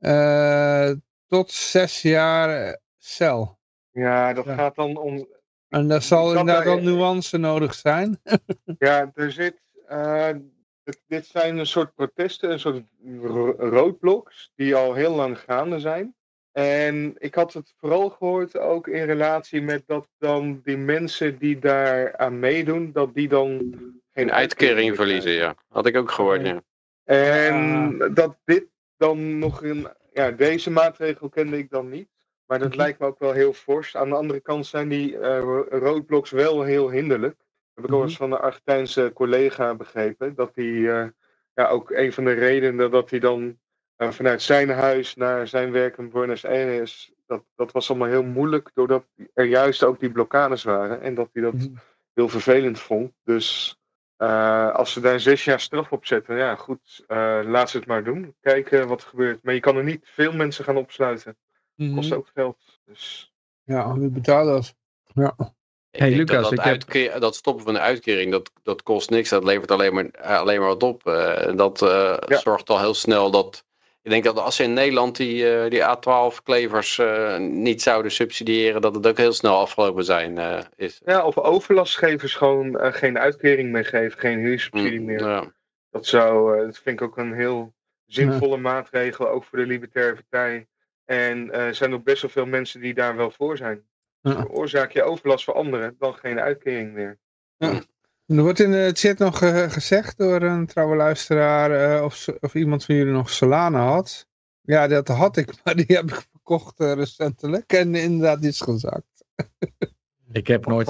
tot 6 jaar cel. Ja, dat gaat dan om... En daar zal inderdaad wel nuance nodig zijn. Ja, er zit... dit zijn een soort protesten, een soort roadblocks die al heel lang gaande zijn. En ik had het vooral gehoord ook in relatie met dat dan die mensen die daar aan meedoen, dat die dan geen uitkering verliezen, ja. Had ik ook gehoord, ja. En dat dit dan nog een... Ja, deze maatregel kende ik dan niet. Maar dat lijkt me ook wel heel fors. Aan de andere kant zijn die roadblocks wel heel hinderlijk. Dat heb ik al eens van een Argentijnse collega begrepen. Dat hij ook een van de redenen dat hij dan vanuit zijn huis naar zijn werk in Buenos Aires... Dat was allemaal heel moeilijk. Doordat er juist ook die blokkades waren. En dat hij dat heel vervelend vond. Dus als ze daar 6 jaar straf op zetten. Ja goed, laat ze het maar doen. Kijken wat er gebeurt. Maar je kan er niet veel mensen gaan opsluiten. Kost ook geld. Dus... Ja, wie betaalt dat? Ja. Hey Lucas, dat stoppen van de uitkering, dat kost niks. Dat levert alleen maar wat op. Dat zorgt al heel snel dat... Ik denk dat als ze in Nederland die A12-klevers niet zouden subsidiëren, dat het ook heel snel afgelopen is. Ja, of overlastgevers gewoon geen uitkering meer geven, geen huursubsidie meer. Ja. Dat vind ik ook een heel zinvolle maatregel, ook voor de Libertaire Partij. En er zijn ook best wel veel mensen die daar wel voor zijn. Dus veroorzaak je overlast voor anderen, dan geen uitkering meer. Ja. Er wordt in de chat nog gezegd door een trouwe luisteraar of iemand van jullie nog Solana had. Ja, dat had ik, maar die heb ik verkocht recentelijk en inderdaad die is gezakt. Ik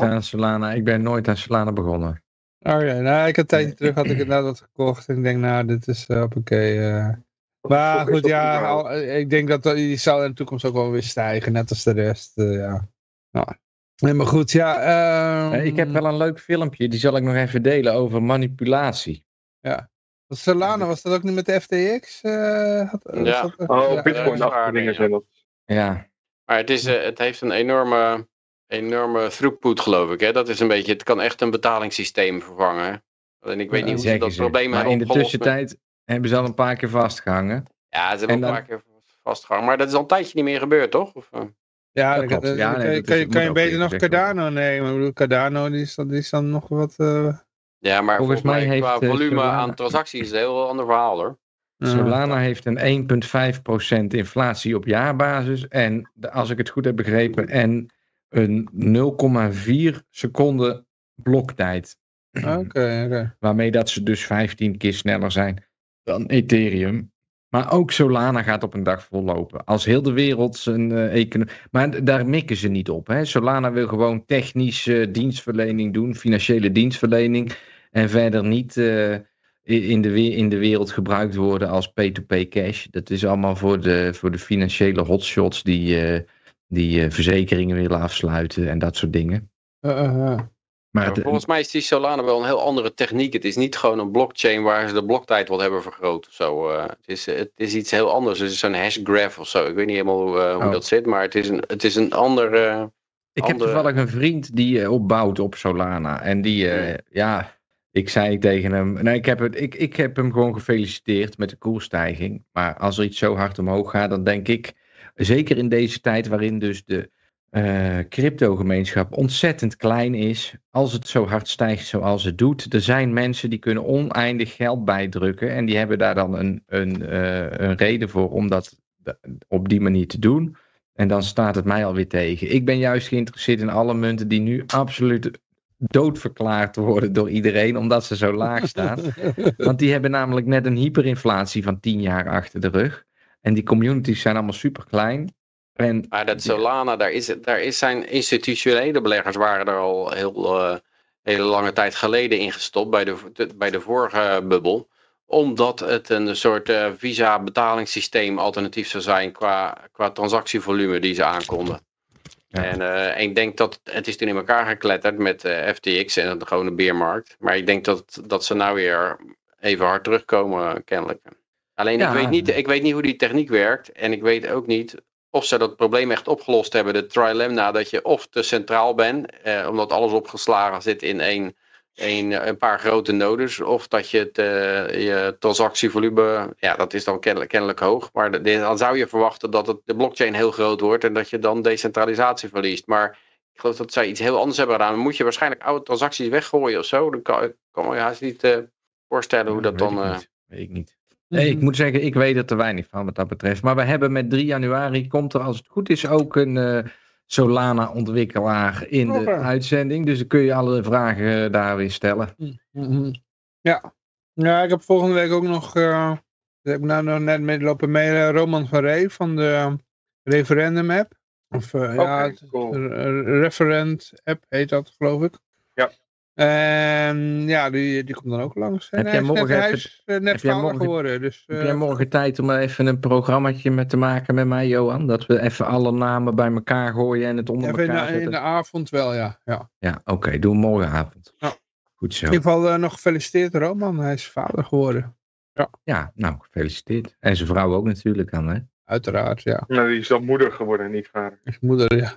ben nooit aan Solana begonnen. Oh ja, nou, een tijdje terug had ik inderdaad gekocht en ik denk, nou, dit is hoppakee. Maar goed, ja, ik denk dat die zal in de toekomst ook wel weer stijgen, net als de rest. Ja. Nou. Nee, maar goed, ja. Ik heb wel een leuk filmpje, die zal ik nog even delen over manipulatie. Ja. Solana, was dat ook niet met de FTX? Bitcoin-achtige dingen zijn dat. Ja. Maar het heeft een enorme throughput, geloof ik. Hè? Dat is een beetje, het kan echt een betalingssysteem vervangen. En ik weet niet hoe ze dat probleem hebben opgelost. Maar in de tussentijd hebben ze al een paar keer vastgehangen. Ja, ze hebben al een paar keer vastgehangen. Maar dat is al een tijdje niet meer gebeurd, toch? Of, ja, dat klopt. Kan je beter nog Cardano nemen. Ik bedoel, Cardano die is dan nog wat... Ja, maar volgens mij heeft qua volume aan transacties is het een heel ander verhaal, hoor. Solana heeft een 1,5% inflatie op jaarbasis. En als ik het goed heb begrepen, en een 0,4 seconden bloktijd. Oké. Waarmee dat ze dus 15 keer sneller zijn dan Ethereum. Maar ook Solana gaat op een dag vollopen. Als heel de wereld zijn economie... Maar daar mikken ze niet op. Hè? Solana wil gewoon technische dienstverlening doen. Financiële dienstverlening. En verder niet in de wereld gebruikt worden als P2P cash. Dat is allemaal voor de financiële hotshots die verzekeringen willen afsluiten en dat soort dingen. Maar volgens mij is die Solana wel een heel andere techniek. Het is niet gewoon een blockchain waar ze de bloktijd wat hebben vergroot of zo. Het is iets heel anders. Het is zo'n hashgraph of zo. Ik weet niet helemaal hoe dat zit, maar het is een andere... Ik heb toevallig een vriend die opbouwt op Solana. En die, ik zei tegen hem... Nou, ik heb hem gewoon gefeliciteerd met de koersstijging. Maar als er iets zo hard omhoog gaat, dan denk ik... Zeker in deze tijd waarin dus de crypto-gemeenschap ontzettend klein is. Als het zo hard stijgt zoals het doet. Er zijn mensen die kunnen oneindig geld bijdrukken. En die hebben daar dan een reden voor om dat op die manier te doen. En dan staat het mij alweer tegen. Ik ben juist geïnteresseerd in alle munten die nu absoluut doodverklaard worden door iedereen. Omdat ze zo laag staan. Want die hebben namelijk net een hyperinflatie van 10 jaar achter de rug. En die communities zijn allemaal super klein. Maar dat Solana, daar zijn institutionele beleggers waren er al hele lange tijd geleden ingestopt bij de vorige bubbel. Omdat het een soort visa betalingssysteem alternatief zou zijn qua transactievolume die ze aankonden. Ja. En ik denk dat het is toen in elkaar gekletterd met FTX en de gewone beermarkt. Maar ik denk dat ze nou weer even hard terugkomen kennelijk. Alleen ik weet niet hoe die techniek werkt en ik weet ook niet of ze dat probleem echt opgelost hebben, de trilemma, dat je of te centraal bent, omdat alles opgeslagen zit in een paar grote nodes, of dat je je transactievolume, ja, dat is dan kennelijk hoog, maar dan zou je verwachten dat de blockchain heel groot wordt en dat je dan decentralisatie verliest. Maar ik geloof dat zij iets heel anders hebben gedaan. Dan moet je waarschijnlijk oude transacties weggooien of zo. Dan kan me haast niet voorstellen hoe dat dan... Weet ik niet. Nee, ik moet zeggen, ik weet er te weinig van wat dat betreft. Maar we hebben met 3 januari, komt er als het goed is ook een Solana-ontwikkelaar in de uitzending. Dus dan kun je alle vragen daar weer stellen. Ja, ik heb volgende week ook nog, ik heb nou net mee lopen mailen, Roman van Ree van de Referendum app. Of cool. Referent app heet dat, geloof ik. Ja. En ja, die komt dan ook langs. Heb jij morgen hij is net vader geworden. Dus, heb jij morgen tijd om even een programmaatje te maken met mij, Johan? Dat we even alle namen bij elkaar gooien en het onder elkaar zetten? In de avond wel, ja. Ja, oké, doe morgenavond. Ja. Goed zo. In ieder geval nog gefeliciteerd, Roman. Hij is vader geworden. Ja, nou, gefeliciteerd. En zijn vrouw ook natuurlijk dan, hè? Uiteraard, ja. Nou, die is dan moeder geworden, niet vader. Is moeder, ja.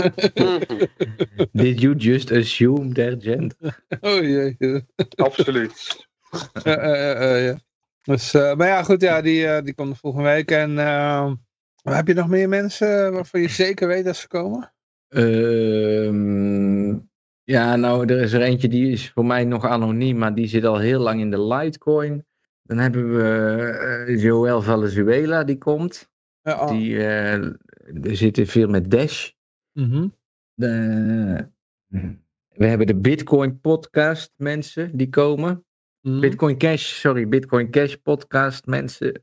Did you just assume their gender? Oh jee. Absoluut. Ja. Dus, maar ja, goed, ja, die komt volgende week. En heb je nog meer mensen waarvan je zeker weet dat ze komen? Ja, nou, er is er eentje die is voor mij nog anoniem, maar die zit al heel lang in de Litecoin. Dan hebben we Joël Valenzuela, die komt. Ja, die zit veel met Dash. We hebben de Bitcoin podcast mensen die komen. Bitcoin Cash podcast mensen.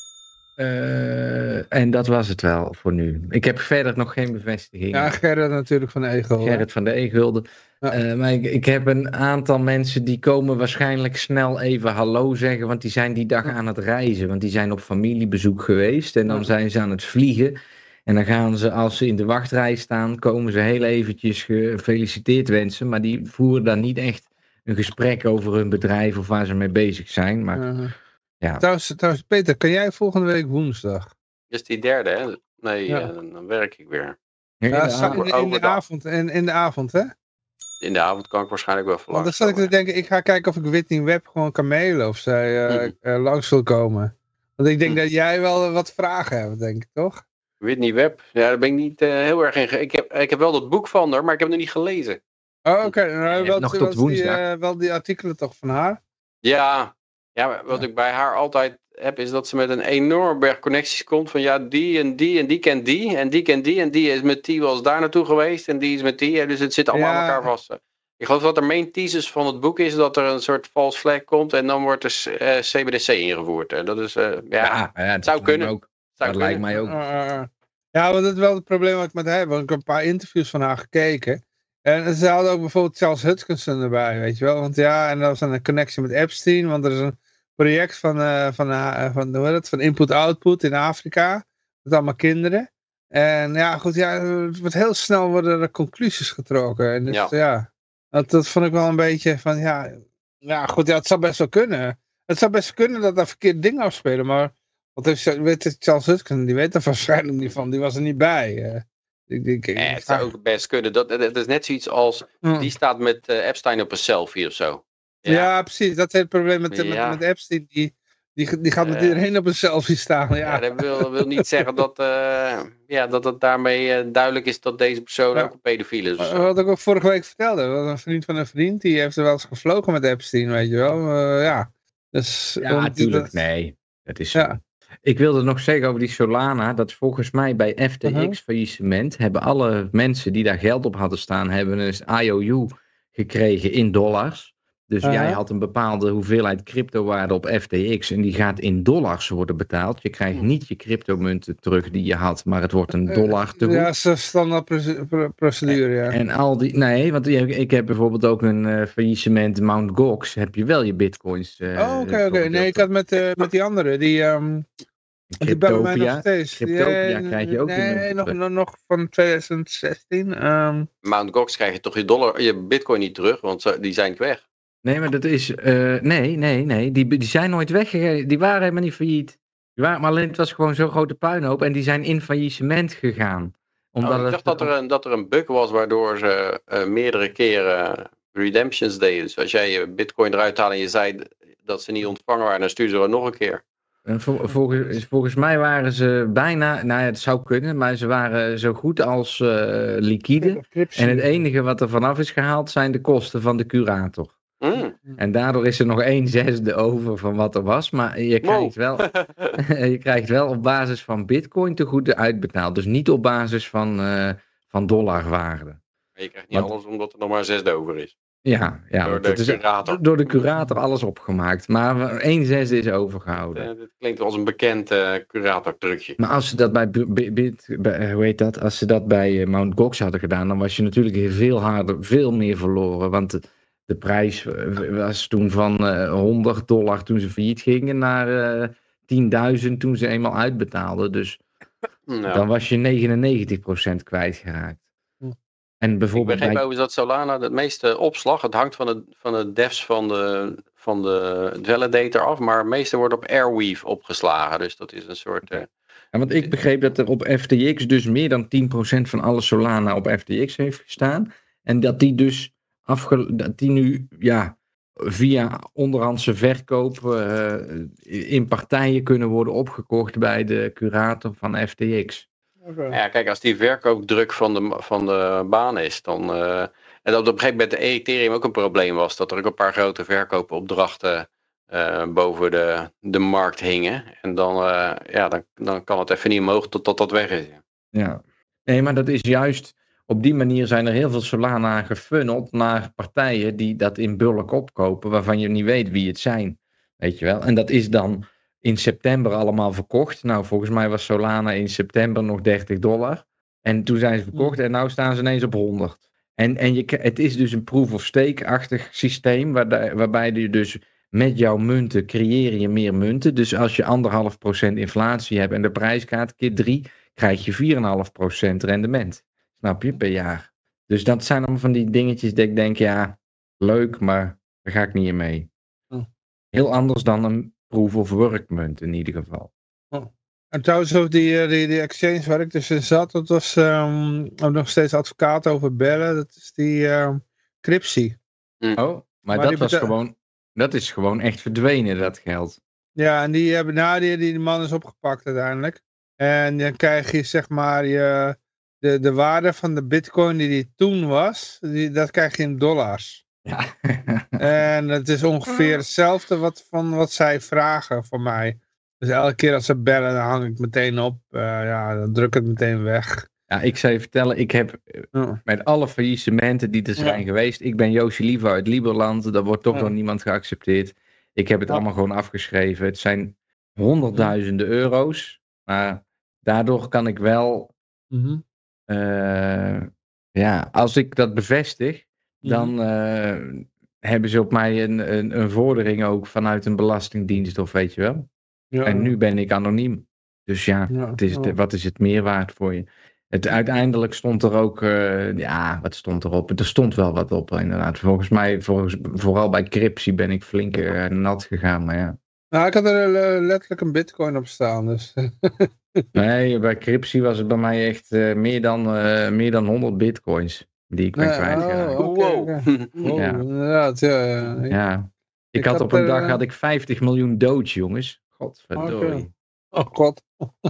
En dat was het wel voor nu. Ik heb verder nog geen bevestiging. Ja, Gerrit natuurlijk van de E-gulden. Gerrit van de E-gulden. Ja. Maar ik heb een aantal mensen die komen waarschijnlijk snel even hallo zeggen. Want die zijn die dag aan het reizen. Want die zijn op familiebezoek geweest. En dan zijn ze aan het vliegen. En dan gaan ze, als ze in de wachtrij staan, komen ze heel eventjes gefeliciteerd wensen. Maar die voeren dan niet echt een gesprek over hun bedrijf of waar ze mee bezig zijn. Maar, ja. Trouwens, Peter, kan jij volgende week woensdag? Is die derde, hè? Nee, dan werk ik weer. In de avond, in de avond, hè? In de avond kan ik waarschijnlijk wel verlangen. Want dan zat ik te denken, ik ga kijken of ik Whitney Webb gewoon kan mailen of zij langs wil komen. Want ik denk dat jij wel wat vragen hebt, denk ik, toch? Whitney Webb, ja, daar ben ik niet heel erg in. Ik heb wel dat boek van haar, maar ik heb het nog niet gelezen. Oh, oké. Nou, nog tot woensdag. wel die artikelen toch van haar? Ja, wat ik bij haar altijd heb, is dat ze met een enorme berg connecties komt. Van ja, die en die en die kent die. En die kent die en die is met die wel eens daar naartoe geweest. En die is met die. Dus het zit allemaal aan elkaar vast. Ik geloof dat de main thesis van het boek is dat er een soort false flag komt. En dan wordt de CBDC ingevoerd. Dat is, het zou kunnen. Ook. Dat lijkt mij ook. Ja, want dat is wel het probleem wat ik met haar heb. Want ik heb een paar interviews van haar gekeken. En ze hadden ook bijvoorbeeld Charles Hutchinson erbij, weet je wel. Want ja, en dat was een connectie met Epstein. Want er is een project van input-output in Afrika. Met allemaal kinderen. En ja, goed, het wordt heel snel worden er conclusies getrokken. En dus, dat vond ik wel een beetje van, het zou best wel kunnen. Het zou best kunnen dat daar verkeerde dingen afspelen, maar... Want Charles Hutchinson, die weet er waarschijnlijk niet van, die was er niet bij. Het zou ook best kunnen. Dat is net zoiets als, die staat met Epstein op een selfie of zo. Ja, precies. Dat is het probleem met Epstein. Die gaat met iedereen op een selfie staan. Ja. Dat wil niet zeggen dat het daarmee duidelijk is dat deze persoon ook een pedofiel is. Wat ik ook vorige week vertelde. Was een vriend van een vriend. Die heeft er wel eens gevlogen met Epstein, weet je wel. Dus, ja, natuurlijk. Nee, dat is zo. Ja. Ik wilde nog zeggen over die Solana. Dat volgens mij bij FTX faillissement hebben alle mensen die daar geld op hadden staan, hebben een IOU gekregen in dollars. Dus jij had een bepaalde hoeveelheid cryptowaarde op FTX en die gaat in dollars worden betaald. Je krijgt niet je cryptomunten terug die je had, maar het wordt een dollar te goed. Ja, dat is standaard procedure, ja. En al die, nee, want ik heb bijvoorbeeld ook een faillissement Mt. Gox, heb je wel je bitcoins. Oké. Nee, ik had met die andere, die Cryptopia krijg je ook. Nee, nog van 2016. Mt. Gox krijg je toch je bitcoin niet terug, want die zijn weg. Nee, maar dat is... Nee. Die zijn nooit weggegaan. Die waren helemaal niet failliet. Maar alleen het was gewoon zo'n grote puinhoop. En die zijn in faillissement gegaan. Omdat ik dacht dat er een bug was waardoor ze meerdere keren redemptions deden. Dus als jij je bitcoin eruit haalde en je zei dat ze niet ontvangen waren, dan stuurden ze er nog een keer. Volgens mij waren ze bijna... Nou ja, het zou kunnen. Maar ze waren zo goed als liquide. En het enige wat er vanaf is gehaald zijn de kosten van de curator. En daardoor is er nog 1/6 over van wat er was. Maar je krijgt wel op basis van bitcoin te goed uitbetaald. Dus niet op basis van dollarwaarde. Maar je krijgt niet alles omdat er nog maar 1/6 over is. Ja, door de curator alles opgemaakt. Maar 1/6 is overgehouden. Dit klinkt als een bekend curatortrucje. Maar als ze dat als ze dat bij Mt. Gox hadden gedaan, dan was je natuurlijk veel meer verloren. Want de prijs was toen van $100 toen ze failliet gingen naar 10.000 toen ze eenmaal uitbetaalden. Dus dan was je 99% kwijtgeraakt. En bijvoorbeeld ik begreep overigens dat Solana het meeste opslag, het hangt van de devs van de validator af, maar het meeste wordt op Airweave opgeslagen. Dus dat is een soort... Ja, want ik begreep dat er op FTX dus meer dan 10% van alle Solana op FTX heeft gestaan. En dat die dus dat die nu via onderhandse verkoop in partijen kunnen worden opgekocht bij de curator van FTX. Okay. Ja, kijk, als die verkoopdruk van de baan is, dan... en dat op een gegeven moment de Ethereum ook een probleem was, dat er ook een paar grote verkoopopdrachten boven de markt hingen. En dan kan het even niet omhoog totdat dat weg is. Ja, nee, maar dat is juist... Op die manier zijn er heel veel Solana gefunneld naar partijen die dat in bulk opkopen, waarvan je niet weet wie het zijn. Weet je wel? En dat is dan in september allemaal verkocht. Nou, volgens mij was Solana in september nog $30. En toen zijn ze verkocht en nu staan ze ineens op 100. En het is dus een proof-of-stake-achtig systeem, waarbij je dus met jouw munten creëer je meer munten. Dus als je 1,5% inflatie hebt en de prijs gaat keer 3, krijg je 4,5% rendement. Snap je, per jaar. Dus dat zijn allemaal van die dingetjes dat ik denk, ja, leuk, maar daar ga ik niet in mee. Heel anders dan een proof-of-work munt in ieder geval. En trouwens over die exchange waar ik dus in zat, dat was nog steeds advocaat over bellen, dat is die Crypsi. Oh, maar dat is gewoon echt verdwenen, dat geld. Ja, en die man is opgepakt uiteindelijk. En dan krijg je zeg maar de waarde van de bitcoin die toen was, dat krijg je in dollars. Ja. En het is ongeveer hetzelfde wat zij vragen voor mij. Dus elke keer als ze bellen, dan hang ik meteen op. Dan druk ik het meteen weg. Ja, ik zou je vertellen, ik heb met alle faillissementen die er zijn geweest, ik ben Joosje Liever uit Lieberland, daar wordt toch nog niemand geaccepteerd. Ik heb het allemaal gewoon afgeschreven. Het zijn honderdduizenden euro's, maar daardoor kan ik wel... als ik dat bevestig, dan hebben ze op mij een vordering ook vanuit een belastingdienst of weet je wel. Ja. En nu ben ik anoniem. Dus wat is het meer waard voor je? Uiteindelijk stond er ook, wat stond erop? Er stond wel wat op inderdaad. Volgens mij, vooral bij Crypsi ben ik flink nat gegaan, maar ja. Nou, ik had er letterlijk een bitcoin op staan, dus... Nee, bij Crypsi was het bij mij echt meer dan 100 bitcoins die ik ben kwijtgeraakt. Wow, inderdaad, ja. Ik had op een dag 50 miljoen Doge, jongens. Godverdorie. Oh god.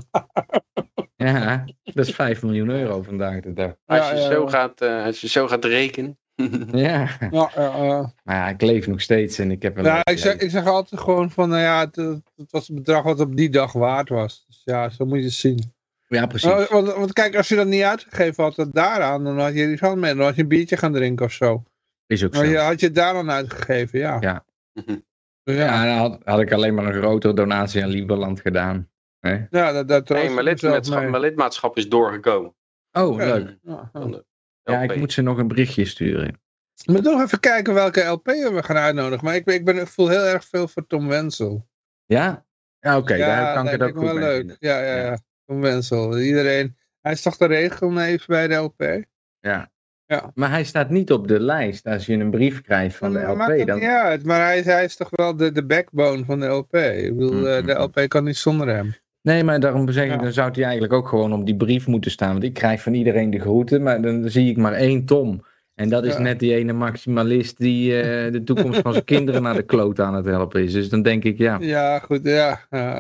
Ja, dat is 5 miljoen euro vandaag de dag. Als je zo gaat rekenen. Ja. Ja. Maar ja, ik leef nog steeds en ik heb een... Ja, ik zeg altijd gewoon van, nou ja, het was het bedrag wat op die dag waard was. Dus ja, zo moet je het zien. Ja, precies. Want kijk, als je dat niet uitgegeven had daaraan, dan had je die geld mee. Dan had je een biertje gaan drinken of zo. Is ook zo. Maar had je het daaraan uitgegeven, ja. Ja. Dus Ja, dan had ik alleen maar een grotere donatie aan Lieberland gedaan. Hè? Ja, dat Nee, mijn lidmaatschap is doorgekomen. Oh, leuk. Ja, ik moet ze nog een berichtje sturen. We moeten nog even kijken welke LP we gaan uitnodigen. Maar ik voel heel erg veel voor Tom Wensel. Ja? Ja, oké. Daar kan ik het ook goed wel mee leuk. vinden. Ja. Tom Wensel. Iedereen. Hij is toch de regelneef bij de LP? Ja. Ja. Maar hij staat niet op de lijst. Als je een brief krijgt van de LP. Maakt het Dan... niet uit. Maar hij is toch wel de backbone van de LP. Ik bedoel, de LP kan niet zonder hem. Nee, maar daarom zeg ik, dan zou hij eigenlijk ook gewoon op die brief moeten staan. Want ik krijg van iedereen de groeten, maar dan zie ik maar 1 Tom. En dat is net die ene maximalist die de toekomst van zijn kinderen naar de kloot aan het helpen is. Dus dan denk ik, ja. Ja, goed, ja.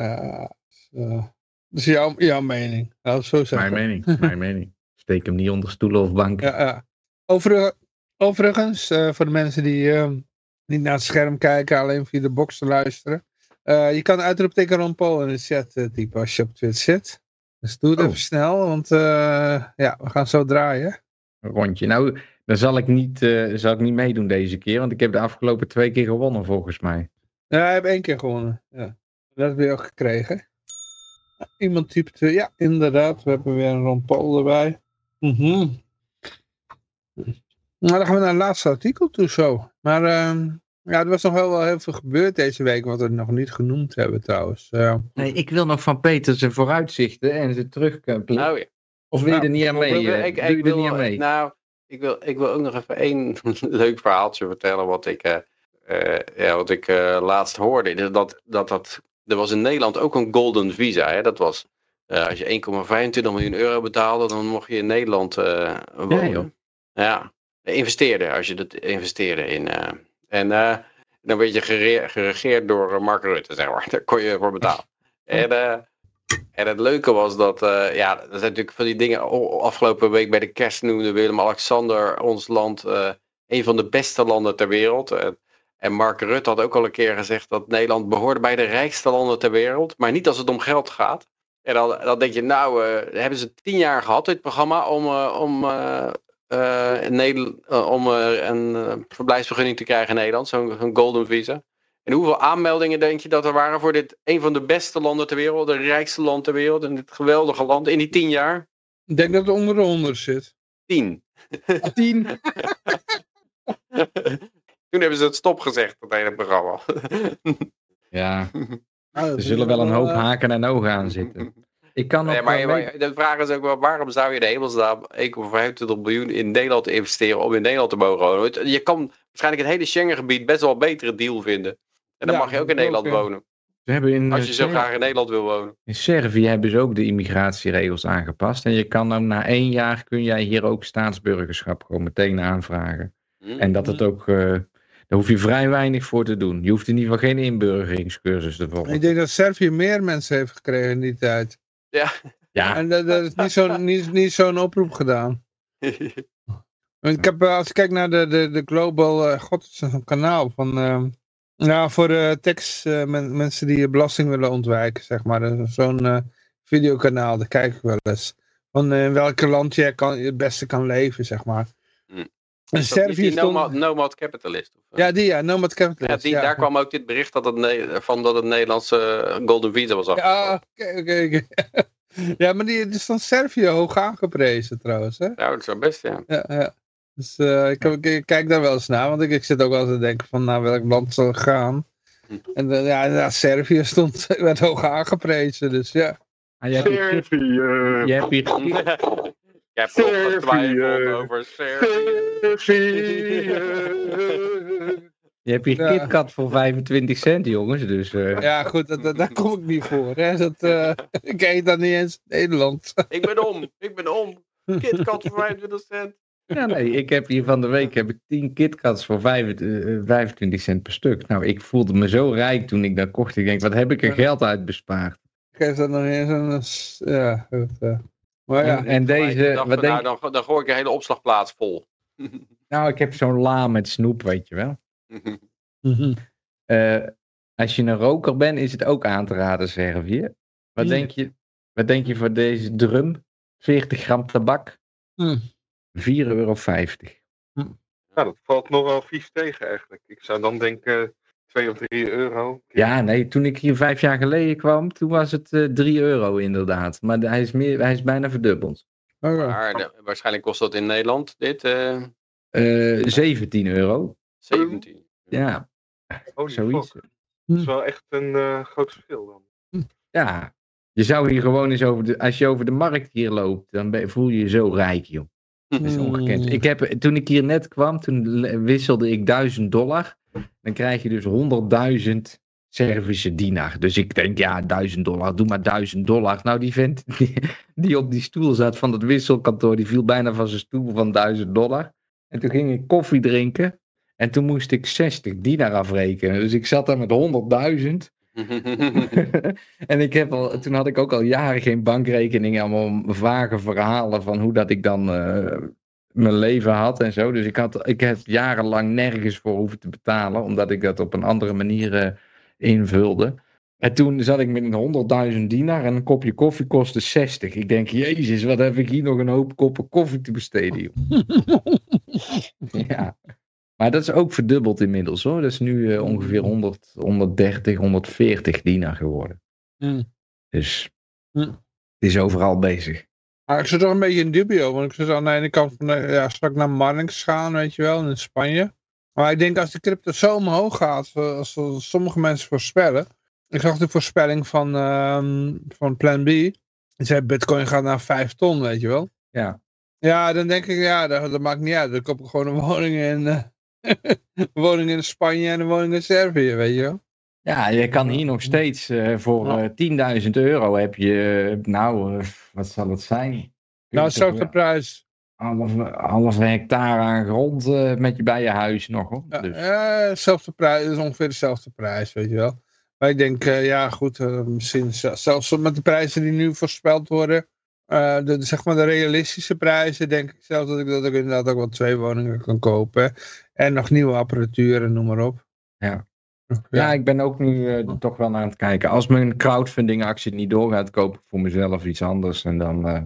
Dus jouw mening. Nou, zo zeggen. Mijn mening. Steek hem niet onder stoelen of banken. Ja. Overigens, voor de mensen die niet naar het scherm kijken, alleen via de box te luisteren. Je kan uitroepteken Ron Paul in de chat typen als je op Twitch zit. Dus doe het even snel, want we gaan zo draaien. Een rondje. Nou, dan zal ik niet meedoen deze keer, want ik heb de afgelopen 2 keer gewonnen volgens mij. Ja, ik heb 1 keer gewonnen. Ja. Dat heb je ook gekregen. Iemand typt, ja inderdaad, we hebben weer een Ron Paul erbij. Nou, dan gaan we naar het laatste artikel toe zo. Maar er was nog wel heel veel gebeurd deze week, wat we nog niet genoemd hebben trouwens. Nee, ik wil nog van Peter zijn vooruitzichten en zijn terugblikken. Nou ja. Of wil je er niet aan mee? Doe je er niet aan mee? Nou, ik wil ook nog even 1 leuk verhaaltje vertellen wat ik laatst hoorde. Er was in Nederland ook een golden visa. Hè? Dat was, als je 1,25 miljoen euro betaalde, dan mocht je in Nederland wonen. Ja, investeerde, als je dat investeerde in... dan werd je geregeerd door Mark Rutte, zeg maar. Daar kon je voor betalen. En het leuke was dat, er zijn natuurlijk van die dingen, afgelopen week bij de kerst noemde Willem-Alexander ons land een van de beste landen ter wereld. En Mark Rutte had ook al een keer gezegd dat Nederland behoorde bij de rijkste landen ter wereld, maar niet als het om geld gaat. En dan denk je, hebben ze 10 jaar gehad, dit programma, om een verblijfsvergunning te krijgen in Nederland, zo'n golden visa. En hoeveel aanmeldingen denk je dat er waren voor dit een van de beste landen ter wereld, de rijkste land ter wereld, en dit geweldige land in die 10 jaar? Ik denk dat het onder de 100 zit. 10. 10? Toen hebben ze het stopgezegd, dat hele programma. Ja, er zullen wel een hoop haken en ogen aan zitten. Ik kan nog maar de vraag is ook wel, waarom zou je de hemelsnaam 1,25 miljoen in Nederland investeren om in Nederland te mogen wonen? Je kan waarschijnlijk het hele Schengengebied best wel een betere deal vinden. En dan mag je ook in Nederland wonen. Als je zo graag in Nederland wil wonen. In Servië hebben ze ook de immigratieregels aangepast. En je kan dan na 1 jaar kun jij hier ook staatsburgerschap gewoon meteen aanvragen. En dat het ook... daar hoef je vrij weinig voor te doen. Je hoeft in ieder geval geen inburgeringscursus te volgen. Ik denk dat Servië meer mensen heeft gekregen in die tijd. Ja. En dat is niet zo'n oproep gedaan. Ik heb, als ik kijk naar de Global... het is een kanaal van... voor mensen die belasting willen ontwijken, zeg maar. Zo'n videokanaal, daar kijk ik wel eens. Van in welke land je het beste kan leven, zeg maar. En Servië stond... Nomad Capitalist? Of? Ja, Nomad Capitalist. Ja, daar kwam ook dit bericht dat het Nederlandse Golden Visa was afgekomen. Ja, oké. Ja, maar die is van Servië hoog aangeprezen trouwens. Hè? Ja, dat is wel best, ja. Ja. Dus ik kijk daar wel eens naar, want ik zit ook wel te denken van naar welk land zal ik gaan. En Servië werd hoog aangeprezen, dus ja. Servië! Je hebt hier... Je hebt toch getwijfeld over Servië. Je hebt hier KitKat voor 25 cent, jongens. Dus, Ja, goed, daar kom ik niet voor. Hè. Ik eet dat niet eens in Nederland. Ik ben om. KitKat voor 25 cent. Ja, nee, ik heb hier van de week 10 KitKats voor 25 cent per stuk. Nou, ik voelde me zo rijk toen ik dat kocht. Ik denk, wat heb ik er geld uit bespaard? Geef dat nog eens een... Ja, maar ja. En deze... Wat denk... dan gooi ik een hele opslagplaats vol. Nou, ik heb zo'n la met snoep, weet je wel. Als je een roker bent, is het ook aan te raden, Servië. Wat denk je voor deze drum? 40 gram tabak? €4,50. Nou, dat valt nog wel vies tegen eigenlijk. Ik zou dan denken 2 of 3 euro. Ja, nee, toen ik hier 5 jaar geleden kwam, toen was het €3 inderdaad. Maar hij is bijna verdubbeld. Maar waarschijnlijk kost dat in Nederland dit? €17. 17. Ja, zoiets. Dat is wel echt een groot verschil dan. Ja, je zou hier gewoon eens als je over de markt hier loopt, dan voel je je zo rijk, joh. Dat is ongekend. Toen ik hier net kwam, toen wisselde ik $1000. Dan krijg je dus 100.000 Servische dinar. Dus ik denk, ja, $1000, doe maar $1000. Nou, die vent die op die stoel zat van het wisselkantoor, die viel bijna van zijn stoel van $1000. En toen ging ik koffie drinken. En toen moest ik 60 dinar afrekenen. Dus ik zat daar met 100.000. En toen had ik ook al jaren geen bankrekening. Allemaal vage verhalen van hoe dat ik dan mijn leven had en zo. Dus ik heb jarenlang nergens voor hoeven te betalen. Omdat ik dat op een andere manier invulde. En toen zat ik met 100.000 dinar en een kopje koffie kostte 60. Ik denk, jezus, wat heb ik hier nog een hoop koppen koffie te besteden, joh. Ja. Maar dat is ook verdubbeld inmiddels, hoor. Dat is nu ongeveer 100, 130, 140 dinar geworden. Dus het is overal bezig. Maar ik zit toch een beetje in dubio, want ik zit aan de ene kant van, straks naar Marnix gaan, weet je wel, in Spanje. Maar ik denk als de crypto zo omhoog gaat, zoals sommige mensen voorspellen. Ik zag de voorspelling van Plan B. Die zei Bitcoin gaat naar 5 ton, weet je wel. Ja. Ja, dan denk ik, ja, dat maakt niet uit. Dan koop ik gewoon een woning woning in Spanje en een woning in Servië, weet je wel. Ja, je kan hier nog steeds voor €10.000 heb je, wat zal het zijn? Nou, hetzelfde prijs. Halve hectare aan grond bij je huis nog, hoor. Ja, Dus. hetzelfde prijs, is ongeveer dezelfde prijs, weet je wel. Maar ik denk, ja goed, misschien zelfs met de prijzen die nu voorspeld worden, zeg maar de realistische prijzen, denk ik zelf dat ik inderdaad ook wel 2 woningen kan kopen. En nog nieuwe apparatuur en noem maar op. Ja, ik ben ook nu toch wel aan het kijken. Als mijn crowdfunding actie niet doorgaat, koop ik voor mezelf iets anders. En dan,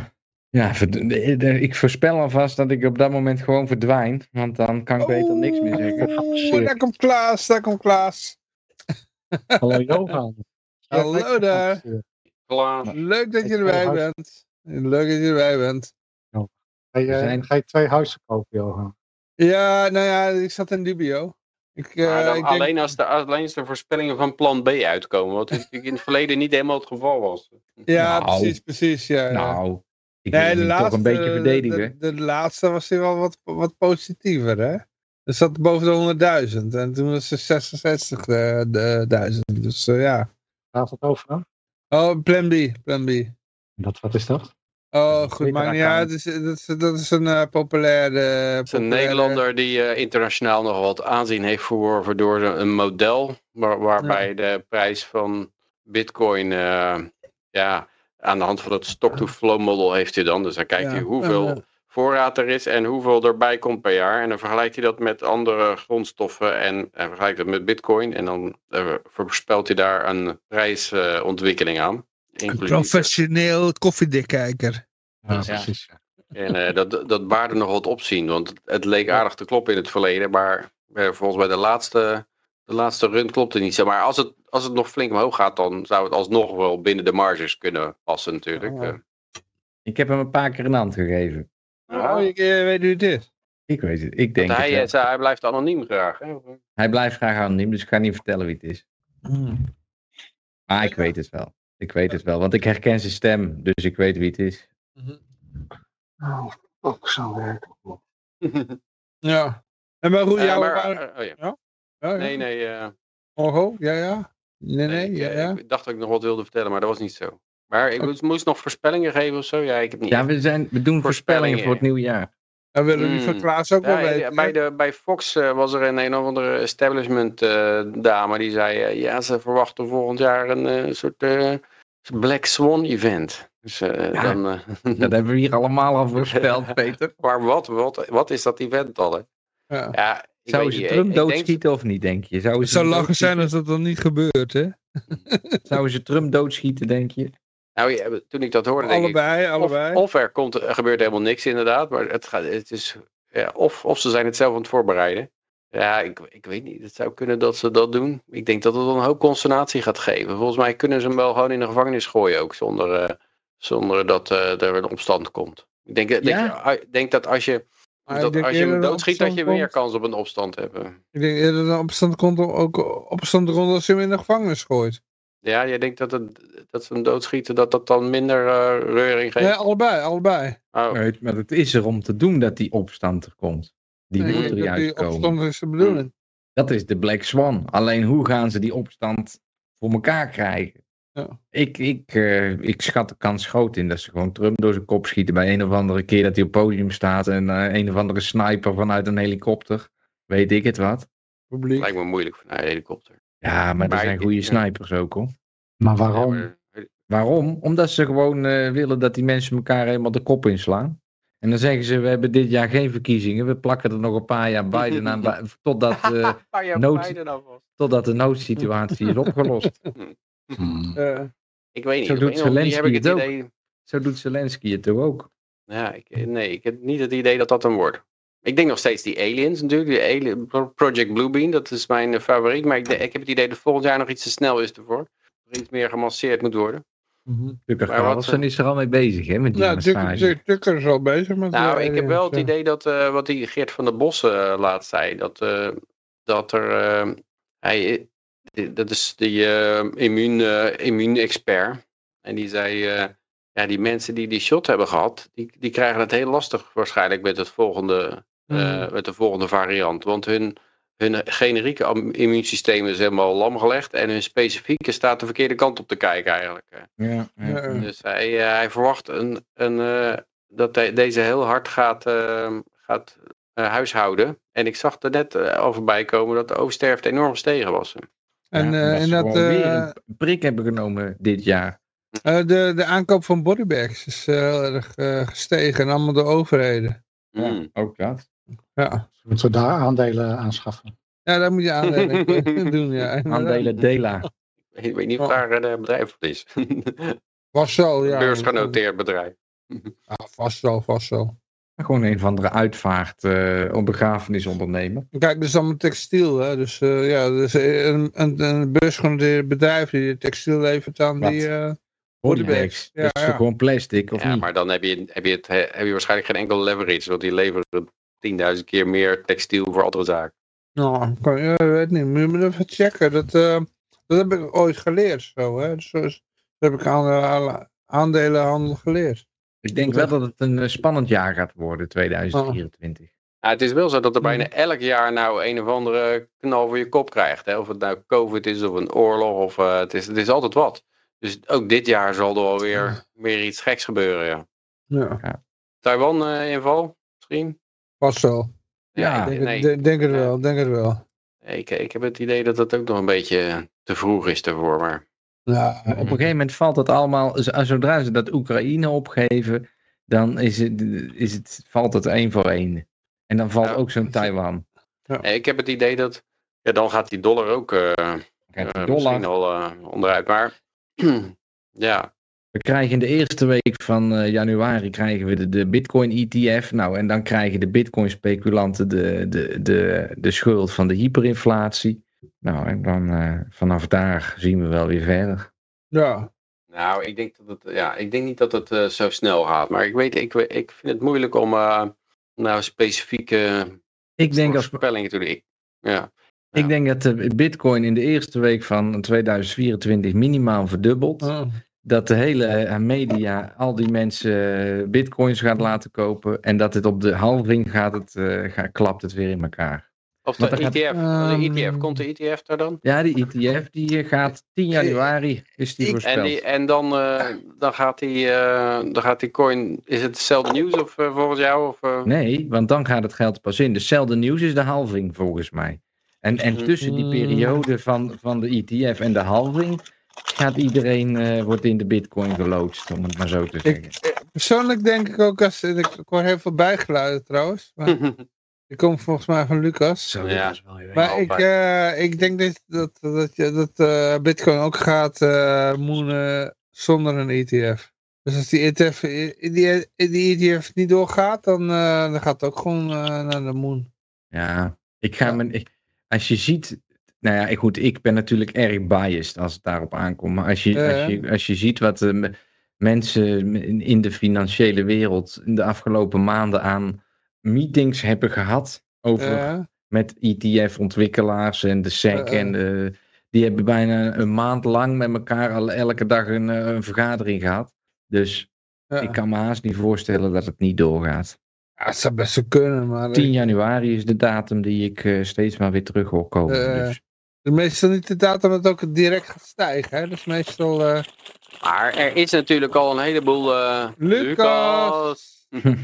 ik voorspel alvast dat ik op dat moment gewoon verdwijn. Want dan kan ik beter niks meer zeggen. Daar komt Klaas. Hallo Johan. Hallo daar. Klaas. Leuk dat je erbij bent. Ga je 2 huizen kopen, Johan? Ja, nou ja, ik zat in dubio. Alleen als de voorspellingen van plan B uitkomen, wat natuurlijk in het verleden niet helemaal het geval was. Ja, precies. Ja. Nou, ik wil hem toch een beetje verdedigen. De laatste was hij wel wat positiever, hè? Er zat boven de 100.000 en toen was het 66.000. Dus ja. Waar gaat het over dan? Oh, Plan B. Wat is dat? Oh, goed, maakt niet uit. Dat is een populaire... Het is een Nederlander die internationaal nog wat aanzien heeft verworven door een model waarbij de prijs van Bitcoin, aan de hand van het stock-to-flow model heeft hij dan. Dus dan kijkt hij hoeveel voorraad er is en hoeveel erbij komt per jaar. En dan vergelijkt hij dat met andere grondstoffen en vergelijkt dat met Bitcoin. En dan voorspelt hij daar een prijsontwikkeling aan. Een professioneel koffieδιkkijker. Ja, precies. En dat baarde nog wat opzien, want het leek aardig te kloppen in het verleden, maar volgens mij de laatste run klopte niet zo. Maar als het nog flink omhoog gaat, dan zou het alsnog wel binnen de marges kunnen passen natuurlijk. Ik heb hem een paar keer een hand gegeven. Ik weet hoe het is. Ik weet het, ik denk het hij blijft anoniem graag. Hè? Hij blijft graag anoniem, dus ik ga niet vertellen wie het is. Maar ik weet het wel. Ik weet het wel, want ik herken zijn stem, dus ik weet wie het is. Ook zo werkt het. Ja. En maar goed, Nee. Ik dacht dat ik nog wat wilde vertellen, maar dat was niet zo. Maar ik moest nog voorspellingen geven of zo? Ja, ik heb niet. Ja, we doen voorspellingen voor het nieuwe jaar. Dan willen die van Klaas ook wel weten. Bij Fox was er een of andere establishment dame die zei... ja, ze verwachten volgend jaar een soort Black Swan event. Dus, dat hebben we hier allemaal al voorspeld, Peter. Maar wat is dat event dan? Hè? Ja, zou ze Trump doodschieten of niet, denk je? Het zou lachen zijn als dat dan niet gebeurt, hè? Zouden ze Trump doodschieten, denk je? Nou ja, toen ik dat hoorde, allebei. Of er gebeurt helemaal niks inderdaad, maar het is, ja, of ze zijn het zelf aan het voorbereiden. Ja, ik weet niet. Het zou kunnen dat ze dat doen. Ik denk dat het een hoop consternatie gaat geven. Volgens mij kunnen ze hem wel gewoon in de gevangenis gooien ook, zonder dat er een opstand komt. Ik denk dat als je hem doodschiet, dat je meer kans op een opstand hebt. Ik denk eerder dat een opstand komt, ook opstand rond als je hem in de gevangenis gooit. Ja, jij denkt dat ze hem doodschieten, dat dan minder reuring geeft? Nee, allebei. Oh. Nee, maar het is er om te doen dat die opstand er komt. Die moet er juist komen. Opstand is de bedoeling. Dat is de Black Swan. Alleen hoe gaan ze die opstand voor elkaar krijgen? Ja. Ik schat de kans groot in dat ze gewoon Trump door zijn kop schieten bij een of andere keer dat hij op het podium staat en een of andere sniper vanuit een helikopter. Weet ik het wat. Lijkt me moeilijk vanuit een helikopter. Ja, maar er zijn goede snipers ook, hoor. Maar waarom? Ja, waarom? Omdat ze gewoon willen dat die mensen elkaar helemaal de kop inslaan. En dan zeggen ze, we hebben dit jaar geen verkiezingen. We plakken er nog een paar jaar Biden aan, totdat de noodsituatie is opgelost. Ik weet niet. Zo doet Zelensky het ook. Zo doet Zelensky het ook. Ja, ik heb niet het idee dat dat een wordt. Ik denk nog steeds die aliens natuurlijk. Project Bluebeam, dat is mijn favoriet. Maar ik heb het idee dat volgend jaar nog iets te snel is ervoor. Er iets meer gemasseerd moet worden. Tucker Carlson is er al mee bezig, hè? Met die massage. Tucker is al bezig met ik heb wel het idee dat, wat die Geert van der Bos laatst zei, dat is die immuunexpert. En die zei, die mensen die shot hebben gehad, die krijgen het heel lastig waarschijnlijk met met de volgende variant. Want hun generieke immuunsysteem is helemaal lam gelegd en hun specifieke staat de verkeerde kant op te kijken eigenlijk. Ja. Dus hij verwacht dat deze heel hard gaat huishouden. En ik zag er net al voorbij komen dat de oversterfte enorm gestegen was. En dat weer een prik hebben genomen dit jaar. De aankoop van bodybags is heel erg gestegen en allemaal door overheden. Ja, ook dat. Ja. Moeten we daar aandelen aanschaffen? Ja, daar moet je aandelen doen. Ja, aandelen Dela. Ik weet niet of daar een bedrijf van is. Vast wel, ja. Beursgenoteerd bedrijf. Vast wel. Gewoon een of andere uitvaart op begrafenisondernemer. Kijk, dat is allemaal textiel. Hè? Dus dus een beursgenoteerd bedrijf die textiel levert aan die bodybags. Ja, dat is toch gewoon plastic, of niet? Maar dan heb je waarschijnlijk geen enkele leverage. Want die leveren 10.000 keer meer textiel voor andere zaken. Nou, ik weet niet. Moet je me even checken. Dat heb ik ooit geleerd. Zo, hè? Dus dat heb ik aandelenhandel geleerd. Ik denk wel dat het een spannend jaar gaat worden, 2024. Ja, het is wel zo dat er bijna elk jaar nou een of andere knal voor je kop krijgt. Hè? Of het nou COVID is of een oorlog. Of, het is altijd wat. Dus ook dit jaar zal er wel weer iets geks gebeuren. Ja. Taiwan inval misschien? Vast wel. Ja, denk het wel. Ik heb het idee dat het ook nog een beetje te vroeg is ervoor. Maar... Ja, op een gegeven moment valt het allemaal, zodra ze dat Oekraïne opgeven, dan valt het 1 voor 1. En dan valt ook zo'n Taiwan. Ja. Ik heb het idee dat, dan gaat die dollar ook misschien al onderuit. Maar ja. We krijgen in de eerste week van januari krijgen we de Bitcoin ETF. Nou, en dan krijgen de Bitcoin speculanten de schuld van de hyperinflatie. Nou, en dan vanaf daar zien we wel weer verder. Ja. Nou, ik denk niet dat het zo snel gaat. Maar ik vind het moeilijk om specifieke voorspellingen te doen. Ja. Ik denk dat de Bitcoin in de eerste week van 2024 minimaal verdubbelt. Oh. Dat de hele media al die mensen bitcoins gaat laten kopen. En dat het op de halving klapt het weer in elkaar. Of de ETF. De ETF. Komt de ETF daar dan? Ja, die ETF die gaat 10 januari, is die voorspeld. En dan gaat die coin, is het hetzelfde nieuws of volgens jou? Of, Nee, want dan gaat het geld pas in. Hetzelfde nieuws is de halving volgens mij. En tussen die periode van de ETF en de halving gaat iedereen, wordt in de bitcoin geloodst, om het maar zo te zeggen. Persoonlijk denk ik ook, ik hoor heel veel bijgeluiden trouwens. Maar die komen volgens mij van Lucas. Zo, ja. Maar ik denk dat bitcoin ook gaat moenen zonder een ETF. Dus als die ETF niet doorgaat, dan gaat het ook gewoon naar de moon. Ja, als je ziet, nou ja, goed, ik ben natuurlijk erg biased als het daarop aankomt. Maar als je ziet wat mensen in de financiële wereld in de afgelopen maanden aan meetings hebben gehad over met ETF-ontwikkelaars en de SEC die hebben bijna een maand lang met elkaar al elke dag een vergadering gehad. Dus ik kan me haast niet voorstellen dat het niet doorgaat. Ja, het zou best zo kunnen, maar... 10 januari is de datum die ik steeds maar weer terug hoor komen. Dus. Meestal niet de datum dat het ook direct gaat stijgen, hè? Dus meestal... Maar er is natuurlijk al een heleboel... Lucas!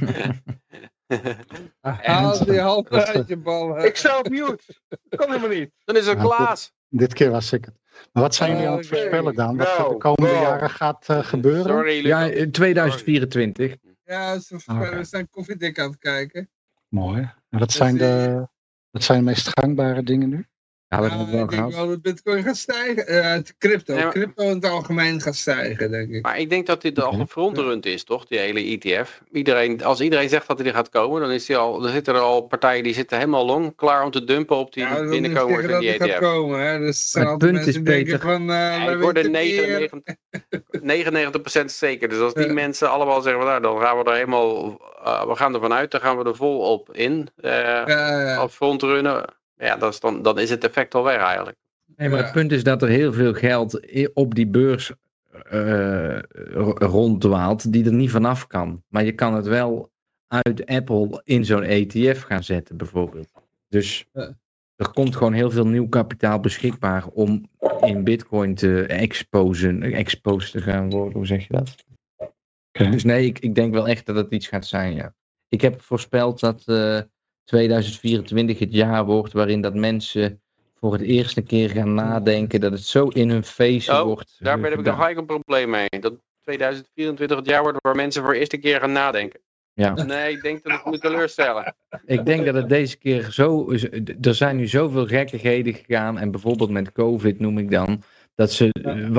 Haal die half uit je bal. Ik sta op mute. Kan helemaal niet. Dan is er Klaas. Dit keer was ik het. Maar wat zijn jullie aan het voorspellen dan? Wat er de komende jaren gaat gebeuren? Sorry, Lucas. Ja, 2024. Ja, we zijn koffiedik aan het kijken. Mooi. En wat zijn de meest gangbare dingen nu? Ja, we hebben het wel ik denk gehad. wel dat bitcoin gaat stijgen. Crypto in het algemeen gaat stijgen, denk ik. Maar ik denk dat dit al gefrontrund is, toch? Die hele ETF. Als iedereen zegt dat hij er gaat komen, dan zitten er al partijen die zitten helemaal long, klaar om te dumpen op die binnenkomers in die ETF. Gaat komen, hè? Dus er zijn Het altijd punt mensen is, die denken Peter, van... ik word 99% zeker. Dus als die mensen allemaal zeggen, nou, dan gaan we er helemaal, we gaan er vanuit, dan gaan we er vol op in. Op frontrunnen. Ja, dan is het effect al weg eigenlijk. Nee, maar het punt is dat er heel veel geld op die beurs ronddwaalt die er niet vanaf kan. Maar je kan het wel uit Apple in zo'n ETF gaan zetten bijvoorbeeld. Dus er komt gewoon heel veel nieuw kapitaal beschikbaar om in bitcoin te exposed te gaan worden. Hoe zeg je dat? Okay. Dus nee, ik denk wel echt dat het iets gaat zijn, ja. Ik heb voorspeld dat 2024 het jaar wordt waarin dat mensen voor het eerst een keer gaan nadenken dat het zo in hun face wordt. Daar heb ik nog gelijk een probleem mee. Dat 2024 het jaar wordt waar mensen voor de eerste keer gaan nadenken. Ja. Nee, ik denk dat ik me teleurstellen. Ik denk dat het deze keer zo... Er zijn nu zoveel gekkigheden gegaan. En bijvoorbeeld met COVID noem ik dan. Dat ze,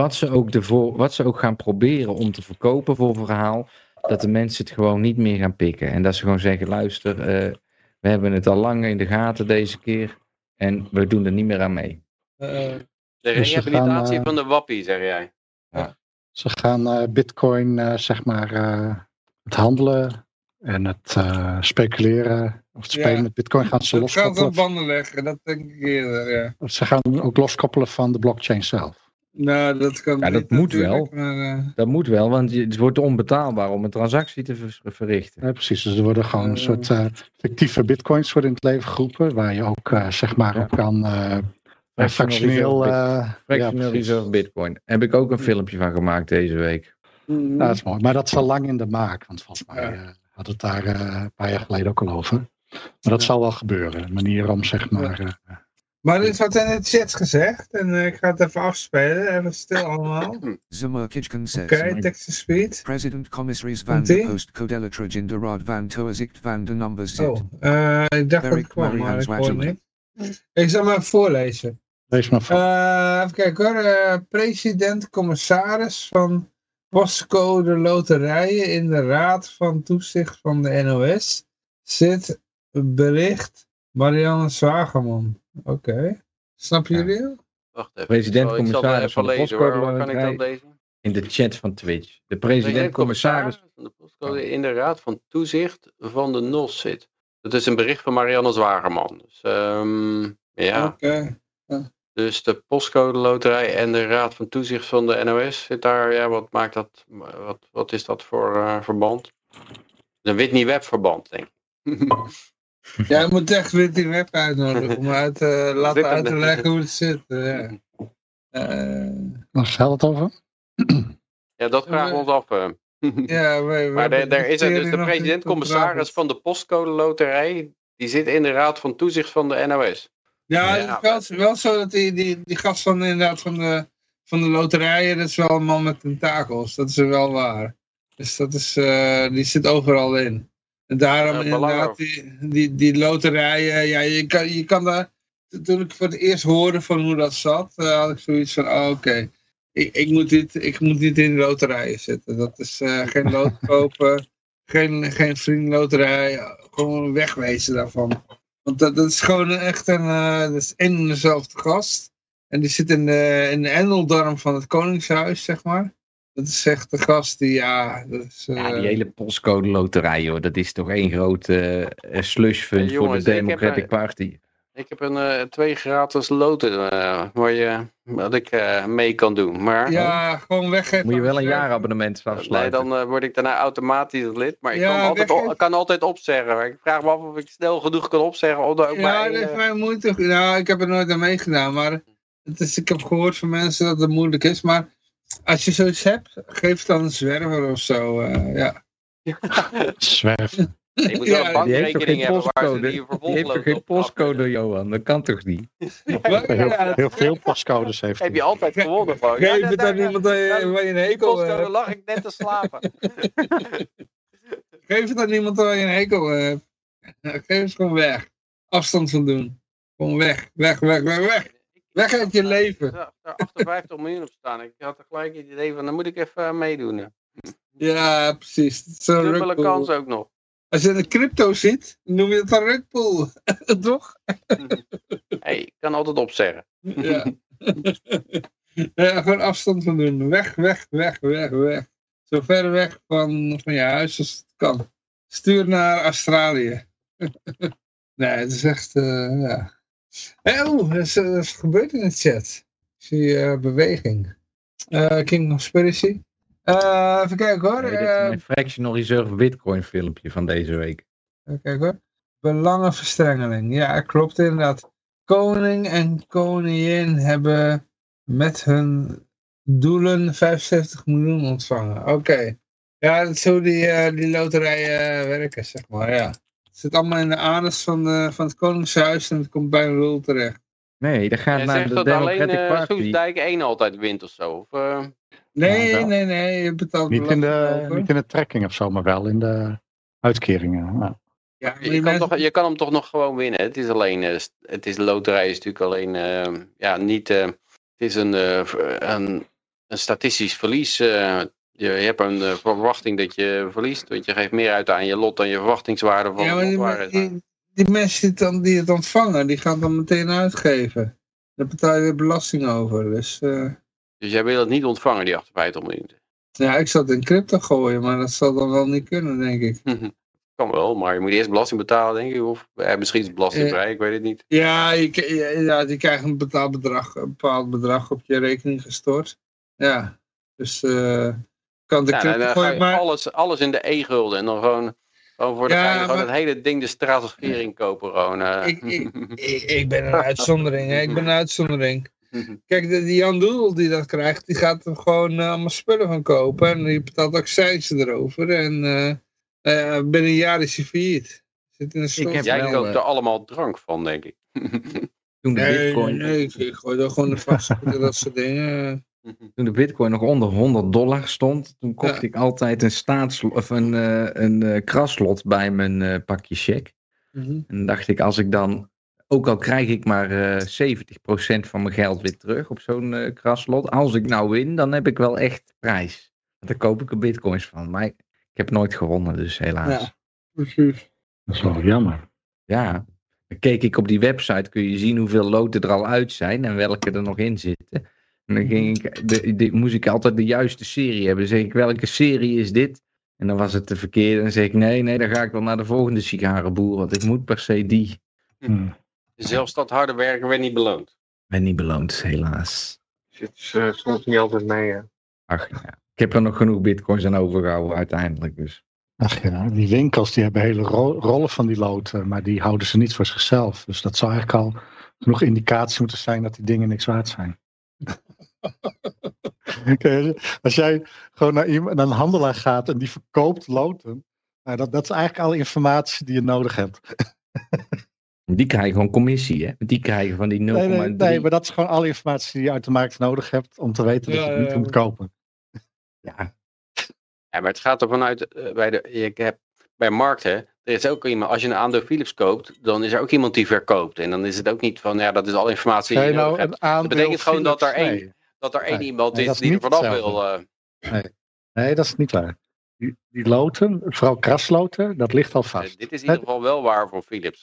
wat ze ook gaan proberen om te verkopen voor verhaal. Dat de mensen het gewoon niet meer gaan pikken. En dat ze gewoon zeggen, luister, we hebben het al lang in de gaten deze keer. En we doen er niet meer aan mee. De rehabilitatie van de wappie, zeg jij. Ja. Ze gaan bitcoin, zeg maar, het handelen en het speculeren of het spelen met bitcoin gaan ze loskoppelen. Ze gaan ze op banden leggen, dat denk ik eerder, ja. Ze gaan ook loskoppelen van de blockchain zelf. Nou, dat kan ja, dat moet wel. Maar, dat moet wel, want het wordt onbetaalbaar om een transactie te verrichten. Ja, precies, dus er worden gewoon een soort fictieve bitcoins worden in het leven geroepen, waar je ook, zeg maar, op kan... fractioneel reserve bitcoin. Heb ik ook een filmpje van gemaakt deze week. Ja, dat is mooi. Maar dat is al lang in de maak. Want volgens mij had het daar een paar jaar geleden ook al over. Maar dat zal wel gebeuren. Een manier om zeg maar... Maar er is wat in de chat gezegd. En ik ga het even afspelen. Even stil allemaal. Zamurkijken says. Oké, tekst-to-speed. President commissaries van de Post Codelatra in de Rad van Toazicht van de Numbers zit. Ik dacht dat het kwam, maar ik hoor niet. Ik zal maar even voorlezen. Lees maar voor. Even kijken hoor. President-commissaris van Postcode Loterijen in de Raad van Toezicht van de NOS zit bericht Marianne Zwageman. Oké. Snappen jullie dat? Wacht even. President-commissaris van de Postcode Waar kan ik dat lezen? In de chat van Twitch. De president-commissaris van de Postcode in de Raad van Toezicht van de NOS zit. Dat is een bericht van Marianne Zwageman. Dus, ja. Oké. Dus de Postcode Loterij en de Raad van Toezicht van de NOS zit daar. Ja, wat maakt dat? Wat is dat voor verband? Een Whitney Webb verband, denk ik. Ja, je moet echt weer die web uitnodigen om laten uit te leggen hoe het zit. Ja. Waar gaat het over? Ja, dat vragen we ons af. Ja, maar er is dus de president-commissaris van de postcode loterij. Die zit in de raad van toezicht van de NOS. Ja, het is wel zo dat die gast van, inderdaad, van de loterijen, dat is wel een man met tentakels. Dat is wel waar. Dus dat is, die zit overal in. En daarom inderdaad, die loterijen, ja, je kan daar, toen ik voor het eerst hoorde van hoe dat zat, had ik zoiets van, oké. Ik moet niet in de loterijen zitten. Dat is geen lood kopen, geen vriendenloterij, gewoon wegwezen daarvan. Want dat is gewoon echt dat is één en dezelfde gast. En die zit in de endeldarm van het Koningshuis, zeg maar. Dat is echt de gast die, dat is... die hele postcode loterij, hoor. Dat is toch één grote slush fund voor de Democratic Party. Ik heb 2 gratis loten wat ik mee kan doen. Maar, gewoon weggeven. Moet je wel een jaarabonnement afsluiten. Nee, dan word ik daarna automatisch lid. Maar ik kan altijd opzeggen. Ik vraag me af of ik snel genoeg kan opzeggen. Om ook dat is mij moeite. Nou, ik heb er nooit aan meegedaan. Maar ik heb gehoord van mensen dat het moeilijk is. Maar als je zoiets hebt, geef dan een zwerver of zo. Zwerver. Je moet wel een bankrekening hebben waar ze die Die heeft toch geen postcode, Johan? Dat kan toch niet? Heel veel postcodes heeft hij. Heb je altijd gewonnen gewoon. Geef het aan iemand waar je een hekel hebt. Dan lag ik net te slapen. Geef het aan iemand waar je een hekel hebt. Geef het gewoon weg. Afstand van doen. Gewoon weg. Weg uit je leven. Er 58 miljoen op staan. Ik had er gelijk het idee van, dan moet ik even meedoen. Ja, precies. Dubbele kans ook nog. Als je de crypto ziet, noem je het een rugpool. Toch? Ik kan altijd opzeggen. Ja. Gewoon afstand van doen. Weg. Zo ver weg van je huis als het kan. Stuur naar Australië. Nee, het is echt, er is gebeurd in de chat. Ik zie beweging. King Conspiracy. Even kijken hoor. Nee, dit is mijn fractional reserve bitcoin filmpje van deze week. Even kijken hoor. Belangenverstrengeling. Ja, klopt inderdaad. Koning en koningin hebben met hun doelen 75 miljoen ontvangen. Oké. Ja, dat is hoe die loterijen werken, zeg maar, ja. Het zit allemaal in de anus van het Koningshuis en het komt bij een lul terecht. Nee, dat gaat naar de Democratic Party. Soesdijk 1 altijd wint of zo? Of, Nee, je betaalt niet in de trekking of zo, maar wel in de uitkeringen. Ja. Ja, je kan hem toch nog gewoon winnen. Het is alleen, de loterij is natuurlijk alleen, niet, het is een statistisch verlies. Je hebt een verwachting dat je verliest, want je geeft meer uit aan je lot dan je verwachtingswaarde van de lotwaarde. Die mensen die het ontvangen, die gaan dan meteen uitgeven. Daar betaal je weer belasting over. Dus jij wil het niet ontvangen, die 58 miljoen? Ja, ik zou het in crypto gooien, maar dat zal dan wel niet kunnen, denk ik. Kan wel, maar je moet eerst belasting betalen, denk ik. Of misschien is het belastingvrij, ik weet het niet. Ja, je krijgt een bepaald bedrag op je rekening gestort. Ja, dus kan de crypto gooien, maar... alles in de e-gulden en dan gewoon voor de gewoon het hele ding de stratosfering kopen. Gewoon, ik ben een uitzondering, hè. Ik ben een uitzondering. Kijk, die Jan Doedel die dat krijgt, die gaat er gewoon allemaal spullen van kopen. En die betaalt accijns erover. En binnen een jaar is hij failliet. Jij koopt er allemaal drank van, denk ik. Toen de Bitcoin... Nee, ik gooi er gewoon de vastgoed dat soort dingen. Toen de Bitcoin nog onder $100 stond, toen kocht ik altijd een kraslot bij mijn pakje check. En dan dacht ik, als ik dan... Ook al krijg ik maar 70% van mijn geld weer terug op zo'n kraslot. Als ik nou win, dan heb ik wel echt prijs. Want daar koop ik er bitcoins van. Maar ik heb nooit gewonnen, dus helaas. Ja, precies. Dat is wel jammer. Ja, dan keek ik op die website, kun je zien hoeveel loten er al uit zijn en welke er nog in zitten. En dan ging moest ik altijd de juiste serie hebben. Dan zeg ik, welke serie is dit? En dan was het de verkeerde. En dan zeg ik, nee, dan ga ik wel naar de volgende sigarenboer, want ik moet per se die. Zelfs dat harde werken werd niet beloond. Ben niet beloond, helaas. Zit soms niet altijd mee, hè? Ach ja, ik heb er nog genoeg bitcoins aan overgehouden uiteindelijk. Dus. Ach ja, die winkels die hebben hele rollen van die loten, maar die houden ze niet voor zichzelf. Dus dat zou eigenlijk al genoeg indicatie moeten zijn dat die dingen niks waard zijn. Als jij gewoon naar een handelaar gaat en die verkoopt loten, nou, dat is eigenlijk alle informatie die je nodig hebt. Die krijgen gewoon commissie, hè? Die krijgen van die 0,3. Nee, maar dat is gewoon alle informatie die je uit de markt nodig hebt om te weten dat je het niet moet kopen. Ja. Ja, maar het gaat er vanuit, bij markten, er is ook iemand, als je een aandeel Philips koopt, dan is er ook iemand die verkoopt. En dan is het ook niet van, ja, dat is alle informatie die je nodig hebt. Dat betekent gewoon dat er één iemand is die er vanaf wil. Nee, dat is niet waar. Die loten, vooral krasloten, dat ligt al vast. Dit is in ieder geval wel waar voor Philips.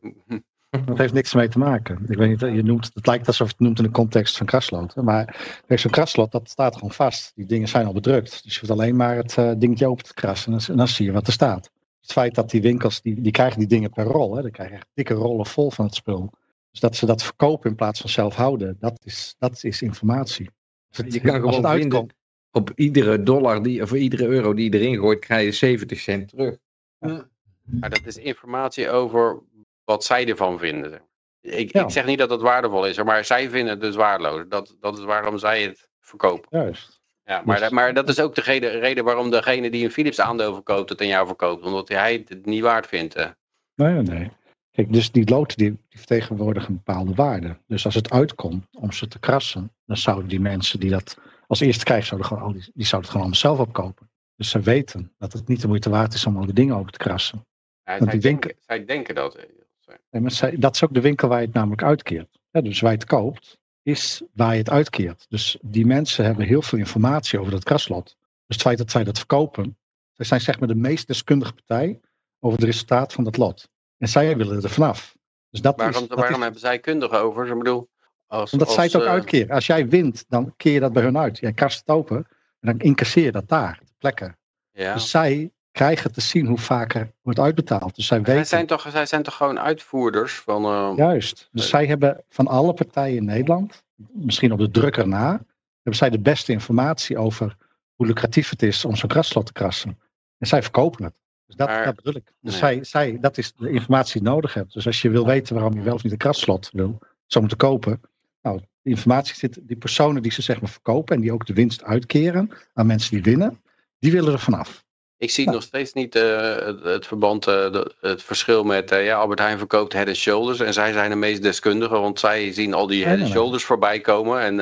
Dat heeft niks mee te maken. Ik weet niet, het lijkt alsof je het noemt in de context van krasloten. Maar zo'n kraslot, dat staat gewoon vast. Die dingen zijn al bedrukt. Dus je hoeft alleen maar het dingetje open te krassen. En dan zie je wat er staat. Het feit dat die winkels, die krijgen die dingen per rol. Hè. Die krijgen echt dikke rollen vol van het spul. Dus dat ze dat verkopen in plaats van zelf houden, dat is informatie. Je kan gewoon vinden, op iedere dollar of iedere euro die je erin gooit, krijg je 70 cent terug. Ja. Maar dat is informatie over wat zij ervan vinden. Ik zeg niet dat het waardevol is, maar zij vinden het dus waardeloos. Dat is waarom zij het verkopen. Juist. Ja, maar dat is ook de reden waarom degene die een Philips aandeel verkoopt het aan jou verkoopt. Omdat hij het niet waard vindt. Nee. Kijk, dus die loten die vertegenwoordigen een bepaalde waarde. Dus als het uitkomt om ze te krassen, dan zouden die mensen die dat als eerste krijgen, zouden het gewoon allemaal zelf opkopen. Dus ze weten dat het niet de moeite waard is om al die dingen open te krassen. Ja, zij denken dat. Nee, maar dat is ook de winkel waar je het namelijk uitkeert. Ja, dus waar je het koopt, is waar je het uitkeert. Dus die mensen hebben heel veel informatie over dat kraslot. Dus het feit dat zij dat verkopen, zij zijn zeg maar de meest deskundige partij over het resultaat van dat lot. En zij willen er vanaf. Dus waarom hebben zij kundigen over? Ik bedoel, omdat zij het ook uitkeren. Als jij wint, dan keer je dat bij hun uit. Jij krast het open en dan incasseer je dat daar, ter plekke. Ja. Dus zij krijgen te zien hoe vaker wordt uitbetaald. Dus zij zijn toch gewoon uitvoerders van... Juist. Dus zij hebben van alle partijen in Nederland, misschien op de drukker na, hebben zij de beste informatie over hoe lucratief het is om zo'n kraslot te krassen. En zij verkopen het. Dus dat bedoel ik. Dus dat is de informatie die je nodig hebt. Dus als je wil weten waarom je wel of niet een kraslot zou moeten kopen, nou, die informatie zit, die personen die ze zeg maar verkopen en die ook de winst uitkeren aan mensen die winnen, die willen er vanaf. Ik zie nog steeds niet het verband, het verschil met Albert Heijn verkoopt Head & Shoulders en zij zijn de meest deskundigen, want zij zien al die Head & Shoulders voorbij komen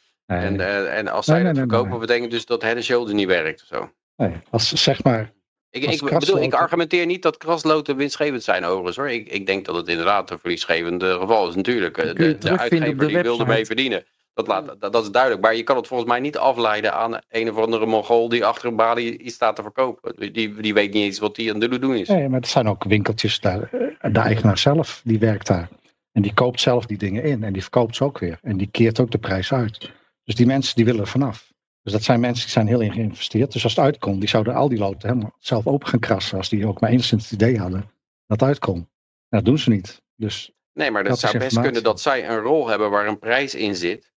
en als zij dat verkopen, betekent dus dat Head & Shoulders niet werkt of zo. Nee, als zeg maar... Ik argumenteer niet dat krasloten winstgevend zijn overigens hoor. Ik denk dat het inderdaad een verliesgevend geval is natuurlijk. De uitgever die wil ermee verdienen. Dat is duidelijk. Maar je kan het volgens mij niet afleiden aan een of andere Mongool die achter een balie iets staat te verkopen. Die weet niet eens wat hij aan het doen is. Nee, maar er zijn ook winkeltjes daar. De eigenaar zelf, die werkt daar. En die koopt zelf die dingen in. En die verkoopt ze ook weer. En die keert ook de prijs uit. Dus die mensen die willen er vanaf. Dus dat zijn mensen die zijn heel in geïnvesteerd. Dus als het uitkomt, die zouden al die loten helemaal zelf open gaan krassen. Als die ook maar enigszins het idee hadden dat het uitkomt. En dat doen ze niet. Dus nee, maar dat zou best kunnen dat zij een rol hebben waar een prijs in zit.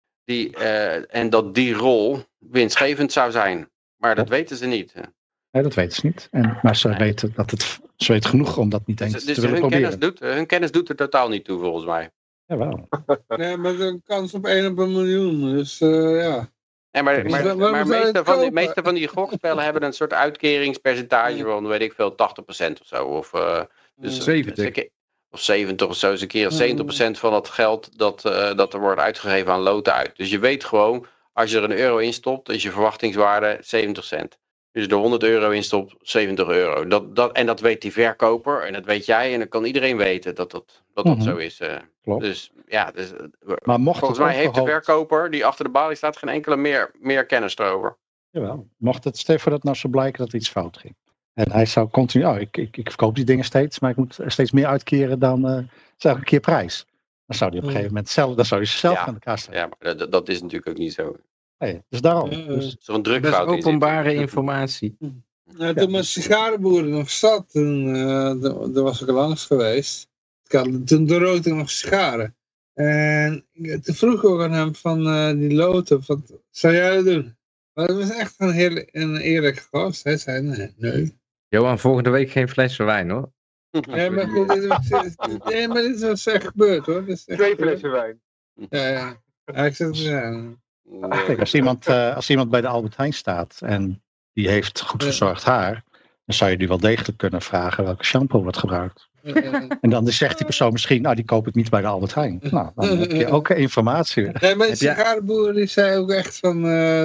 En dat die rol winstgevend zou zijn. Maar dat weten ze niet. Nee, dat weten ze niet. Maar ze weten ze weten genoeg om dat niet eens te willen proberen. Hun kennis doet er totaal niet toe volgens mij. Jawel. Nee, maar een kans op 1 op 1 miljoen. Dus ja. Nee, maar de meeste van die gokspellen hebben een soort uitkeringspercentage van, weet ik veel, 80% of zo. Of 70. Of 70 of zo eens een keer. 70% van het geld dat er wordt uitgegeven aan loten uit. Dus je weet gewoon, als je er €1 in stopt, is je verwachtingswaarde 70 cent. Dus er €100 in stopt, €70. En dat weet die verkoper en dat weet jij en dat kan iedereen weten dat zo is. Klopt. Dus ja, maar volgens mij heeft de verkoper die achter de balie staat geen enkele meer kennis erover. Jawel. Mocht het, stel voor dat nou zo blijken dat er iets fout ging. En hij zou continu, ik verkoop die dingen steeds, maar ik moet steeds meer uitkeren dan elke keer prijs. Dan zou hij op een gegeven moment zelf aan de kast hebben. Ja, maar dat is natuurlijk ook niet zo. Nee, dus daarom. Zo'n drukfout dat is openbare informatie. Nou, toen mijn sigarenboeren nog zat, daar was ik al langs geweest. Toen rookte ik nog sigaren. En toen vroeg ik ook aan hem van die loten, wat zou jij dat doen? Maar dat was echt een eerlijke gast. Hij zei nee. Johan, volgende week geen flessen wijn hoor. Nee, maar goed, dit was echt gebeurd hoor. Dit is echt 2 gebeurd. flessen wijn. Ja. Ik zeg, Kijk, als iemand bij de Albert Heijn staat en die heeft goed verzorgd haar, dan zou je die wel degelijk kunnen vragen welke shampoo wordt gebruikt. En dan zegt die persoon misschien, die koop ik niet bij de Albert Heijn. Nou, dan heb je ook informatie. Nee, maar de sigarenboer die zei ook echt van,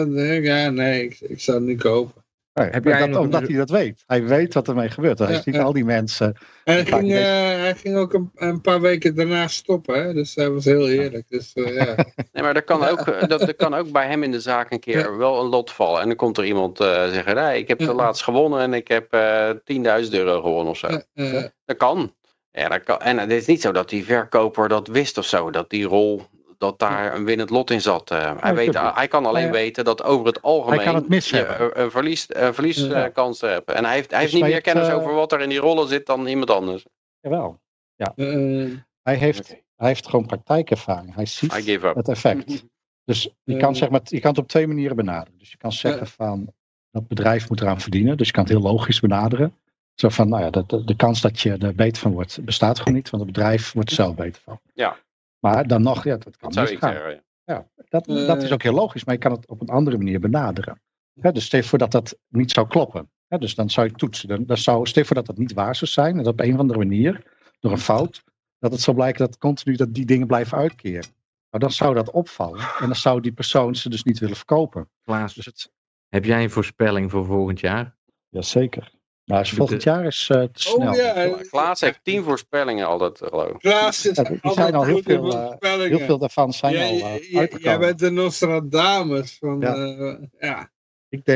ik zou het niet kopen. Heb jij nog Omdat hij dat weet. Hij weet wat ermee gebeurt. Hij ziet al die mensen. En hij ging ook een paar weken daarna stoppen, hè? Dus dat was heel eerlijk. Dus, ja. Nee, maar er kan ook bij hem in de zaak een keer wel een lot vallen. En dan komt er iemand zeggen, nee, ik heb de laatst gewonnen en ik heb €10.000 gewonnen of zo. Dat kan. Ja, dat kan. En het is niet zo dat die verkoper dat wist of zo, dat die rol, dat daar een winnend lot in zat. Hij kan alleen weten dat over het algemeen hij kan het mis hebben. een verlieskans hebben. En hij heeft niet meer kennis over wat er in die rollen zit dan iemand anders. Jawel. Ja. Hij heeft gewoon praktijkervaring. Hij ziet het effect. Dus je kan, je kan het op 2 manieren benaderen. Dus je kan zeggen van, dat bedrijf moet eraan verdienen. Dus je kan het heel logisch benaderen. Zo van, de kans dat je er beter van wordt, bestaat gewoon niet. Want het bedrijf wordt er zelf beter van. Ja. Maar dan nog, dat kan zou misgaan. ik zeggen, ja. Dat is ook heel logisch, maar je kan het op een andere manier benaderen. Dus stel je voor dat dat niet zou kloppen. Dus dan zou je toetsen. Stel je voor dat dat niet waar zou zijn. En dat op een of andere manier, door een fout, dat het zou blijken dat continu dat die dingen blijven uitkeren. Maar dan zou dat opvallen. En dan zou die persoon ze dus niet willen verkopen. Klaas, heb jij een voorspelling voor volgend jaar? Jazeker. Nou, volgend jaar is te snel. Oh, ja. Klaas heeft 10 voorspellingen altijd, geloof ik. Klaas is die zijn al heel veel daarvan zijn al uitgekomen. Jij bent de Nostradamus van, ja. Ik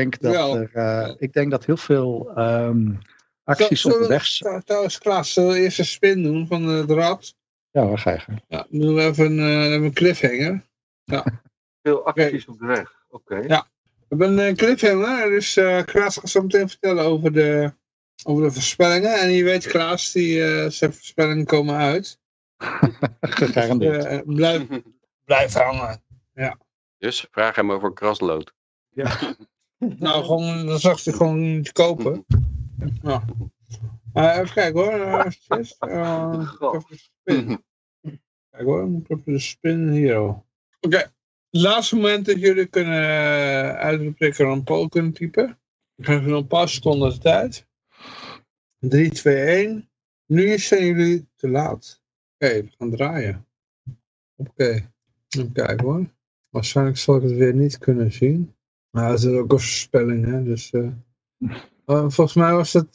denk dat heel veel acties op de weg zijn. Trouwens, Klaas, zullen we eerst een spin doen van het rad? Ja, waar ga je? Ja, doen we even een cliffhanger. Ja. Veel acties op de weg. Oké. Ja. We hebben een cliffhanger, dus Klaas gaat zo meteen vertellen over de voorspellingen. En je weet, Klaas, zijn voorspellingen komen uit. Gegarandeerd. Blijf hangen. Ja. Dus vraag hem over kraslood. Ja. Nou, dan zag hij gewoon niet kopen. Ja. Even kijken hoor. Even spin. Kijk hoor, ik heb de spin hier. Oké. Het laatste moment dat jullie kunnen uitroepen een poll kunnen typen. Ik geef je nog een paar seconden de tijd. 3, 2, 1. Nu zijn jullie te laat. Oké, we gaan draaien. Oké. Even kijken hoor. Waarschijnlijk zal ik het weer niet kunnen zien. Maar het is ook een voorspelling, hè. Dus, volgens mij was het...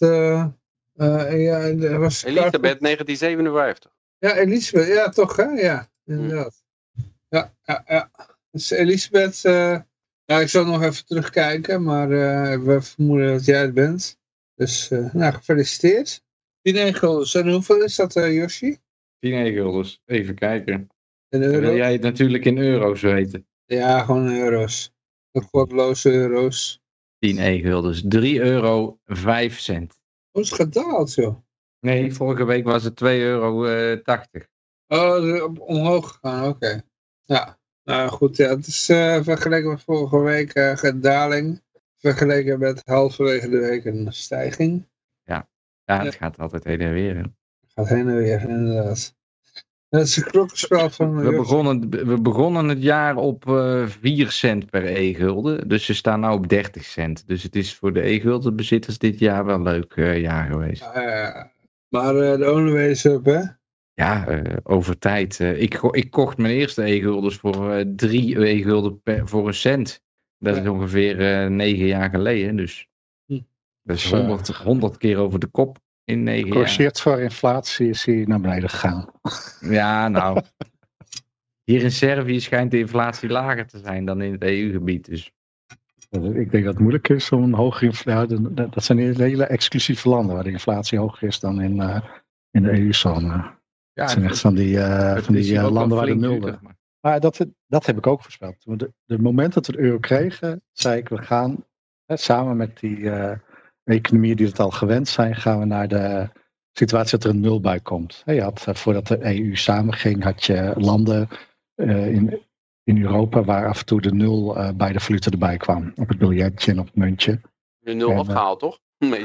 Elisabeth 1957. Ja, Elisabeth. Ja, toch hè? Ja, inderdaad. Ja. Dus Elisabeth... ik zal nog even terugkijken. Maar we vermoeden dat jij het bent. Dus, gefeliciteerd. 10 guldens. En hoeveel is dat, Yoshi? 10 guldens. Even kijken. In Dan wil jij het natuurlijk in euro's weten. Ja, gewoon euro's. Godloze euro's. 10 guldens. €3,05. Oh, het is gedaald, joh. Nee, vorige week was het €2,80. Oh, omhoog gegaan, oké. Ja, nou goed, ja, het is vergeleken met vorige week een daling. Vergeleken met halverwege de week een stijging. Ja, het gaat altijd heen en weer. Hè. Gaat heen en weer, inderdaad. Dat is een klokkenspel van... We begonnen het jaar op 4 cent per e-gulden. Dus ze staan nu op 30 cent. Dus het is voor de e-guldenbezitters dit jaar wel een leuk jaar geweest. Maar de only way is up, hè? Ja, over tijd. Ik kocht mijn eerste e-guldens voor 3 e-gulden voor een cent. Dat is ongeveer 9 jaar geleden. Dus dat is 100 keer over de kop in 9 jaar. Gecorrigeerd voor inflatie is hij naar beneden gegaan. Ja, nou. Hier in Servië schijnt de inflatie lager te zijn dan in het EU-gebied. Dus. Ik denk dat het moeilijk is om een hogere inflatie... Dat zijn hele exclusieve landen waar de inflatie hoger is dan in de EU-zone. Ja, dat zijn echt van die landen waar de nul... Maar dat heb ik ook voorspeld. De moment dat we de euro kregen, zei ik, we gaan samen met die economieën die het al gewend zijn, gaan we naar de situatie dat er een nul bij komt. Je had, voordat de EU samenging, had je landen in Europa waar af en toe de nul bij de valuta erbij kwam. Op het biljetje en op het muntje. De nul afgehaald, toch? Meestal.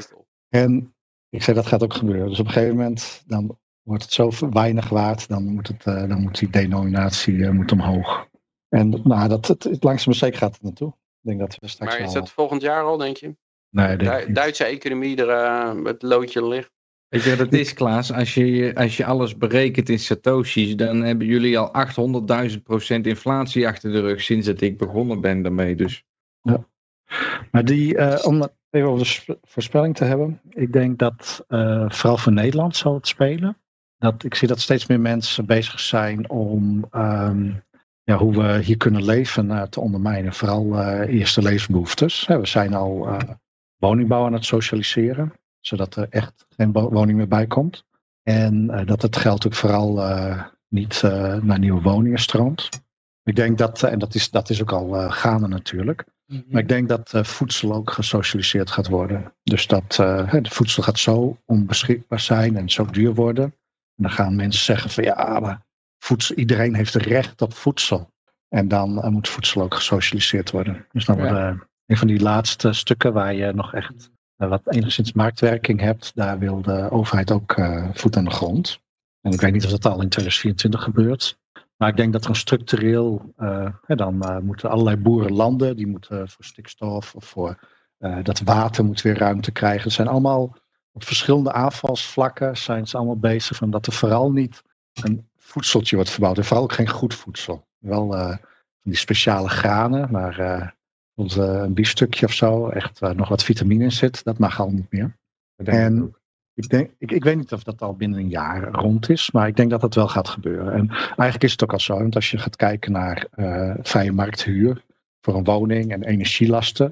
En ik zei, dat gaat ook gebeuren. Dus op een gegeven moment, dan wordt het zo weinig waard, dan moet die denominatie moet omhoog. En het langzaam maar zeker gaat het naartoe. Ik denk dat we straks maar is dat volgend jaar al, denk je? Nee, denk ik niet. Duitse economie er met loodje ligt. Weet je wat het is, Klaas? Als je alles berekent in satoshis, dan hebben jullie al 800.000% inflatie achter de rug sinds dat ik begonnen ben daarmee. Dus. Ja. Maar om even over de voorspelling te hebben. Ik denk dat vooral voor Nederland zal het spelen. Ik zie dat steeds meer mensen bezig zijn om hoe we hier kunnen leven te ondermijnen. Vooral eerste levensbehoeftes. We zijn al woningbouw aan het socialiseren. Zodat er echt geen woning meer bij komt. En dat het geld ook vooral niet naar nieuwe woningen stroomt. Ik denk dat is ook al gaande natuurlijk. Maar ik denk dat voedsel ook gesocialiseerd gaat worden. Dus dat het voedsel gaat zo onbeschikbaar zijn en zo duur worden. En dan gaan mensen zeggen van ja, maar iedereen heeft recht op voedsel. En dan moet voedsel ook gesocialiseerd worden. Dus dan wordt een van die laatste stukken waar je nog echt wat enigszins marktwerking hebt. Daar wil de overheid ook voet aan de grond. En ik weet niet of dat al in 2024 gebeurt. Maar ik denk dat er een structureel, dan moeten allerlei boerenlanden, die moeten voor stikstof of voor dat water moet weer ruimte krijgen. Het zijn allemaal op verschillende aanvalsvlakken zijn ze allemaal bezig van dat er vooral niet een voedseltje wordt verbouwd. En vooral ook geen goed voedsel. Wel die speciale granen, maar een biefstukje of zo, echt waar nog wat vitamine in zit, dat mag al niet meer. En ik weet niet of dat al binnen een jaar rond is, maar ik denk dat dat wel gaat gebeuren. En eigenlijk is het ook al zo, want als je gaat kijken naar vrije markthuur voor een woning en energielasten,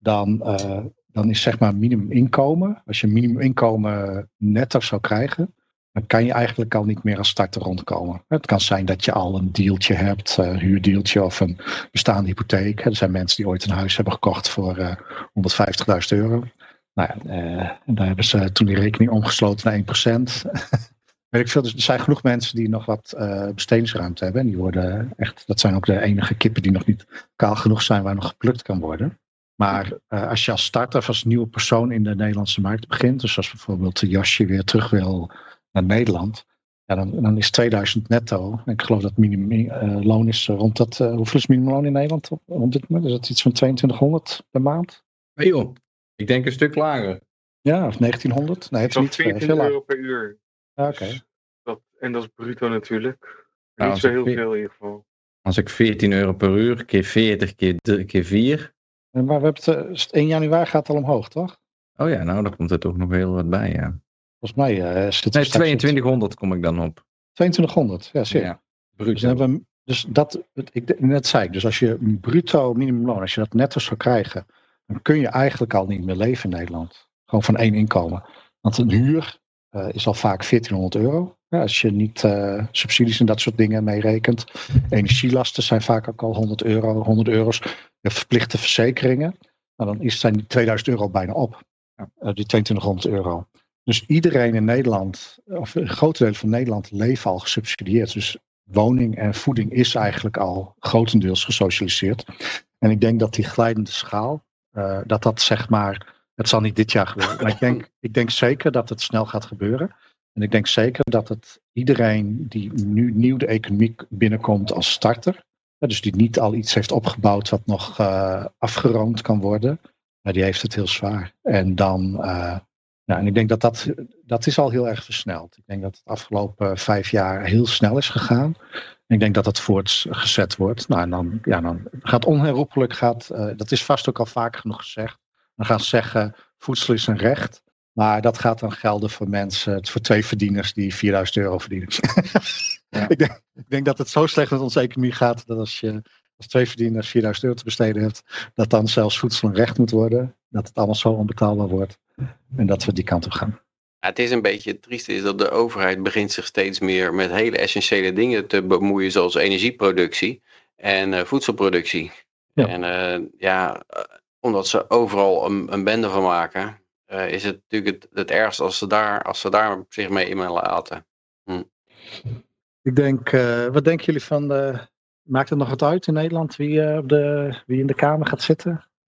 dan is zeg maar minimuminkomen, als je minimuminkomen netto zou krijgen, dan kan je eigenlijk al niet meer als starter rondkomen. Het kan zijn dat je al een dealtje hebt, een huurdealtje of een bestaande hypotheek. Er zijn mensen die ooit een huis hebben gekocht voor €150.000. Nou ja, daar hebben ze toen die rekening omgesloten naar 1%. Weet ik veel. Dus er zijn genoeg mensen die nog wat bestedingsruimte hebben. En die worden echt, dat zijn ook de enige kippen die nog niet kaal genoeg zijn waar nog geplukt kan worden. Maar als je als starter of als nieuwe persoon in de Nederlandse markt begint, dus als bijvoorbeeld Josje weer terug wil naar Nederland, ja, dan is 2000 netto. En ik geloof dat minimumloon is rond dat. Hoeveel is minimumloon in Nederland op dit moment? Is dat iets van 2200 per maand? Nee joh, ik denk een stuk lager. Ja, of 1900? Nee, het is niet €14 euro per uur. Ja, oké. Dus en dat is bruto natuurlijk. Nou, niet zo heel veel in ieder geval. Als ik €14 per uur, keer 40, keer 4. Maar we hebben 1 januari gaat het al omhoog, toch? Oh ja, nou dan komt er toch nog heel wat bij, ja. Volgens mij zit Nee, 2200 kom ik dan op. 2200, ja zeker. Ja, bruto. Net zei ik, dus als je bruto minimumloon, als je dat netto zou krijgen, dan kun je eigenlijk al niet meer leven in Nederland. Gewoon van 1 inkomen. Want een huur is al vaak €1400. Ja, als je niet subsidies en dat soort dingen meerekent. Energielasten zijn vaak ook al €100, €100. Je hebt verplichte verzekeringen. Nou, dan zijn die €2000 bijna op. Die €2200. Dus iedereen in Nederland, of een groot deel van Nederland, leven al gesubsidieerd. Dus woning en voeding is eigenlijk al grotendeels gesocialiseerd. En ik denk dat die glijdende schaal, dat zeg maar, het zal niet dit jaar gebeuren. Maar ik denk zeker dat het snel gaat gebeuren. En ik denk zeker dat het iedereen die nu nieuw de economie binnenkomt als starter, dus die niet al iets heeft opgebouwd wat nog afgeroomd kan worden, die heeft het heel zwaar. En dan, en ik denk dat is al heel erg versneld. Ik denk dat het afgelopen 5 jaar heel snel is gegaan. En ik denk dat het voortgezet wordt. Nou, en dan gaat onherroepelijk, dat is vast ook al vaak genoeg gezegd. Dan gaan ze zeggen, voedsel is een recht. Maar dat gaat dan gelden voor mensen, voor 2 verdieners die €4000 verdienen. Ja. ik denk dat het zo slecht met onze economie gaat, dat als 2 verdieners €4000 te besteden hebt, dat dan zelfs voedsel een recht moet worden. Dat het allemaal zo onbetaalbaar wordt. En dat we die kant op gaan. Ja, het is een beetje triest is dat de overheid begint zich steeds meer met hele essentiële dingen te bemoeien, zoals energieproductie en voedselproductie. Ja. En omdat ze overal een bende van maken, is het natuurlijk het ergst als ze daar zich mee in laten. Ik denk, wat denken jullie van maakt het nog wat uit in Nederland wie in de Kamer gaat zitten?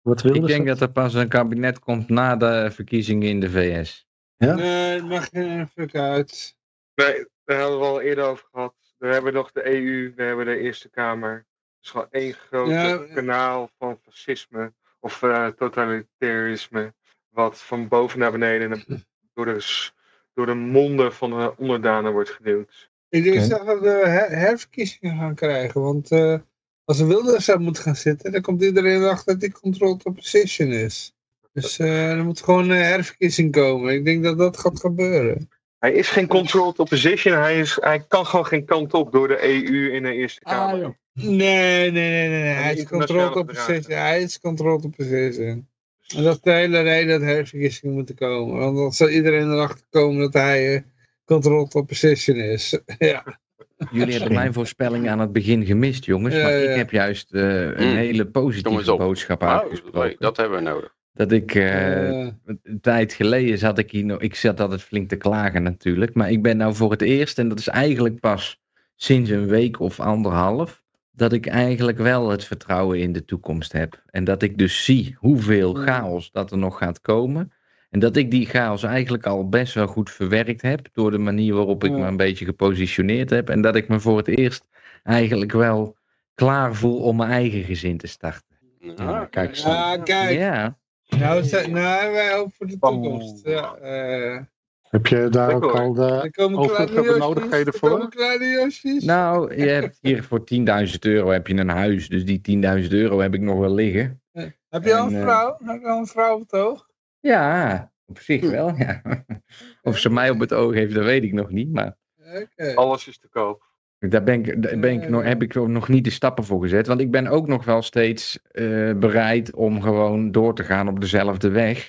Wat wilde Ik denk ze? dat er pas een kabinet komt na de verkiezingen in de VS. Ja? Nee, het mag geen fuck uit. Nee, daar hebben we al eerder over gehad. We hebben nog de EU, we hebben de Eerste Kamer. Het is gewoon één groot kanaal van fascisme of totalitarisme. Wat van boven naar beneden door de monden van de onderdanen wordt geduwd. Ik denk dat we herverkiezingen gaan krijgen. Want als Wilders zou moeten gaan zitten, dan komt iedereen erachter dat hij controlled opposition is. Dus er moet gewoon een herverkiezing komen. Ik denk dat dat gaat gebeuren. Hij is geen controlled opposition. Hij kan gewoon geen kant op door de EU in de Eerste Kamer. Nee. Hij is controlled opposition. Hij is controlled opposition. En dat is de hele reden dat herverkiezingen moeten komen. Want dan zal iedereen erachter komen dat hij controlled opposition is. Ja. Jullie hebben mijn voorspelling aan het begin gemist, jongens. Maar ik heb juist een hele positieve boodschap uitgesproken. Dat hebben we nodig. Dat ik, een tijd geleden zat ik hier nog, ik zat altijd flink te klagen natuurlijk. Maar ik ben nou voor het eerst, en dat is eigenlijk pas sinds een week of anderhalf, dat ik eigenlijk wel het vertrouwen in de toekomst heb. En dat ik dus zie hoeveel chaos dat er nog gaat komen. En dat ik die chaos eigenlijk al best wel goed verwerkt heb. Door de manier waarop ik me een beetje gepositioneerd heb. En dat ik me voor het eerst eigenlijk wel klaar voel om mijn eigen gezin te starten. Kijk. Ja. Nou, wij hopen voor de toekomst. Ja, heb je daar ook al de overige benodigdheden voor? Nou, je hebt hier voor €10.000 heb je een huis. Dus die €10.000 heb ik nog wel liggen. Heb je al een vrouw? Heb je al een vrouw op het oog? Ja, op zich wel, ja. Of ze mij op het oog heeft, dat weet ik nog niet. Maar alles is te koop. Daar heb ik nog niet de stappen voor gezet. Want ik ben ook nog wel steeds bereid om gewoon door te gaan op dezelfde weg.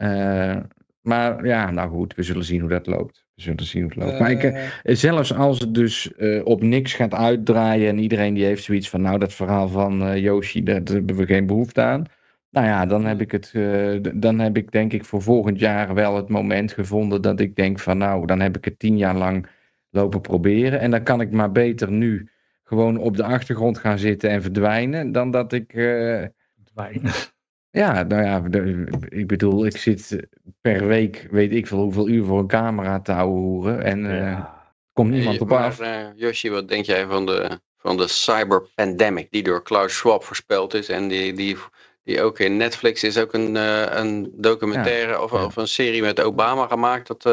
Maar ja, nou goed, we zullen zien hoe dat loopt. Maar zelfs als het dus op niks gaat uitdraaien en iedereen die heeft zoiets van, nou dat verhaal van Yoshi, daar hebben we geen behoefte aan. Nou ja, dan heb ik denk ik voor volgend jaar wel het moment gevonden dat ik denk van, nou dan heb ik het 10 jaar lang lopen proberen. En dan kan ik maar beter nu gewoon op de achtergrond gaan zitten en verdwijnen, dan dat ik... Verdwijnen? Ja, nou ja, ik bedoel, ik zit per week, weet ik veel hoeveel uur voor een camera te ouwehoeren. En komt niemand op af. Yoshi, wat denk jij van de cyberpandemic die door Klaus Schwab voorspeld is en die ook in Netflix is ook een documentaire of een serie met Obama gemaakt. Dat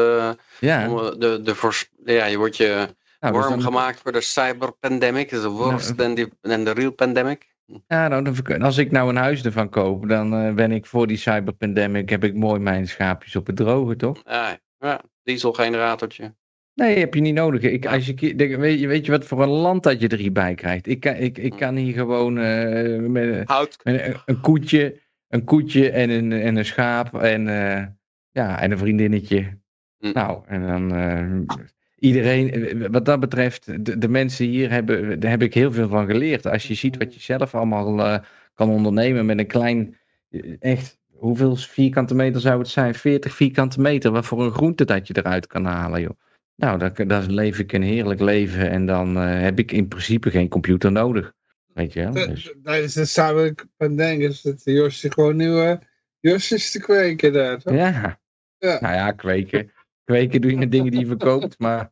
je wordt warm gemaakt voor de cyberpandemic. Dat is worse dan de real pandemic. Ja, nou, als ik nou een huis ervan koop, dan ben ik voor die cyberpandemic, heb ik mooi mijn schaapjes op het droge, toch? Ja, dieselgeneratortje. Nee, heb je niet nodig. Weet je wat voor een land dat je er hierbij krijgt? Ik kan hier gewoon met een koetje en een schaap en een vriendinnetje. Nou, en dan iedereen, wat dat betreft, de mensen hier daar heb ik heel veel van geleerd. Als je ziet wat je zelf allemaal kan ondernemen met een klein, echt, hoeveel vierkante meter zou het zijn? 40 vierkante meter, wat voor een groente dat je eruit kan halen, joh. Nou, dan leef ik een heerlijk leven en dan heb ik in principe geen computer nodig. Weet je wel? Tijdens de cyberpandemic is het Josje gewoon nieuwe Josjes te kweken daar, toch? Ja. Nou ja, kweken. Kweken doe je met dingen die je verkoopt, maar...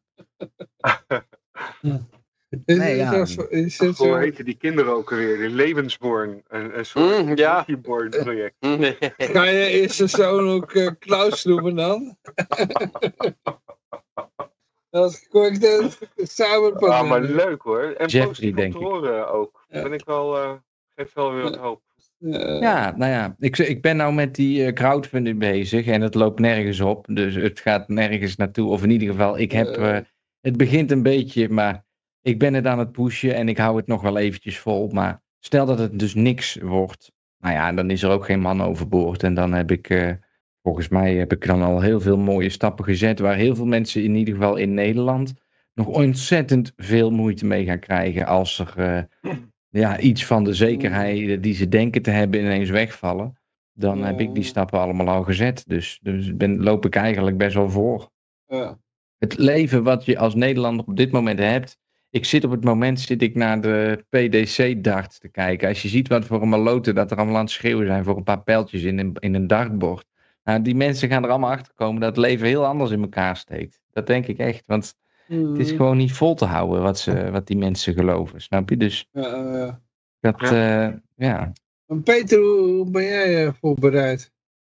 Hoe heten die kinderen ook alweer? De Levensborn. Een soort Levensborn project. Ga je eerste zoon ook Klaus noemen dan? Dat is correct. Cyberpunk. Maar leuk hoor. En Jeffrey, denk ik. Ook. Ben ik wel... geeft wel weer wat hoop. Ja, nou ja, ik ben nou met die crowdfunding bezig en het loopt nergens op. Dus het gaat nergens naartoe. Of in ieder geval, het begint een beetje, maar ik ben het aan het pushen en ik hou het nog wel eventjes vol. Maar stel dat het dus niks wordt, nou ja, dan is er ook geen man overboord. En dan heb ik, volgens mij heb ik dan al heel veel mooie stappen gezet, waar heel veel mensen in ieder geval in Nederland nog ontzettend veel moeite mee gaan krijgen als er... iets van de zekerheid die ze denken te hebben ineens wegvallen, dan heb ik die stappen allemaal al gezet. Dus loop ik eigenlijk best wel voor. Ja. Het leven wat je als Nederlander op dit moment hebt, ik zit op het moment naar de PDC-darts te kijken. Als je ziet wat voor een maloten dat er allemaal aan het schreeuwen zijn voor een paar pijltjes in een dartbord. Nou, die mensen gaan er allemaal achter komen dat het leven heel anders in elkaar steekt. Dat denk ik echt, want het is gewoon niet vol te houden wat die mensen geloven, snap je? Dus ja. En Peter, hoe ben jij voorbereid?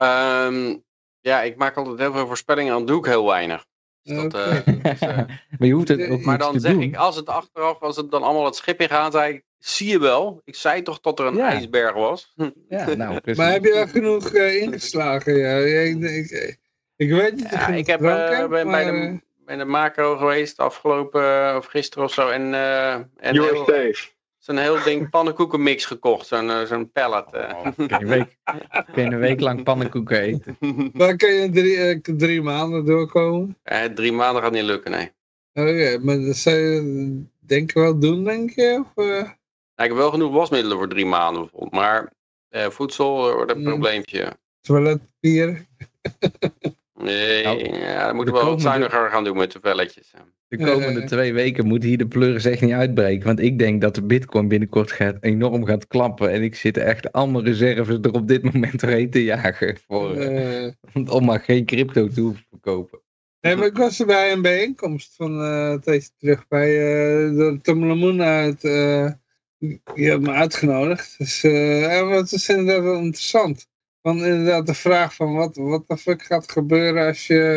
Ja, ik maak altijd heel veel voorspellingen, dan doe ik heel weinig. Dus maar je hoeft het ook maar niet dan te zeg doen. ik, als het dan allemaal het schip in gaat, zei ik, zie je wel, ik zei toch dat er een ijsberg was. Ja, nou, precies. Maar heb je wel genoeg ingeslagen? Ja? Ik weet niet. Ja, ik ben bij de macro geweest afgelopen, of gisteren of zo. En zo'n heel ding pannenkoekenmix gekocht, zo'n pallet. Kun je een week lang pannenkoeken eten. Waar kan je 3 maanden doorkomen? 3 maanden gaat niet lukken, nee. Oké, maar dat zou je denk ik wel doen, denk je? Of, Nou, ik heb wel genoeg wasmiddelen voor 3 maanden bijvoorbeeld, maar voedsel wordt een probleempje. Toiletpapier? Nee, dan moeten we wel wat zuiniger gaan doen met de velletjes. De komende 2 weken moet hier de pleuris echt niet uitbreken. Want ik denk dat de bitcoin binnenkort enorm gaat klappen. En ik zit echt allemaal reserves er op dit moment doorheen te jagen. Om maar geen crypto te hoeven verkopen. Nee, maar ik was er bij een bijeenkomst van een tijdje terug bij de Tom Lamoen uit. Die had me uitgenodigd. Dus het is inderdaad wel interessant. Want inderdaad de vraag van wat de fuck gaat gebeuren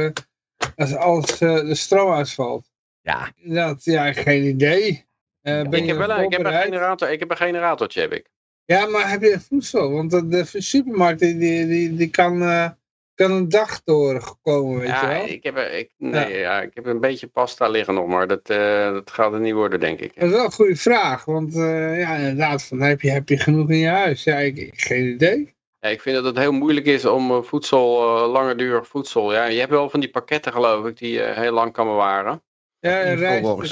als de stroom uitvalt. Ja. Inderdaad, ja, geen idee. Ik heb een generatortje, heb ik. Ja, maar heb je voedsel? Want de supermarkt die kan een dag doorkomen, weet je wel? Ik heb een beetje pasta liggen nog, maar dat gaat er niet worden, denk ik. Dat is wel een goede vraag, want inderdaad, heb je genoeg in je huis? Ja, ik geen idee. Ja, ik vind dat het heel moeilijk is om voedsel, langedurig voedsel. Ja, je hebt wel van die pakketten, geloof ik, die je heel lang kan bewaren. Ja, rijst.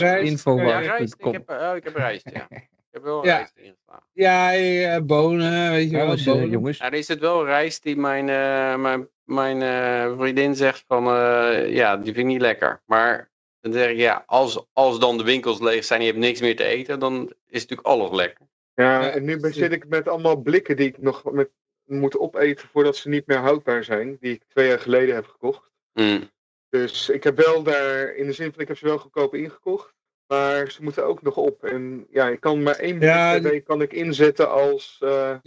Ik heb rijst, ja. Ik heb wel rijst ingeslagen. Ja, bonen, weet je wel. Bonen. Jongens. Nou, er is het wel rijst die mijn vriendin zegt van, die vind ik niet lekker. Maar dan zeg ik, ja, als dan de winkels leeg zijn en je hebt niks meer te eten, dan is natuurlijk alles lekker. Ja, en nu zit ik met allemaal blikken die ik nog moet opeten voordat ze niet meer houdbaar zijn. Die ik 2 jaar geleden heb gekocht. Dus ik heb wel daar, in de zin van ik heb ze wel goedkoop ingekocht. Maar ze moeten ook nog op. En ja, ik kan maar 1 blik per week kan ik inzetten als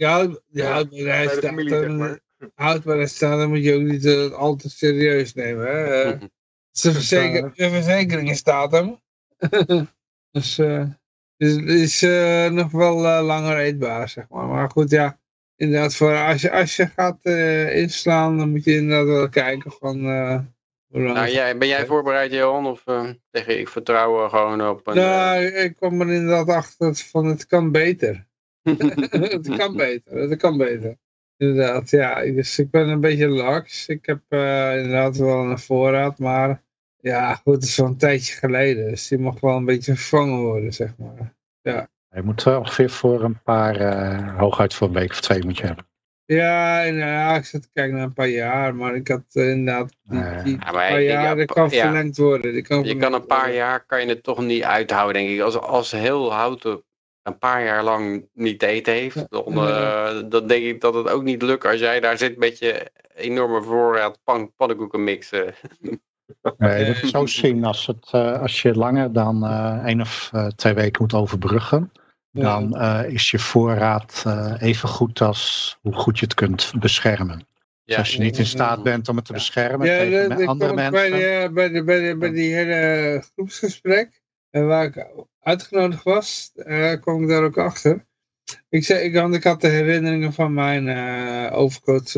houdbaarheid staat, dan moet je ook niet al te serieus nemen. Hè? De verzekering staat hem. Dus het is nog wel langer eetbaar, zeg maar. Maar goed, ja. Inderdaad, als je gaat inslaan, dan moet je inderdaad wel kijken van... ben jij voorbereid, Johan? Of tegen ik vertrouw gewoon op een... Nou, ik kwam er inderdaad achter van het kan beter. Het kan beter. Inderdaad, ja. Dus ik ben een beetje laks. Ik heb inderdaad wel een voorraad, maar ja, goed, het is wel een tijdje geleden. Dus die mag wel een beetje vervangen worden, zeg maar. Ja. Je moet ongeveer voor een paar, hooguit voor een week of 2 moet je hebben. Ja, ik zit te kijken naar een paar jaar, maar ik had inderdaad die paar jaar, dat kan verlengd worden. Je kan een paar jaar, kan je het toch niet uithouden, denk ik. Als heel houten een paar jaar lang niet te eten heeft, dan denk ik dat het ook niet lukt als jij daar zit met je enorme voorraad pannenkoeken mixen. Nee, dat is zo zien als je langer dan 1 of 2 weken moet overbruggen. Dan is je voorraad even goed als hoe goed je het kunt beschermen. Ja, dus als je niet in staat bent om het te beschermen tegen andere mensen. Bij die hele groepsgesprek, waar ik uitgenodigd was, kwam ik daar ook achter. Ik had de herinneringen van mijn overgroot,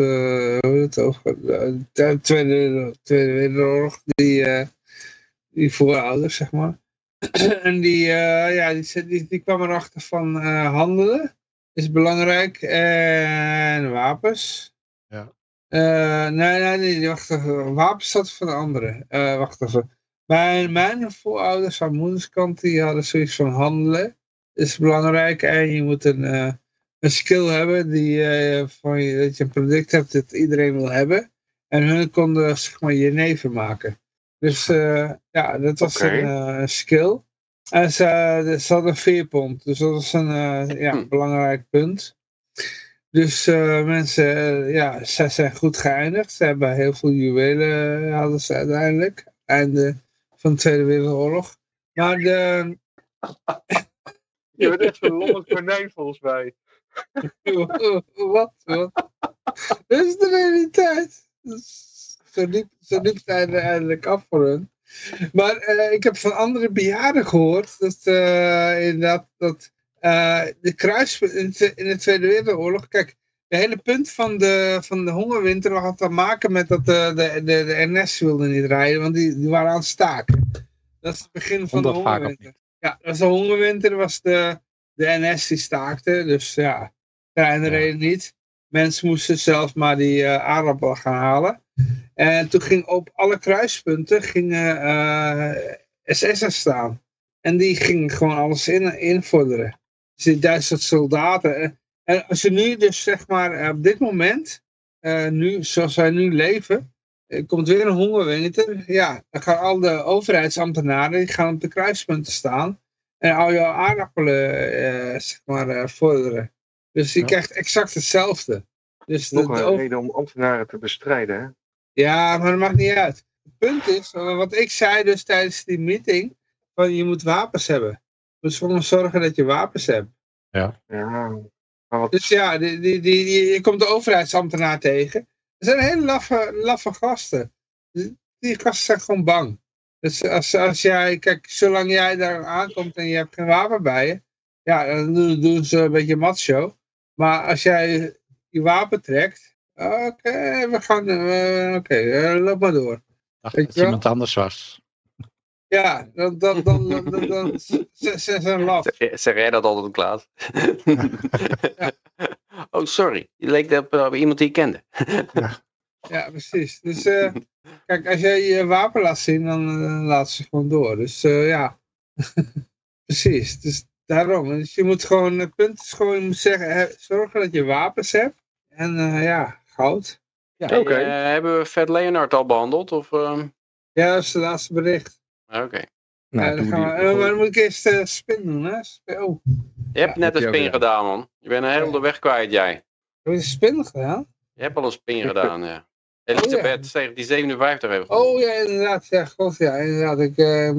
Tweede Wereldoorlog, die voorouders, zeg maar. En die kwam erachter van handelen is belangrijk en wapens. Ja. Nee, wacht even. Wapens zat van de andere. Wacht even. Mijn voorouders aan moederskant die hadden zoiets van handelen is belangrijk en je moet een skill hebben dat je een product hebt dat iedereen wil hebben. En hun konden zeg maar jenever maken. Dus dat was een skill. En ze hadden 4 pond. Dus dat was een belangrijk punt. Dus mensen, zij zijn goed geëindigd. Ze hebben heel veel juwelen hadden ze uiteindelijk. Einde van de Tweede Wereldoorlog. Maar Je bent echt zo'n lollig konijn volgens mij. Wat? Dat is de realiteit. Zo liep het eindelijk af voor hun. Maar ik heb van andere bejaarden gehoord dat inderdaad de kruispunten in de Tweede Wereldoorlog, kijk, de hele punt van de hongerwinter had te maken met dat de NS wilde niet rijden, want die waren aan het staken. Dat is het begin van de hongerwinter. Ja, dat was de hongerwinter, was de NS die staakte, dus ja, treinen reden niet. Mensen moesten zelf maar die aardappelen gaan halen. En toen ging op alle kruispunten SS'ers staan. En die gingen gewoon alles invorderen. Dus die Duitse soldaten. En als je nu dus zeg maar op dit moment, nu, zoals wij nu leven, komt weer een hongerwinter. Ja, dan gaan al de overheidsambtenaren, die gaan op de kruispunten staan. En al jouw aardappelen zeg maar vorderen. Dus je krijgt exact hetzelfde. Dus Nog een reden om ambtenaren te bestrijden, hè? Ja, maar dat maakt niet uit. Het punt is, wat ik zei dus tijdens die meeting, van je moet wapens hebben. Je moet gewoon zorgen dat je wapens hebt. Ja. Dus ja, je komt de overheidsambtenaar tegen. Er zijn hele laffe gasten. Die gasten zijn gewoon bang. Dus als jij, kijk, zolang jij daar aankomt en je hebt geen wapen bij je, ja, dan doen ze een beetje macho. Maar als jij je wapen trekt, oké, loop maar door. Dacht dat iemand anders was. Ja, dan ze zijn laf. Zeg jij dat altijd, Klaas? Ja. Oh, sorry. Je leek op iemand die je kende. Ja, precies. Dus kijk, als jij je wapen laat zien, dan laat ze gewoon door. Dus ja, precies. Dus daarom. Dus je moet gewoon, het punt is gewoon, je moet zeggen, zorgen dat je wapens hebt. En ja, goud. Ja, hebben we Vet Leonard al behandeld? Of, Ja, dat is het laatste bericht. Oké. Nou, maar dan moet ik eerst spin doen, hè? Je hebt net een spin gedaan, man. Je bent een hele weg kwijt, jij. Heb je een spin gedaan? Je hebt al een spin gedaan, ja. Elisabeth, 1957 heeft Oh ja, inderdaad. Ja, god, ja, inderdaad. Ik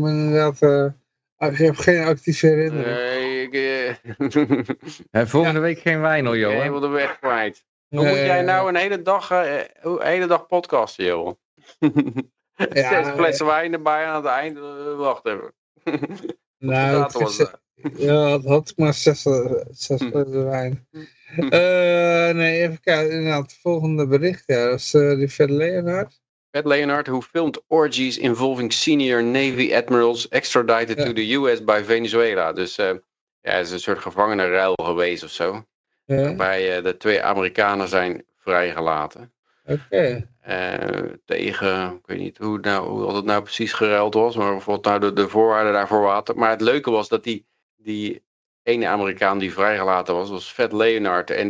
heb geen actieve herinnering. Nee, volgende week geen wijn hoor, Johan. Helemaal de weg kwijt. Hoe moet jij nou een hele dag podcasten, Johan? Zes flessen wijn erbij aan het eind. Wacht even. Nou, dat had ik maar 6 flessen wijn. Nee, even kijken. Inderdaad, het volgende bericht. Ja, dat is die Vet Leonard. Vet Leonard, who filmed orgies involving senior Navy admirals extradited to the US by Venezuela. Dus hij is een soort gevangenenruil geweest of zo. Waarbij de 2 Amerikanen zijn vrijgelaten. Oké. Tegen, ik weet niet hoe dat nou precies geruild was, maar of wat nou de voorwaarden daarvoor waren. Maar het leuke was dat die ene Amerikaan die vrijgelaten was Vet Leonard. En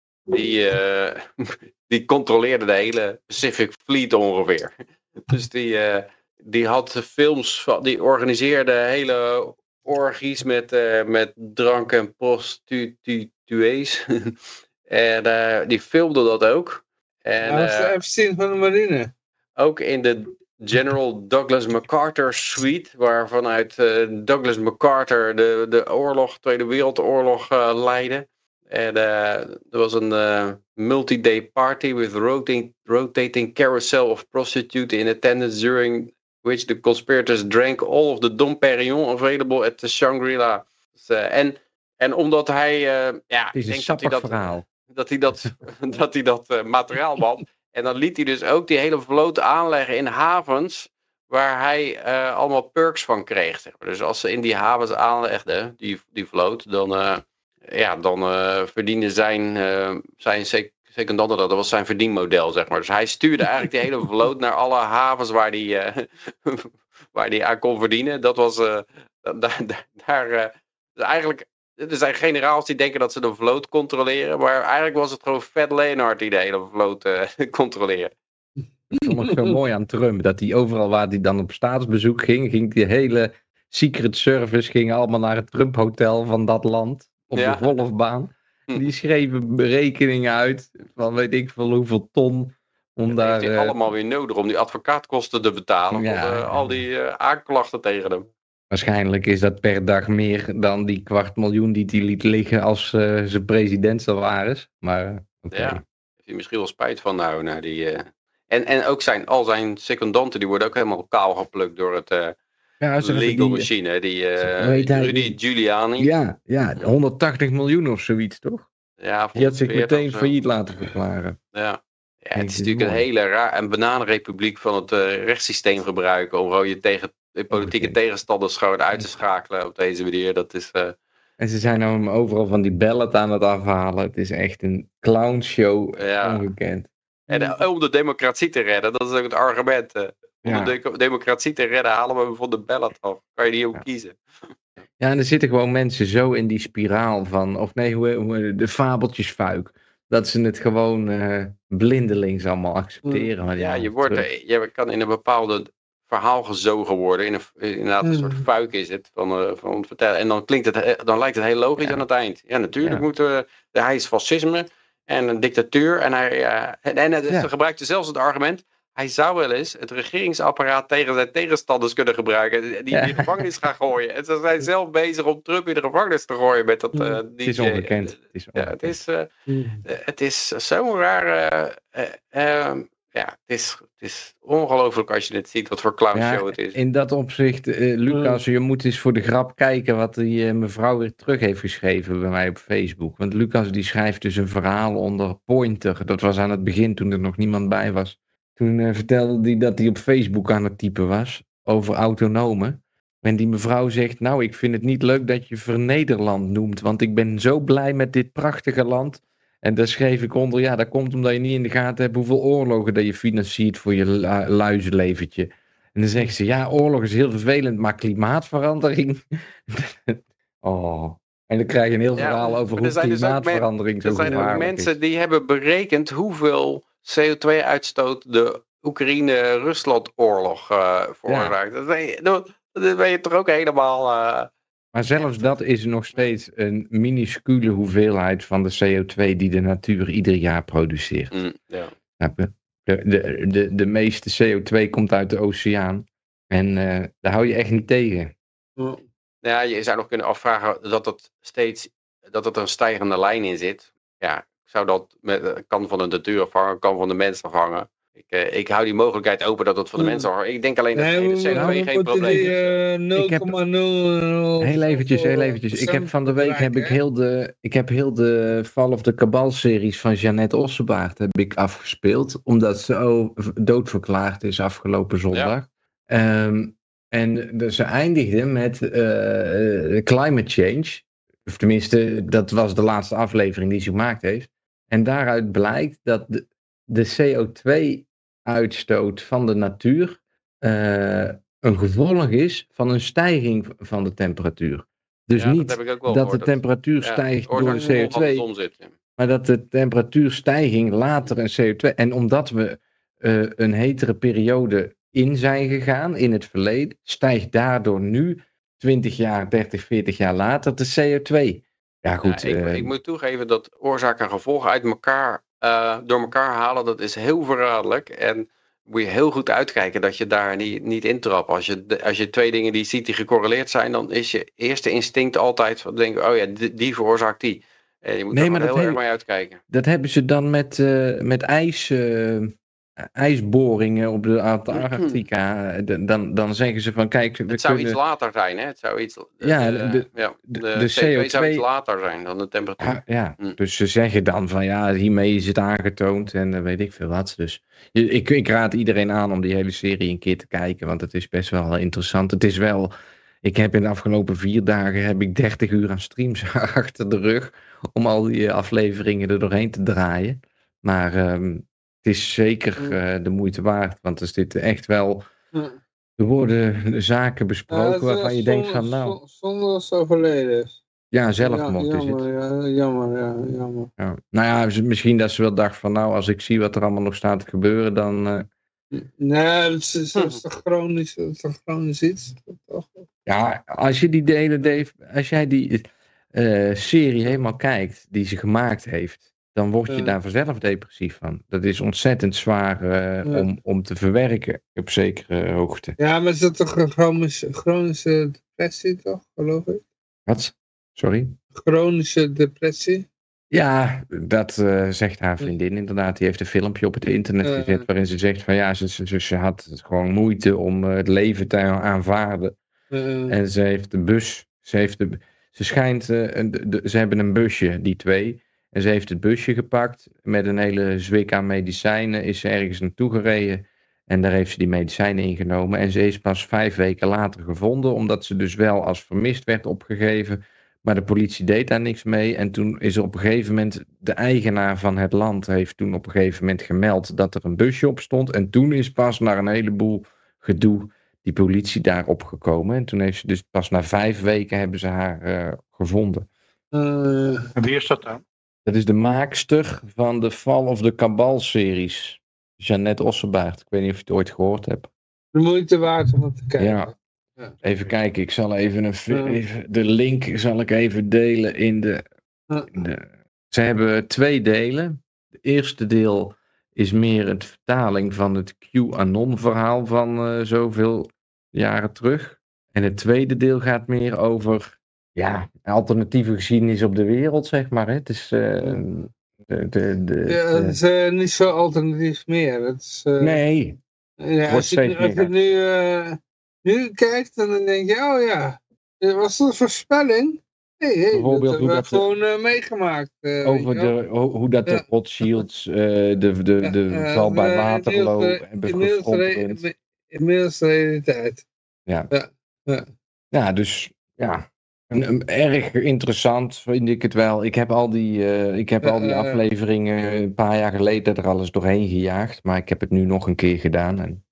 die controleerde de hele Pacific Fleet ongeveer. Dus die had films, die organiseerde hele orgies met drank en prostituees. En die filmde dat ook. En, was de Epstein van de marine. Ook in de General Douglas MacArthur suite, waar vanuit Douglas MacArthur de Tweede Wereldoorlog leidde. En er was een multi-day party with rotating carousel of prostitutes in attendance, during which the conspirators drank all of the Dom Perignon available at the Shangri-La. Dus, en omdat hij, ik denk dat hij dat materiaal had. En dan liet hij dus ook die hele vloot aanleggen in havens waar hij allemaal perks van kreeg. Zeg maar. Dus als ze in die havens aanlegden, die vloot, dan verdiende zijn secundanten dat was zijn verdienmodel, zeg maar. Dus hij stuurde eigenlijk de hele vloot naar alle havens waar die aan kon verdienen. Dat was eigenlijk. Er zijn generaals die denken dat ze de vloot controleren, maar eigenlijk was het gewoon Vet Leonard die de hele vloot controleerde. Ik vond het zo mooi aan Trump, dat hij overal waar hij dan op staatsbezoek ging die hele Secret Service gingen allemaal naar het Trump Hotel van dat land. Op Ja. de golfbaan. Die schreven berekeningen uit van weet ik veel hoeveel ton. Om Dat daar... heeft hij allemaal weer nodig om die advocaatkosten te betalen. Ja. Voor al die aanklachten tegen hem. Waarschijnlijk is dat per dag meer dan die 250.000 die hij liet liggen als zijn presidentssalaris. Maar oké. Ja, heeft hij misschien wel spijt van nou. Naar die, En ook al zijn secondanten die worden ook helemaal kaal geplukt door het Ja, ze hebben legal die- machine. Die hoe heet hij? Rudy Giuliani. Ja, 180 miljoen of zoiets toch? Ja, Die had zich 40 meteen of zo. failliet laten verklaren. Ja. Ja, het is Jezus, natuurlijk een mooi. hele raar een bananenrepubliek van het rechtssysteem gebruiken om gewoon je politieke Oké. tegenstanders gewoon uit te schakelen op deze manier. Dat is En ze zijn hem overal van die ballot aan het afhalen. Het is echt een clownshow, Ja. ongekend. en om de democratie te redden, dat is ook het argument. Om Ja. de democratie te redden halen we hem van de ballot af. Kan je niet op kiezen. Ja, en er zitten gewoon mensen zo in die spiraal van, of nee, de fabeltjesfuik. Dat ze het gewoon blindelings allemaal accepteren. Want Ja, terug. je kan in een bepaalde verhaal gezogen worden. Inderdaad een soort fuik is het van vertellen. En dan lijkt het heel logisch aan het eind. Ja, natuurlijk Ja. moeten we... Hij is fascisme en een dictatuur. En ze gebruikte zelfs het argument... Hij zou wel eens het regeringsapparaat tegen zijn tegenstanders kunnen gebruiken. Die in de gevangenis gaan gooien. En ze zijn zelf bezig om Trump in de gevangenis te gooien met dat Het is ongekend. Het is zo'n rare... het is ongelooflijk als je het ziet wat voor clownshow het is. In dat opzicht, Lucas, je moet eens voor de grap kijken wat die mevrouw weer terug heeft geschreven bij mij op Facebook. Want Lucas die schrijft dus een verhaal onder Pointer. Dat was aan het begin toen er nog niemand bij was. Toen vertelde hij dat hij op Facebook aan het typen was over autonomen. En die mevrouw zegt, nou ik vind het niet leuk dat je Vernederland noemt. Want ik ben zo blij met dit prachtige land. En daar schreef ik onder, ja dat komt omdat je niet in de gaten hebt hoeveel oorlogen dat je financiert voor je luizenleventje. En dan zegt ze, ja oorlog is heel vervelend, maar klimaatverandering. Oh. En dan krijg je een heel verhaal over hoe klimaatverandering zo gevaarlijk is. Er zijn ook mensen die hebben berekend hoeveel CO2-uitstoot de Oekraïne-Rusland-oorlog veroorzaakt. Dat ben je toch ook helemaal... Maar zelfs dat is nog steeds een minuscule hoeveelheid van de CO2 die de natuur ieder jaar produceert. Ja. De meeste CO2 komt uit de oceaan. En daar hou je echt niet tegen. Ja, je zou nog kunnen afvragen dat er een stijgende lijn in zit. Ja, kan van de natuur afhangen, kan van de mens afhangen. Ik hou die mogelijkheid open dat het van de mensen afhangt. Ik denk alleen dat CO2 geen probleem is. 0,00. Heel eventjes. Ik heb van de week heel de Fall of the Cabal series van Jeannette Ossebaard heb ik afgespeeld. Omdat ze doodverklaard is afgelopen zondag. Ja. En ze eindigde met climate change. Of tenminste, dat was de laatste aflevering die ze gemaakt heeft. En daaruit blijkt dat de CO2-uitstoot van de natuur een gevolg is van een stijging van de temperatuur. Dus niet dat de temperatuur stijgt door de CO2, maar dat de temperatuurstijging later een CO2... En omdat we een hetere periode in zijn gegaan in het verleden, stijgt daardoor nu 20 jaar, 30, 40 jaar later de CO2. Ja goed. Ik moet toegeven dat oorzaak en gevolg uit elkaar, door elkaar halen, dat is heel verraderlijk. En moet je heel goed uitkijken dat je daar niet intrapt. Als je twee dingen die ziet die gecorreleerd zijn, dan is je eerste instinct altijd van denken, oh ja, die veroorzaakt die. En je moet er heel erg mee uitkijken. Dat hebben ze dan met ijsboringen op de Antarctica. Dan zeggen ze van kijk... Het zou iets later zijn, hè? Het zou iets... De CO2 zou iets later zijn dan de temperatuur. Dus ze zeggen dan van ja, hiermee is het aangetoond en weet ik veel wat. Dus ik raad iedereen aan om die hele serie een keer te kijken, want het is best wel interessant. Het is wel... Ik heb in de afgelopen 4 dagen 30 uur aan streams achter de rug om al die afleveringen er doorheen te draaien. Maar het is zeker de moeite waard, want er zitten echt wel... Er worden zaken besproken waarvan je denkt van nou... Zonder als overleden is. Ja, zelfmoord is het. Jammer. Ja. Nou ja, misschien dat ze wel dacht van nou, als ik zie wat er allemaal nog staat te gebeuren, dan... Nee, dat is toch chronisch iets? Toch? Ja, als je die delen, Dave, als jij die serie helemaal kijkt, die ze gemaakt heeft, dan word je daar vanzelf depressief van. Dat is ontzettend zwaar om te verwerken op zekere hoogte. Ja, maar is dat toch een chronische depressie, toch? Geloof ik. Wat? Sorry? Chronische depressie? Ja, dat zegt haar vriendin inderdaad. Die heeft een filmpje op het internet gezet waarin ze zegt van ja, ze had gewoon moeite om het leven te aanvaarden. En ze heeft de bus, ze schijnt, ze hebben een busje, die twee. En ze heeft het busje gepakt met een hele zwik aan medicijnen, is ze ergens naartoe gereden. En daar heeft ze die medicijnen ingenomen. En ze is pas 5 weken later gevonden, omdat ze dus wel als vermist werd opgegeven. Maar de politie deed daar niks mee. En toen is er op een gegeven moment, de eigenaar van het land heeft toen op een gegeven moment gemeld dat er een busje op stond. En toen is pas na een heleboel gedoe die politie daarop gekomen. En toen heeft ze dus pas na 5 weken hebben ze haar gevonden. En wie is dat dan? Dat is de maakster van de Fall of the Cabal-series. Jeannette Ossenbaert. Ik weet niet of je het ooit gehoord hebt. De moeite waard om het te kijken. Ja. Even kijken, ik zal even de link zal ik even delen in de... Ze hebben 2 delen. Het eerste deel is meer een vertaling van het QAnon verhaal van zoveel jaren terug. En het tweede deel gaat meer over alternatieve geschiedenis op de wereld, zeg maar. Hè. Het is... het is niet zo alternatief meer. Het is, nee. Ja, als je nu kijkt, dan denk je, oh ja, was dat een voorspelling? Nee, bijvoorbeeld dat hebben we gewoon meegemaakt. Over hoe dat de Rothschilds de val bij Waterloo hebben gefronteerd. Inmiddels de realiteit. Ja, dus ja. Erg interessant vind ik het wel. Ik heb al die afleveringen een paar jaar geleden er alles doorheen gejaagd. Maar ik heb het nu nog een keer gedaan. En,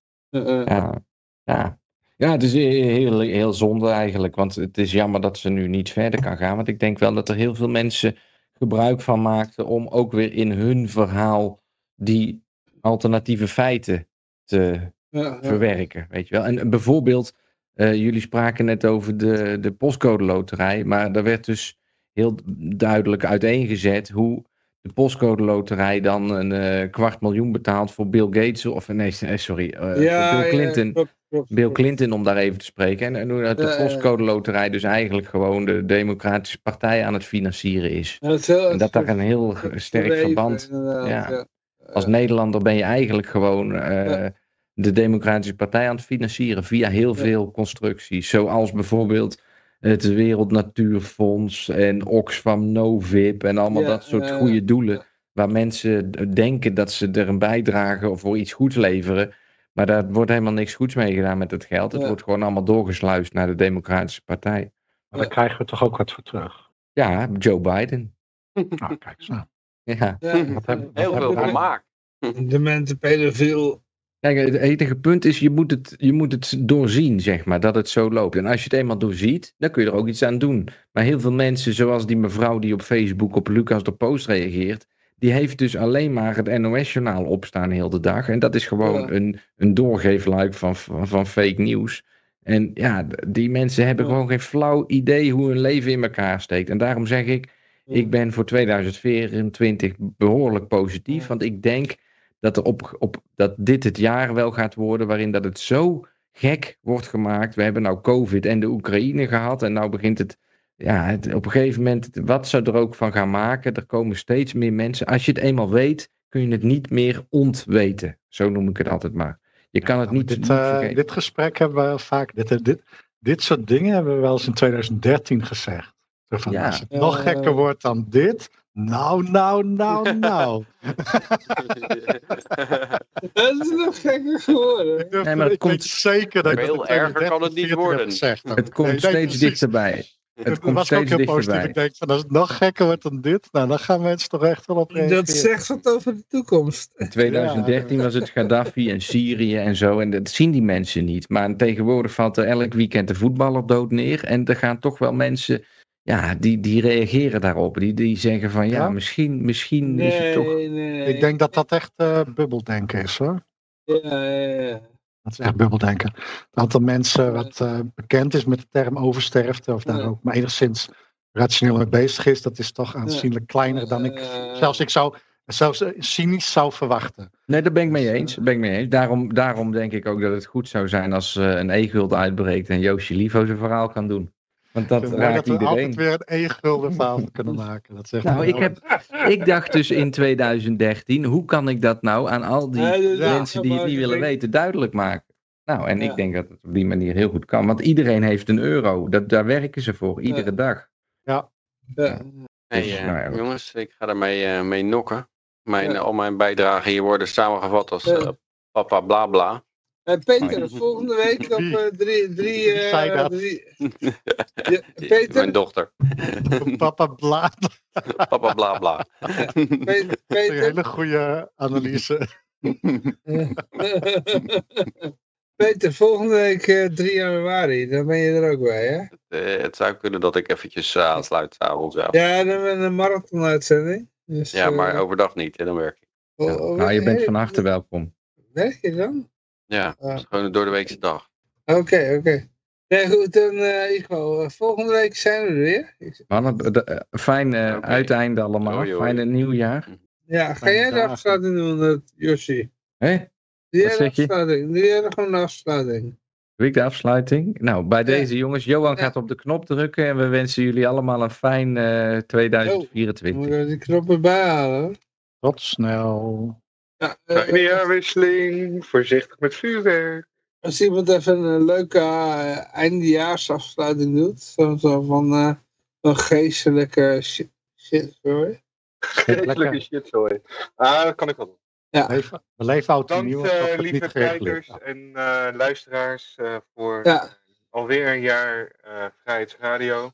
ja, het is heel, heel zonde eigenlijk. Want het is jammer dat ze nu niet verder kan gaan. Want ik denk wel dat er heel veel mensen gebruik van maakten om ook weer in hun verhaal die alternatieve feiten te verwerken. Weet je wel. En bijvoorbeeld... jullie spraken net over de postcode loterij, maar daar werd dus heel duidelijk uiteengezet hoe de postcode loterij dan een $250.000 betaalt voor Bill Gates, voor Bill Clinton. Klopt. Bill Clinton, om daar even te spreken. En hoe dat de postcode loterij dus eigenlijk gewoon de Democratische Partij aan het financieren is. En dat daar een heel sterk verband... Als Nederlander ben je eigenlijk gewoon... de Democratische Partij aan het financieren via heel veel constructies. Zoals bijvoorbeeld het Wereld Natuurfonds en Oxfam Novib en allemaal dat soort goede doelen. Waar mensen denken dat ze er een bijdrage of voor iets goeds leveren. Maar daar wordt helemaal niks goeds mee gedaan met het geld. Het wordt gewoon allemaal doorgesluist naar de Democratische Partij. Maar daar krijgen we toch ook wat voor terug? Ja, Joe Biden. Nou, kijk eens nou. Ja. Heel veel vermaakt. Demente pedofiel. Kijk, het enige punt is, je moet het doorzien, zeg maar, dat het zo loopt. En als je het eenmaal doorziet, dan kun je er ook iets aan doen. Maar heel veel mensen, zoals die mevrouw die op Facebook op Lucas de Post reageert, die heeft dus alleen maar het NOS-journaal opstaan heel de dag. En dat is gewoon een doorgeefluik van fake nieuws. En ja, die mensen hebben gewoon geen flauw idee hoe hun leven in elkaar steekt. En daarom zeg ik ben voor 2024 behoorlijk positief, want ik denk... dat dit het jaar wel gaat worden waarin dat het zo gek wordt gemaakt. We hebben nou COVID en de Oekraïne gehad en nou begint het op een gegeven moment, wat zou er ook van gaan maken? Er komen steeds meer mensen. Als je het eenmaal weet, kun je het niet meer ontweten. Zo noem ik het altijd maar. Je kan het niet vergeten. Dit gesprek hebben we vaak, dit soort dingen hebben we wel eens in 2013 gezegd. Als het nog gekker wordt dan dit... Nou. Dat is nog gekker geworden. Nee, maar het komt zeker dat heel erger kan het niet worden. Het komt steeds dichterbij. Het komt steeds dichterbij. Ik denk van als het nog gekker wordt dan dit, nou dan gaan mensen toch echt wel op reageren. Dat zegt wat over de toekomst. In 2013 was het Gaddafi en Syrië en zo. En dat zien die mensen niet. Maar tegenwoordig valt er elk weekend de voetballer dood neer. En er gaan toch wel mensen... Ja, die reageren daarop. Die zeggen van misschien is het toch... Nee. Ik denk dat dat echt bubbeldenken is hoor. Ja. Dat is echt bubbeldenken. Het aantal mensen wat bekend is met de term oversterfte, of daar ook maar enigszins rationeel mee bezig is, dat is toch aanzienlijk kleiner dan ik zelfs cynisch zou verwachten. Nee, daar ben ik mee eens. Daarom denk ik ook dat het goed zou zijn als een e-guld uitbreekt en Yoshi Livo zijn verhaal kan doen. Want dat raakt we iedereen. altijd weer een e-gulden verhaal kunnen maken. Dat zegt Ik dacht dus in 2013, hoe kan ik dat nou aan al die mensen die het niet willen weten duidelijk maken? Nou, en ik denk dat het op die manier heel goed kan. Want iedereen heeft een euro. Daar werken ze voor, iedere dag. Ja. Hey, jongens, ik ga ermee mee nokken. Al mijn bijdragen hier worden samengevat als papa bla bla. Peter, volgende week op Peter? Mijn dochter. Papa bla bla. Papa bla bla. Peter. Dat is een hele goede analyse. Peter, volgende week 3 januari, dan ben je er ook bij, hè? Het zou kunnen dat ik eventjes aansluit s'avonds. Ja, dan hebben we een marathon-uitzending. Dus, ja, maar overdag niet, hè, dan werk ik. Nou, je bent van harte welkom. Werk je dan? Ja, het is gewoon een doordeweekse dag. Oké. Nee, goed, dan Ivo, volgende week zijn we er weer. Mannen, fijn uiteinde allemaal. Fijne nieuwjaar. Ja, ga jij de afsluiting doen, Yoshi? Hé? Doe jij nog gewoon de afsluiting? Doe ik de afsluiting? Nou, bij deze jongens, Johan gaat op de knop drukken en we wensen jullie allemaal een fijn 2024. Moet ik die knop erbij halen? Tot snel. Fijne jaarwisseling, voorzichtig met vuurwerk. Als iemand even een leuke eindejaarsafsluiting doet, zo van een geestelijke shit, hoor. Geestelijke shit, sorry. Dat kan ik wel doen. Ja. We leven oud en Bedankt, nieuw. lieve kijkers en luisteraars, voor alweer een jaar Vrijheidsradio.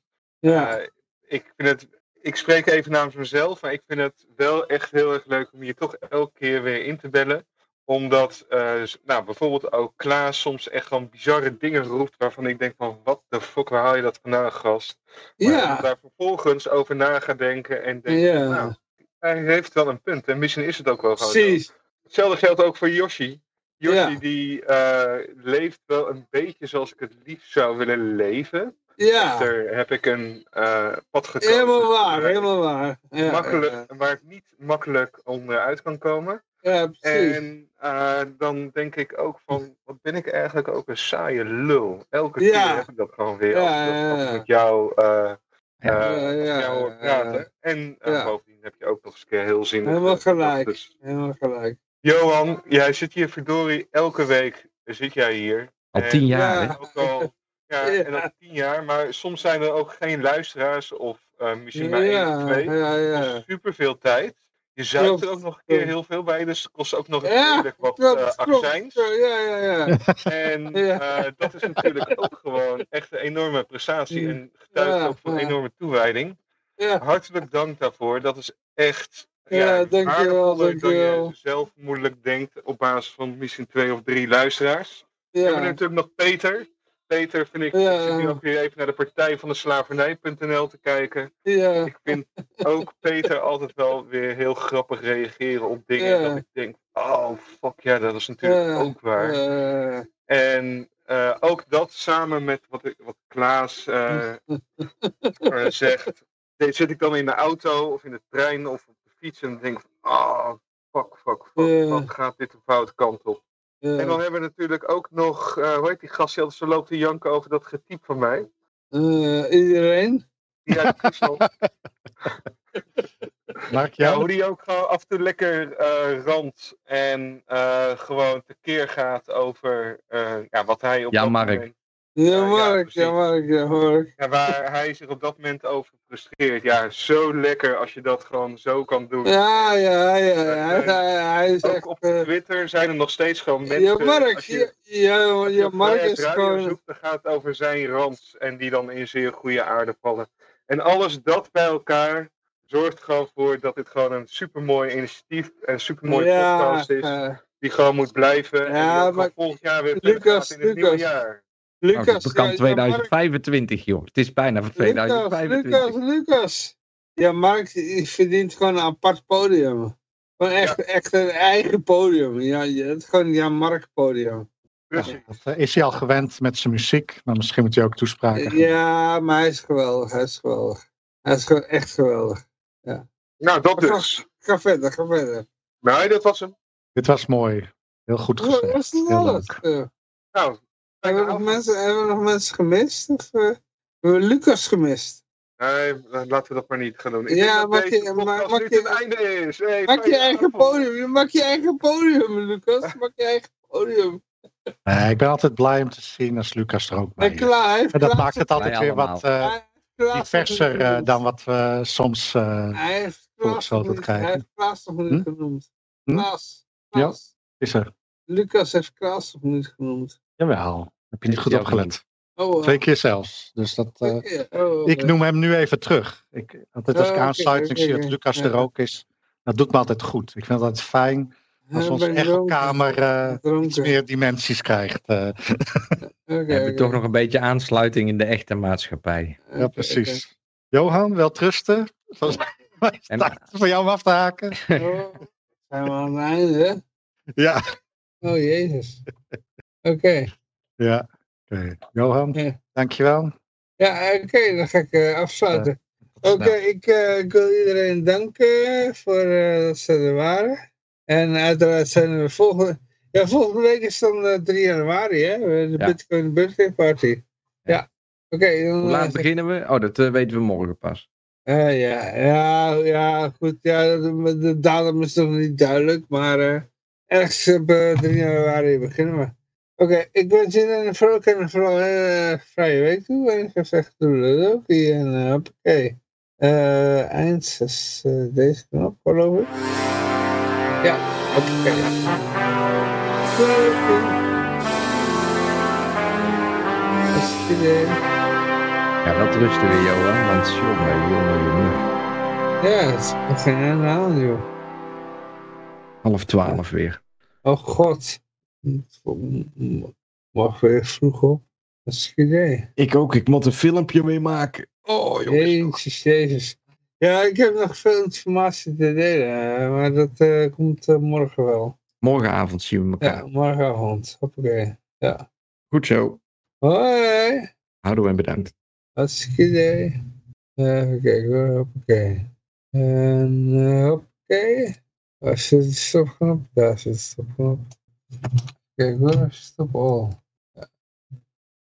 Ik spreek even namens mezelf, maar ik vind het wel echt heel erg leuk om je toch elke keer weer in te bellen. Omdat bijvoorbeeld ook Klaas soms echt gewoon bizarre dingen roept waarvan ik denk van, wat de fuck, waar haal je dat vandaan, gast? Maar om daar vervolgens over na gaan denken en denken, nou, hij heeft wel een punt en misschien is het ook wel gewoon zo. Hetzelfde geldt ook voor Yoshi. Yoshi die leeft wel een beetje zoals ik het liefst zou willen leven. Echter heb ik een pad gekozen. Helemaal waar. Waar ik niet makkelijk onderuit kan komen. Ja, precies. En dan denk ik ook van, wat ben ik eigenlijk ook een saaie lul. Elke keer heb ik dat gewoon weer als ik met jou hoor praten. En bovendien heb je ook nog eens een keer heel zinnig. Helemaal gelijk. Johan, jij zit hier verdorie elke week zit jij hier. Al 10 jaar, hè? En al 10 jaar, maar soms zijn er ook geen luisteraars of misschien maar 1 of 2. Dat is super veel tijd. Je zuipt er ook nog een keer heel veel bij, dus het kost ook nog redelijk wat accijns. En dat is natuurlijk ook gewoon echt een enorme prestatie en getuigt ook van enorme toewijding. Hartelijk dank daarvoor, dat is echt dankjewel. Dat je zelf moeilijk denkt op basis van misschien 2 of 3 luisteraars. We hebben natuurlijk nog Peter. Peter vind ik zit hier ook weer even naar de partij van de slavernij.nl te kijken. Ik vind ook Peter altijd wel weer heel grappig reageren op dingen dat ik denk, oh fuck ja, dat is natuurlijk ook waar. En ook dat samen met wat Klaas zegt, zit ik dan in de auto of in de trein of op de fiets en denk van, oh fuck, wat gaat dit een foute kant op. En dan hebben we natuurlijk ook nog, hoe heet die gast, zo loopt te janken over dat getyp van mij. Iedereen? Die uit Friesland. Hoe die ook gewoon af en toe lekker ramt en gewoon tekeer gaat over wat hij op dat moment... Mark. Waar hij zich op dat moment over frustreert. Ja, zo lekker als je dat gewoon zo kan doen. Hij is ook echt... op Twitter zijn er nog steeds gewoon mensen... Mark is gewoon... Dan gaat het over zijn rants en die dan in zeer goede aarde vallen. En alles dat bij elkaar zorgt gewoon voor dat dit gewoon een supermooi initiatief en supermooi podcast is. Die gewoon moet blijven. En die volgend jaar weer gaat in het nieuwe jaar. Lucas, het kan 2025, joh. Het is bijna van 2025. Lucas. Ja, Mark verdient gewoon een apart podium. Gewoon echt een eigen podium. Ja, het is gewoon een Mark podium. Precies. Dat is hij al gewend met zijn muziek, maar misschien moet hij ook toespraken gaan. Ja, maar hij is geweldig. Hij is geweldig. Hij is gewoon echt geweldig. Nou, dat dus. Ga verder. Nee, dat was hem. Dit was mooi. Heel goed Wat gezegd. is het Heel alles? leuk. Nou, Hebben we nog mensen gemist? Of hebben we Lucas gemist? nee, laten we dat maar niet gaan doen. Ik Ja, denk dat deze podcast nu ten einde is. Hey, Maak je fijne eigen avond. podium. Maak je eigen podium, Lucas. Maak je eigen podium. Ik ben altijd blij om te zien als Lucas er ook bij En is. klaar. En dat maakt het altijd Wij weer allemaal. wat diverser dan wat we soms... Hij heeft Klaas zal nog dat niet- krijgen. hij heeft Klaas nog niet genoemd. Klaas. is er. Lucas heeft Klaas nog niet genoemd. Jawel. Heb je niet Heeft goed hij ook opgelet. Oh, 2 keer zelfs. Dus dat... oh, ik noem hem nu even terug. Altijd als ik oké, aansluit en ik zie oké. dat Lucas Ja. er ook is. Dat doet me altijd goed. Ik vind het altijd fijn als Ik onze ben echokamer dronken. iets meer dimensies krijgt. Oké, We hebben toch nog een beetje aansluiting in de echte maatschappij. Ja, precies. Johan, wel trusten? Volgens mij is het tijd voor jou om af te haken. Oh, zijn we aan het einde? Ja. Oh, jezus. Oké. Ja. Oké. Johan, Ja. dankjewel. Ja, oké, dan ga ik afsluiten. Oké, ik wil iedereen danken voor dat ze er waren. En uiteraard zijn we volgende week is dan 3 januari, hè? De Ja. Bitcoin Birthday Party. Ja, oké. Dan, Hoe laat beginnen we? Oh, dat weten we morgen pas. ja, goed. Ja, de datum is nog niet duidelijk, maar ergens op 3 januari beginnen we. Oké, ik wens iedereen een vrolijke en vooral een hele vrije week toe. En ik ga zeggen doei en hoppakee. Eind is deze knop, geloof ik. Ja, hoppakee. Dat is het idee. Ja, wel rusten weer, Johan. Want jongen. Ja, het is nog geen einde aan, joh. 11:30 weer. Oh god. Mag weer vroeg op. Dat is het idee. Ik ook. Ik moet een filmpje mee maken. Oh, Jezus. Ja, ik heb nog veel informatie te delen, maar dat komt morgen wel. Morgenavond zien we elkaar. Ja, morgenavond. Hoppakee. Ja. Goed zo. Hoi. Houdoe en bedankt. Hartstikke idee. Even kijken hoor. Hoppakee. En hoppakee. Waar zit de stopknop? Daar zit de stopknop. Kijk hoor. Stop all.